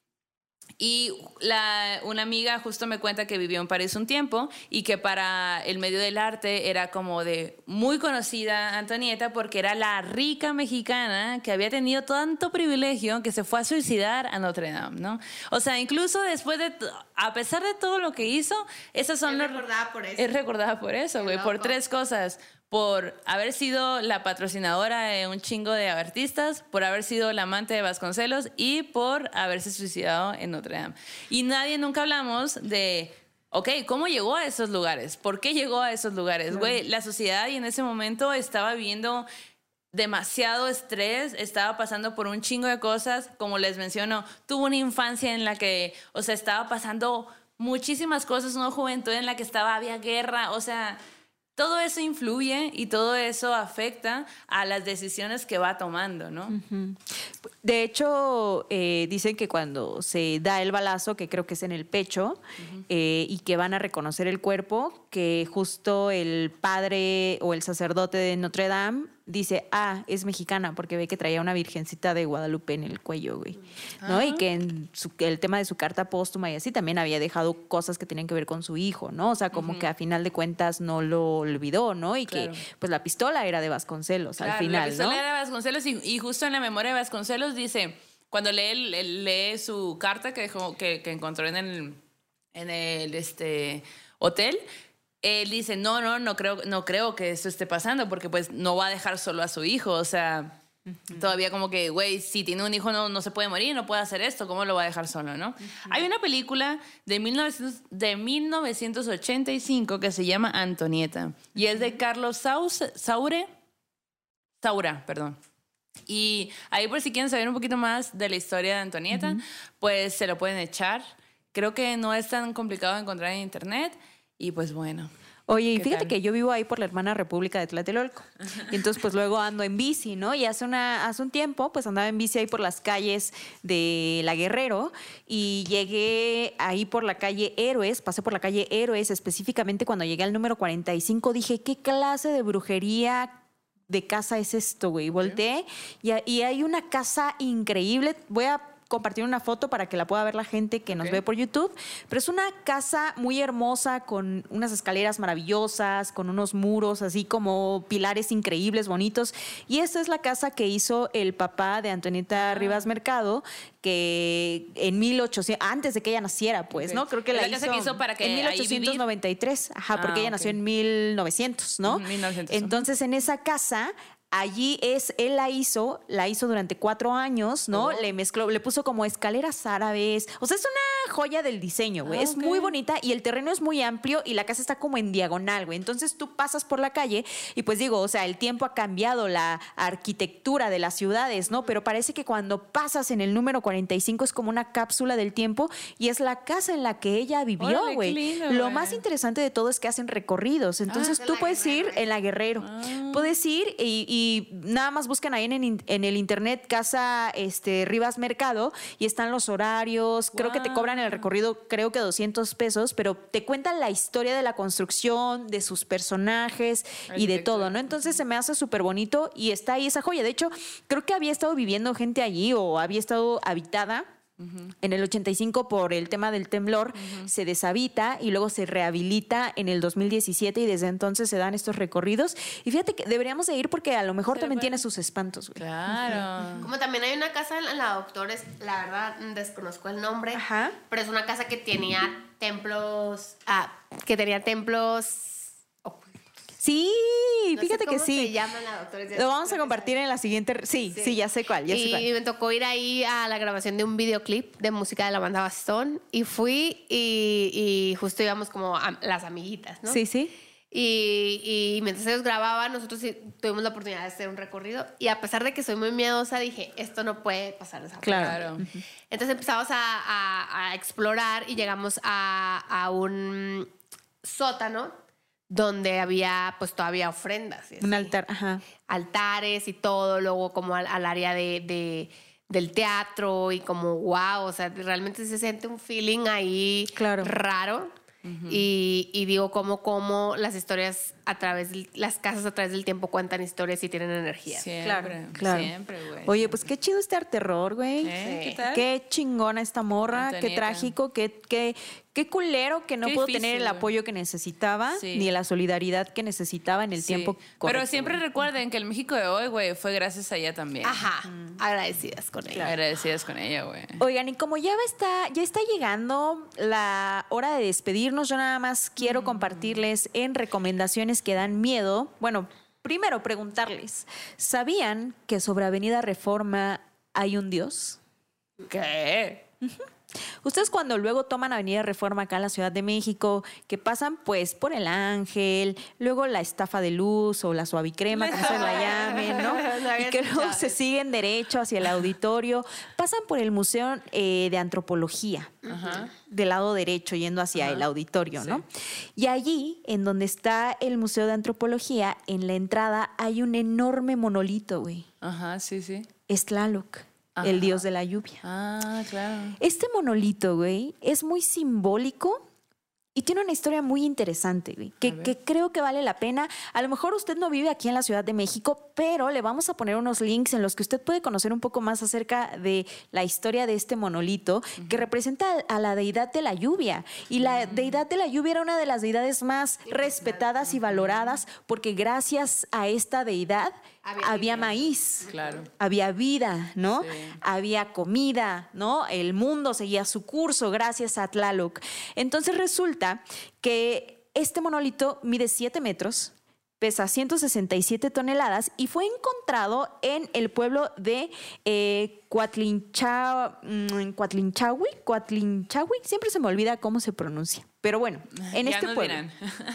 Y la, una amiga justo me cuenta que vivió en París un tiempo y que para el medio del arte era como de muy conocida Antonieta porque era la rica mexicana que había tenido tanto privilegio que se fue a suicidar a Notre Dame, ¿no? O sea, incluso después de, a pesar de todo lo que hizo, esas son es recordada por eso. Es recordada por eso, güey, por tres cosas. Por haber sido la patrocinadora de un chingo de artistas, por haber sido la amante de Vasconcelos y por haberse suicidado en Notre Dame. Y nadie nunca hablamos de, ok, ¿cómo llegó a esos lugares? ¿Por qué llegó a esos lugares? Güey, claro. La sociedad y en ese momento estaba viviendo demasiado estrés, estaba pasando por un chingo de cosas. Como les menciono, tuvo una infancia en la que, o sea, estaba pasando muchísimas cosas, una juventud en la que estaba, había guerra, o sea... Todo eso influye y todo eso afecta a las decisiones que va tomando, ¿no? Uh-huh. De hecho, eh, dicen que cuando se da el balazo, que creo que es en el pecho, uh-huh. eh, y que van a reconocer el cuerpo, que justo el padre o el sacerdote de Notre Dame dice, ah, es mexicana, porque ve que traía una virgencita de Guadalupe en el cuello, güey, ¿no? Uh-huh. Y que en su, el tema de su carta póstuma y así también había dejado cosas que tenían que ver con su hijo, ¿no? O sea, como uh-huh. que a final de cuentas no lo olvidó, ¿no? Y claro. que pues la pistola era de Vasconcelos, claro, al final, la pistola ¿no? era de Vasconcelos y, y justo en la memoria de Vasconcelos dice, cuando lee, lee, lee su carta que, dejó, que, que encontró en el, en el este, hotel, él dice, no, no, no creo, no creo que eso esté pasando porque pues no va a dejar solo a su hijo, o sea, uh-huh. todavía como que, güey, si tiene un hijo no, no se puede morir, no puede hacer esto, ¿cómo lo va a dejar solo, no? Uh-huh. Hay una película de, mil novecientos, de mil novecientos ochenta y cinco que se llama Antonieta, uh-huh. y es de Carlos Saus, Saure, Saura, perdón. Y ahí por si quieren saber un poquito más de la historia de Antonieta, uh-huh. pues se lo pueden echar. Creo que no es tan complicado de encontrar en internet. Y pues bueno. Oye, y fíjate tal? que yo vivo ahí por la hermana República de Tlatelolco. Y entonces pues luego ando en bici, ¿no? Y hace, una, hace un tiempo pues andaba en bici ahí por las calles de La Guerrero y llegué ahí por la calle Héroes, pasé por la calle Héroes, específicamente cuando llegué al número cuarenta y cinco dije, ¿qué clase de brujería de casa es esto, güey? Volteé y, y hay una casa increíble. Voy a compartir una foto para que la pueda ver la gente que nos okay. ve por YouTube, pero es una casa muy hermosa con unas escaleras maravillosas, con unos muros así como pilares increíbles, bonitos, y esta es la casa que hizo el papá de Antonieta ah. Rivas Mercado, que en mil ochocientos, antes de que ella naciera, pues, okay. ¿no? Creo que la, la casa hizo que hizo para que en mil ochocientos noventa y tres, ajá, ah, porque ella okay. nació en mil novecientos, ¿no? mil novecientos. Entonces, en esa casa allí es, él la hizo, la hizo durante cuatro años, ¿no? Oh. Le mezcló, le puso como escaleras árabes. O sea, es una joya del diseño, güey. Ah, es okay. muy bonita y el terreno es muy amplio y la casa está como en diagonal, güey. Entonces tú pasas por la calle y pues digo, o sea, el tiempo ha cambiado la arquitectura de las ciudades, ¿no? Pero parece que cuando pasas en el número cuarenta y cinco es como una cápsula del tiempo y es la casa en la que ella vivió, güey. Lo más interesante de todo es que hacen recorridos. Entonces ah, tú puedes Guerrero, ir en La Guerrero. Ah. Puedes ir y, y Y nada más busquen ahí en el, en el internet Casa este, Rivas Mercado y están los horarios. Wow. Creo que te cobran el recorrido, creo que doscientos pesos, pero te cuentan la historia de la construcción, de sus personajes Ay, y de todo, ¿no? Entonces se me hace súper bonito y está ahí esa joya. De hecho, creo que había estado viviendo gente allí o había estado habitada Uh-huh. En el ochenta y cinco, por el tema del temblor, uh-huh. se deshabita y luego se rehabilita en el dos mil diecisiete y desde entonces se dan estos recorridos. Y fíjate que deberíamos de ir porque a lo mejor sí, también bueno. tiene sus espantos, güey. Claro. Uh-huh. Como también hay una casa en la Doctores, la verdad desconozco el nombre, Ajá. pero es una casa que tenía templos, ah, que tenía templos... Oh. Sí, no fíjate sé cómo que sí. Se llama la Doctores. Lo vamos a compartir en la siguiente. Sí, sí, sí, ya sé cuál. Ya y sé cuál. me tocó ir ahí a la grabación de un videoclip de música de la banda Bastón y fui y, y justo íbamos como a las amiguitas, ¿no? Sí, sí. Y, y mientras ellos grababan, nosotros tuvimos la oportunidad de hacer un recorrido y a pesar de que soy muy miedosa, dije, esto no puede pasar de esa Claro. Claro. Entonces empezamos a, a, a explorar y llegamos a, a un sótano donde había pues todavía ofrendas. Un altar, ajá. Altares y todo, luego como al, al área de, de, del teatro y como wow, o sea, realmente se siente un feeling ahí claro. raro. Uh-huh. Y, y digo, como, como las historias a través, de, las casas a través del tiempo cuentan historias y tienen energía. Siempre, claro, claro. Siempre, güey. Oye, pues qué chido este arte terror, güey. ¿Eh? ¿Qué tal? Qué chingona esta morra, Antonieta. qué trágico, qué, qué, qué culero que no Qué pudo difícil, tener el güey. apoyo que necesitaba, Sí. ni la solidaridad que necesitaba en el Sí. tiempo correcto. Pero siempre güey. recuerden que el México de hoy, güey, fue gracias a ella también. Ajá, mm. agradecidas con ella. Agradecidas con ella, güey. Oigan, y como ya va está, ya está llegando la hora de despedirnos, yo nada más quiero mm. compartirles en recomendaciones que dan miedo. Bueno, primero preguntarles, ¿sabían que sobre Avenida Reforma hay un Dios? ¿Qué? Uh-huh. Ustedes cuando luego toman Avenida Reforma acá en la Ciudad de México, que pasan pues por el Ángel, luego la Estafa de Luz o la Suavicrema, como se la llamen, ¿no? Y que luego se siguen derecho hacia el auditorio, pasan por el Museo eh, de Antropología, uh-huh. del lado derecho, yendo hacia uh-huh. el auditorio, sí. ¿no? Y allí, en donde está el Museo de Antropología, en la entrada hay un enorme monolito, güey. Ajá, sí, sí. Es Tlaloc. Ajá. El dios de la lluvia. Ah, claro. Este monolito, güey, es muy simbólico y tiene una historia muy interesante, güey, que, que creo que vale la pena. A lo mejor usted no vive aquí en la Ciudad de México, pero le vamos a poner unos links en los que usted puede conocer un poco más acerca de la historia de este monolito, uh-huh. que representa a la deidad de la lluvia. Y la uh-huh. deidad de la lluvia era una de las deidades más sí, respetadas uh-huh. y valoradas, porque gracias a esta deidad había, había maíz, claro. había vida, ¿no? Sí. Había comida, ¿no? El mundo seguía su curso gracias a Tlaloc. Entonces resulta que este monolito mide siete metros, pesa ciento sesenta y siete toneladas y fue encontrado en el pueblo de eh, Cuatlincha, Cuatlinchahui, Cuatlinchahui, siempre se me olvida cómo se pronuncia, pero bueno, en ya este nos pueblo. dirán.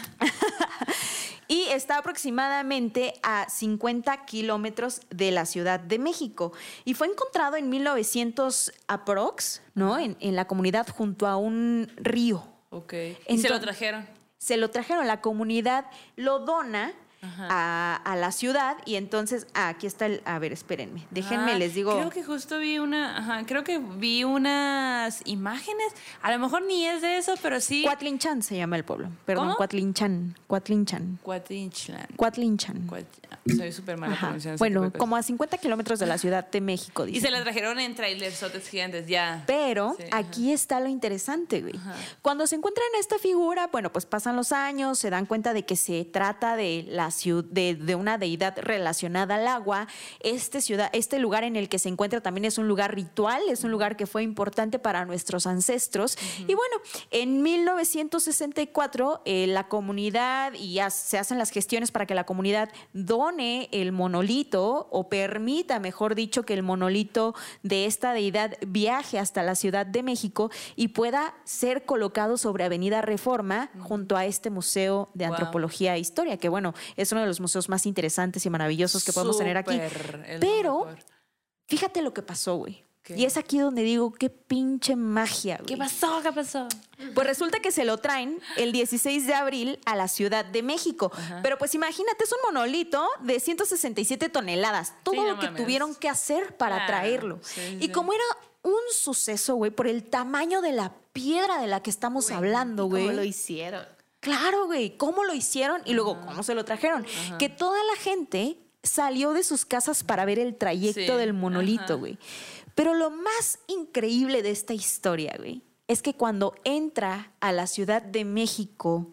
Y está aproximadamente a cincuenta kilómetros de la Ciudad de México. Y fue encontrado en mil novecientos aprox, ¿no? En, en la comunidad junto a un río. Ok. ¿Y Entonces, se lo trajeron? Se lo trajeron. La comunidad lo dona a, a la ciudad y entonces ah, aquí está el, a ver, espérenme, déjenme, ah, les digo. Creo que justo vi una, ajá, creo que vi unas imágenes, a lo mejor ni es de eso, pero sí. Cuatlinchan se llama el pueblo, perdón, ¿Cómo? Cuatlinchan, Cuatlinchan. Cuatlinchan. Cuatlinchan. Cuat... Soy súper mala pronunciando. Bueno, como a cincuenta kilómetros de la Ciudad de México. Y se la trajeron en trailersotes gigantes, ya. Pero sí, aquí ajá. está lo interesante, güey. Ajá. Cuando se encuentran esta figura, bueno, pues pasan los años, se dan cuenta de que se trata de la ciudad, de, de una deidad relacionada al agua. Este ciudad, este lugar en el que se encuentra también es un lugar ritual, es un lugar que fue importante para nuestros ancestros. Uh-huh. Y bueno, en mil novecientos sesenta y cuatro eh, la comunidad, y ya se hacen las gestiones para que la comunidad done el monolito, o permita, mejor dicho, que el monolito de esta deidad viaje hasta la Ciudad de México y pueda ser colocado sobre Avenida Reforma, uh-huh. junto a este Museo de wow. Antropología e Historia, que bueno, es uno de los museos más interesantes y maravillosos que podemos Súper, tener aquí. Pero mejor. Fíjate lo que pasó, güey. ¿Qué? Y es aquí donde digo, qué pinche magia, güey. ¿Qué pasó? ¿Qué pasó? Pues resulta que se lo traen el dieciséis de abril a la Ciudad de México. Ajá. Pero pues imagínate, es un monolito de ciento sesenta y siete toneladas. Todo sí, lo no que mames. tuvieron que hacer para claro. traerlo. Sí, y sí. como era un suceso, güey, por el tamaño de la piedra de la que estamos güey, hablando, güey. ¿Cómo lo hicieron? Claro, güey, cómo lo hicieron y luego cómo se lo trajeron. Ajá. Que toda la gente salió de sus casas para ver el trayecto Sí, del monolito, ajá. güey. Pero lo más increíble de esta historia, güey, es que cuando entra a la Ciudad de México,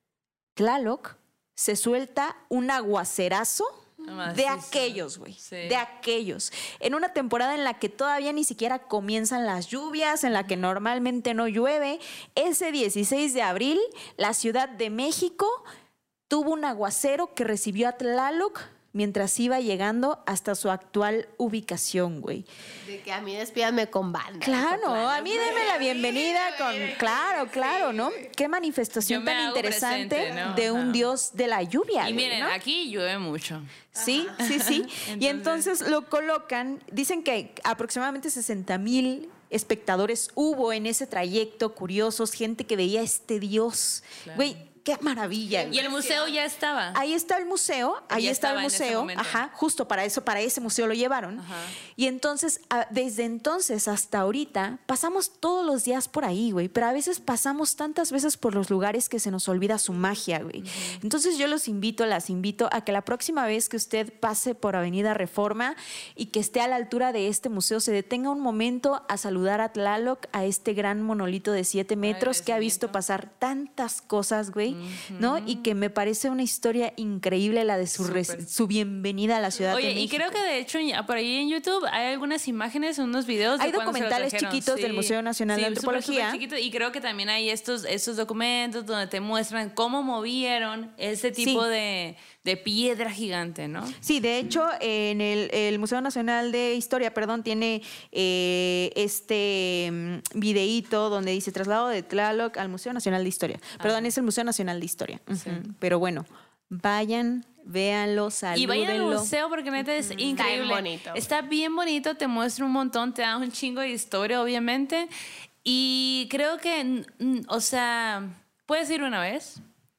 Tlaloc, se suelta un aguacerazo Macizo. de aquellos, güey. Sí. De aquellos. En una temporada en la que todavía ni siquiera comienzan las lluvias, en la que normalmente no llueve, ese dieciséis de abril, la Ciudad de México tuvo un aguacero que recibió a Tlaloc mientras iba llegando hasta su actual ubicación, güey. De que a mí despídame con banda. Claro, Claro, a mí denme la bienvenida con... Claro, claro, ¿no? Qué Yo manifestación me tan hago interesante presente, ¿no? de un Ajá. dios de la lluvia, Y güey, miren, ¿no? aquí llueve mucho. Sí, sí, sí. Y entonces lo colocan, dicen que aproximadamente sesenta mil espectadores hubo en ese trayecto, curiosos, gente que veía a este dios. Claro. Güey, qué maravilla. Y güey. el museo ya estaba. Ahí está el museo, ahí Ya está el estaba en ese museo, momento. ajá, justo para eso, para ese museo lo llevaron. Ajá. Y entonces, a- desde entonces hasta ahorita, pasamos todos los días por ahí, güey, pero a veces pasamos tantas veces por los lugares que se nos olvida su magia, güey. Entonces yo los invito, las invito a que la próxima vez que usted pase por Avenida Reforma y que esté a la altura de este museo, se detenga un momento a saludar a Tlaloc, a este gran monolito de siete metros que ha visto Agradecimiento. pasar tantas cosas, güey, ¿no? Y que me parece una historia increíble la de su, res- Súper. su bienvenida a la Ciudad Oye, de y México. creo que de hecho ya por ahí en YouTube hay algunas imágenes, unos videos. de Hay cuando se lo documentales trajeron. chiquitos del Museo Nacional de súper, Antropología. súper chiquitos. Y creo que también hay estos, estos documentos donde te muestran cómo movieron ese tipo Sí. de, de piedra gigante, ¿no? Sí, de hecho, en el, el Museo Nacional de Historia, perdón, tiene eh, este mm, videíto donde dice traslado de Tlaloc al Museo Nacional de Historia. Perdón, es el Museo Nacional de Historia. Ujú. Pero bueno, vayan, véanlo, salúdenlo. Y vayan al museo porque neta es increíble. bien bonito. Está bien bonito, te muestra un montón, te da un chingo de historia, obviamente. Y creo que, mm, o sea, puedes ir una vez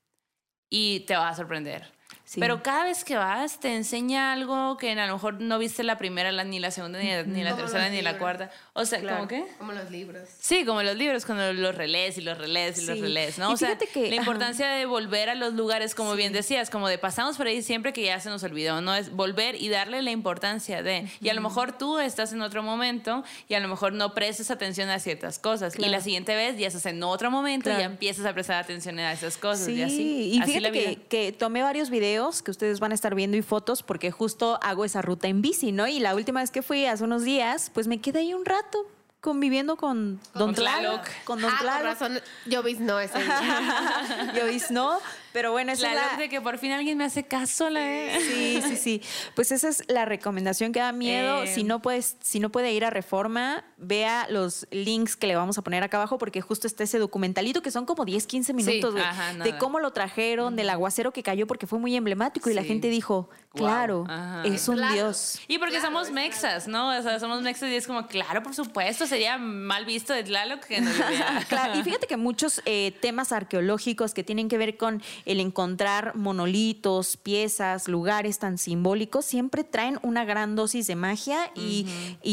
y te va a sorprender. Sí. Pero cada vez que vas te enseña algo que a lo mejor no viste la primera, la- ni la segunda, ni la, ni la Como tercera, los ni la libros. cuarta. O sea, ¿cómo qué? Como los libros. Sí, como los libros, cuando los relees y los relees y los Sí. relees, ¿no? Y O sea, fíjate que- la ajá. importancia de volver a los lugares, como bien decías, como de pasamos por ahí siempre que ya se nos olvidó, ¿no? Es volver y darle la importancia de. Y a lo mejor tú estás en otro momento y a lo mejor no prestas atención a ciertas cosas. Claro. Y la siguiente vez ya estás en otro momento Claro. y ya empiezas a prestar atención a esas cosas. Sí, y así. y así la fíjate vida. que, que tomé varios videos que ustedes van a estar viendo y fotos porque justo hago esa ruta en bici, ¿no? Y la última vez que fui, hace unos días, pues me quedé ahí un rato conviviendo con Don Tlaloc. Con Don Ah, con Tlaloc. razón. Yo vi no ese día. Yo vi, no, pero bueno, esa La es look la... de que por fin alguien me hace caso, la Sí, sí, sí. Pues esa es la recomendación que da miedo. Eh. Si no puedes, si no puede ir a Reforma, vea los links que le vamos a poner acá abajo porque justo está ese documentalito que son como diez, quince minutos, güey, ajá, de nada. cómo lo trajeron, del aguacero que cayó porque fue muy emblemático y la Sí. gente dijo, Guau. claro, Ajá. es un Claro. dios. Y porque Claro, somos es mexas, ¿no? O sea, somos mexas y es como, claro, por supuesto, sería mal visto de Tlaloc que no lloviera. Claro, y fíjate que muchos eh, temas arqueológicos que tienen que ver con el encontrar monolitos, piezas, lugares tan simbólicos, siempre traen una gran dosis de magia y,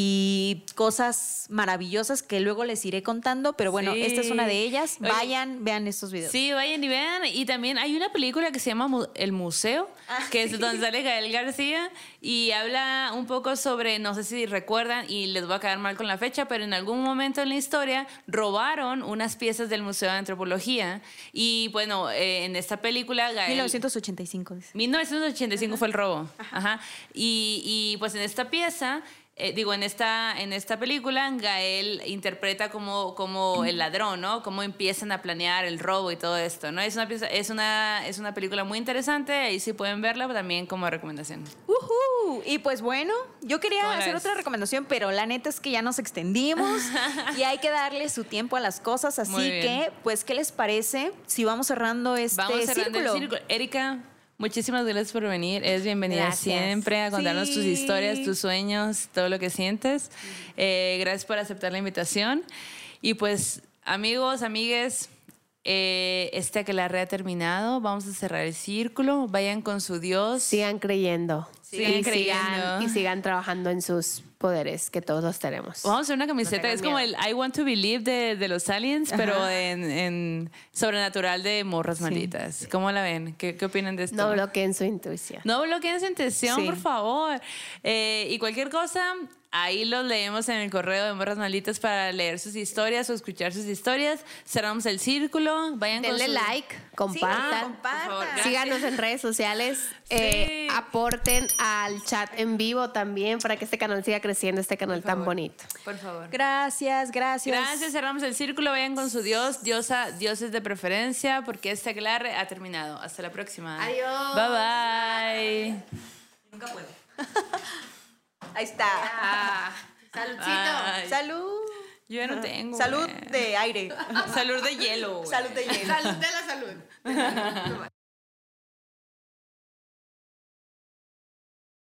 y cosas maravillosas que luego les iré contando, pero bueno, Sí. esta es una de ellas. Oye, Vayan, vean estos videos. Sí, vayan y vean. Y también hay una película que se llama Mu- El Museo, que es donde sale Gael García y habla un poco sobre, no sé si recuerdan, y les voy a quedar mal con la fecha, pero en algún momento en la historia robaron unas piezas del Museo de Antropología. Y bueno, eh, en esta película Gael... mil novecientos ochenta y cinco. dice. mil novecientos ochenta y cinco fue el robo. Ajá. Y, y, pues en esta pieza, eh, digo, en esta, en esta película, Gael interpreta como, como el ladrón, ¿no? Cómo empiezan a planear el robo y todo esto, ¿no? Es una, pieza, es una, es una película muy interesante, ahí sí pueden verla también como recomendación. Ujú. Y pues bueno, yo quería ¿Cómo la hacer ves? otra recomendación, pero la neta es que ya nos extendimos y hay que darle su tiempo a las cosas. Así Muy bien. que, pues, ¿qué les parece si vamos cerrando este Vamos cerrando círculo? el círculo. Erika, muchísimas gracias por venir. Es bienvenida Gracias. siempre a contarnos Sí. tus historias, tus sueños, todo lo que sientes. Eh, gracias por aceptar la invitación. Y pues, amigos, amigues, eh, este aquelarre ha terminado. Vamos a cerrar el círculo. Vayan con su Dios. Sigan creyendo. Sigan y creyendo. Sigan, y sigan trabajando en sus poderes que todos los tenemos. Vamos a hacer una camiseta, tengan es como miedo. el I Want to Believe de, de los aliens, pero en, en sobrenatural de morras malditas. ¿Cómo la ven? ¿Qué, qué opinan de esto? No bloqueen su intuición. No bloqueen su intención, Sí. por favor. Eh, y cualquier cosa, ahí los leemos en el correo de Morras Malditas para leer sus historias o escuchar sus historias. Cerramos el círculo. Vayan Denle con sus... like, compartan. Por favor, gracias. Síganos en redes sociales. eh, aporten al chat en vivo también para que este canal siga creciendo, este canal Por tan favor. bonito. Por favor. Gracias, gracias. Gracias, cerramos el círculo. Vayan con su dios, diosa, dioses de preferencia, porque este aclarre ha terminado. Hasta la próxima. Adiós. Bye bye. Nunca puede. Ahí está. Ah, saludcito. Bye. Salud. Yo ya no tengo. Salud güey. de aire. Salud de hielo. güey. Salud de hielo. Salud de la salud.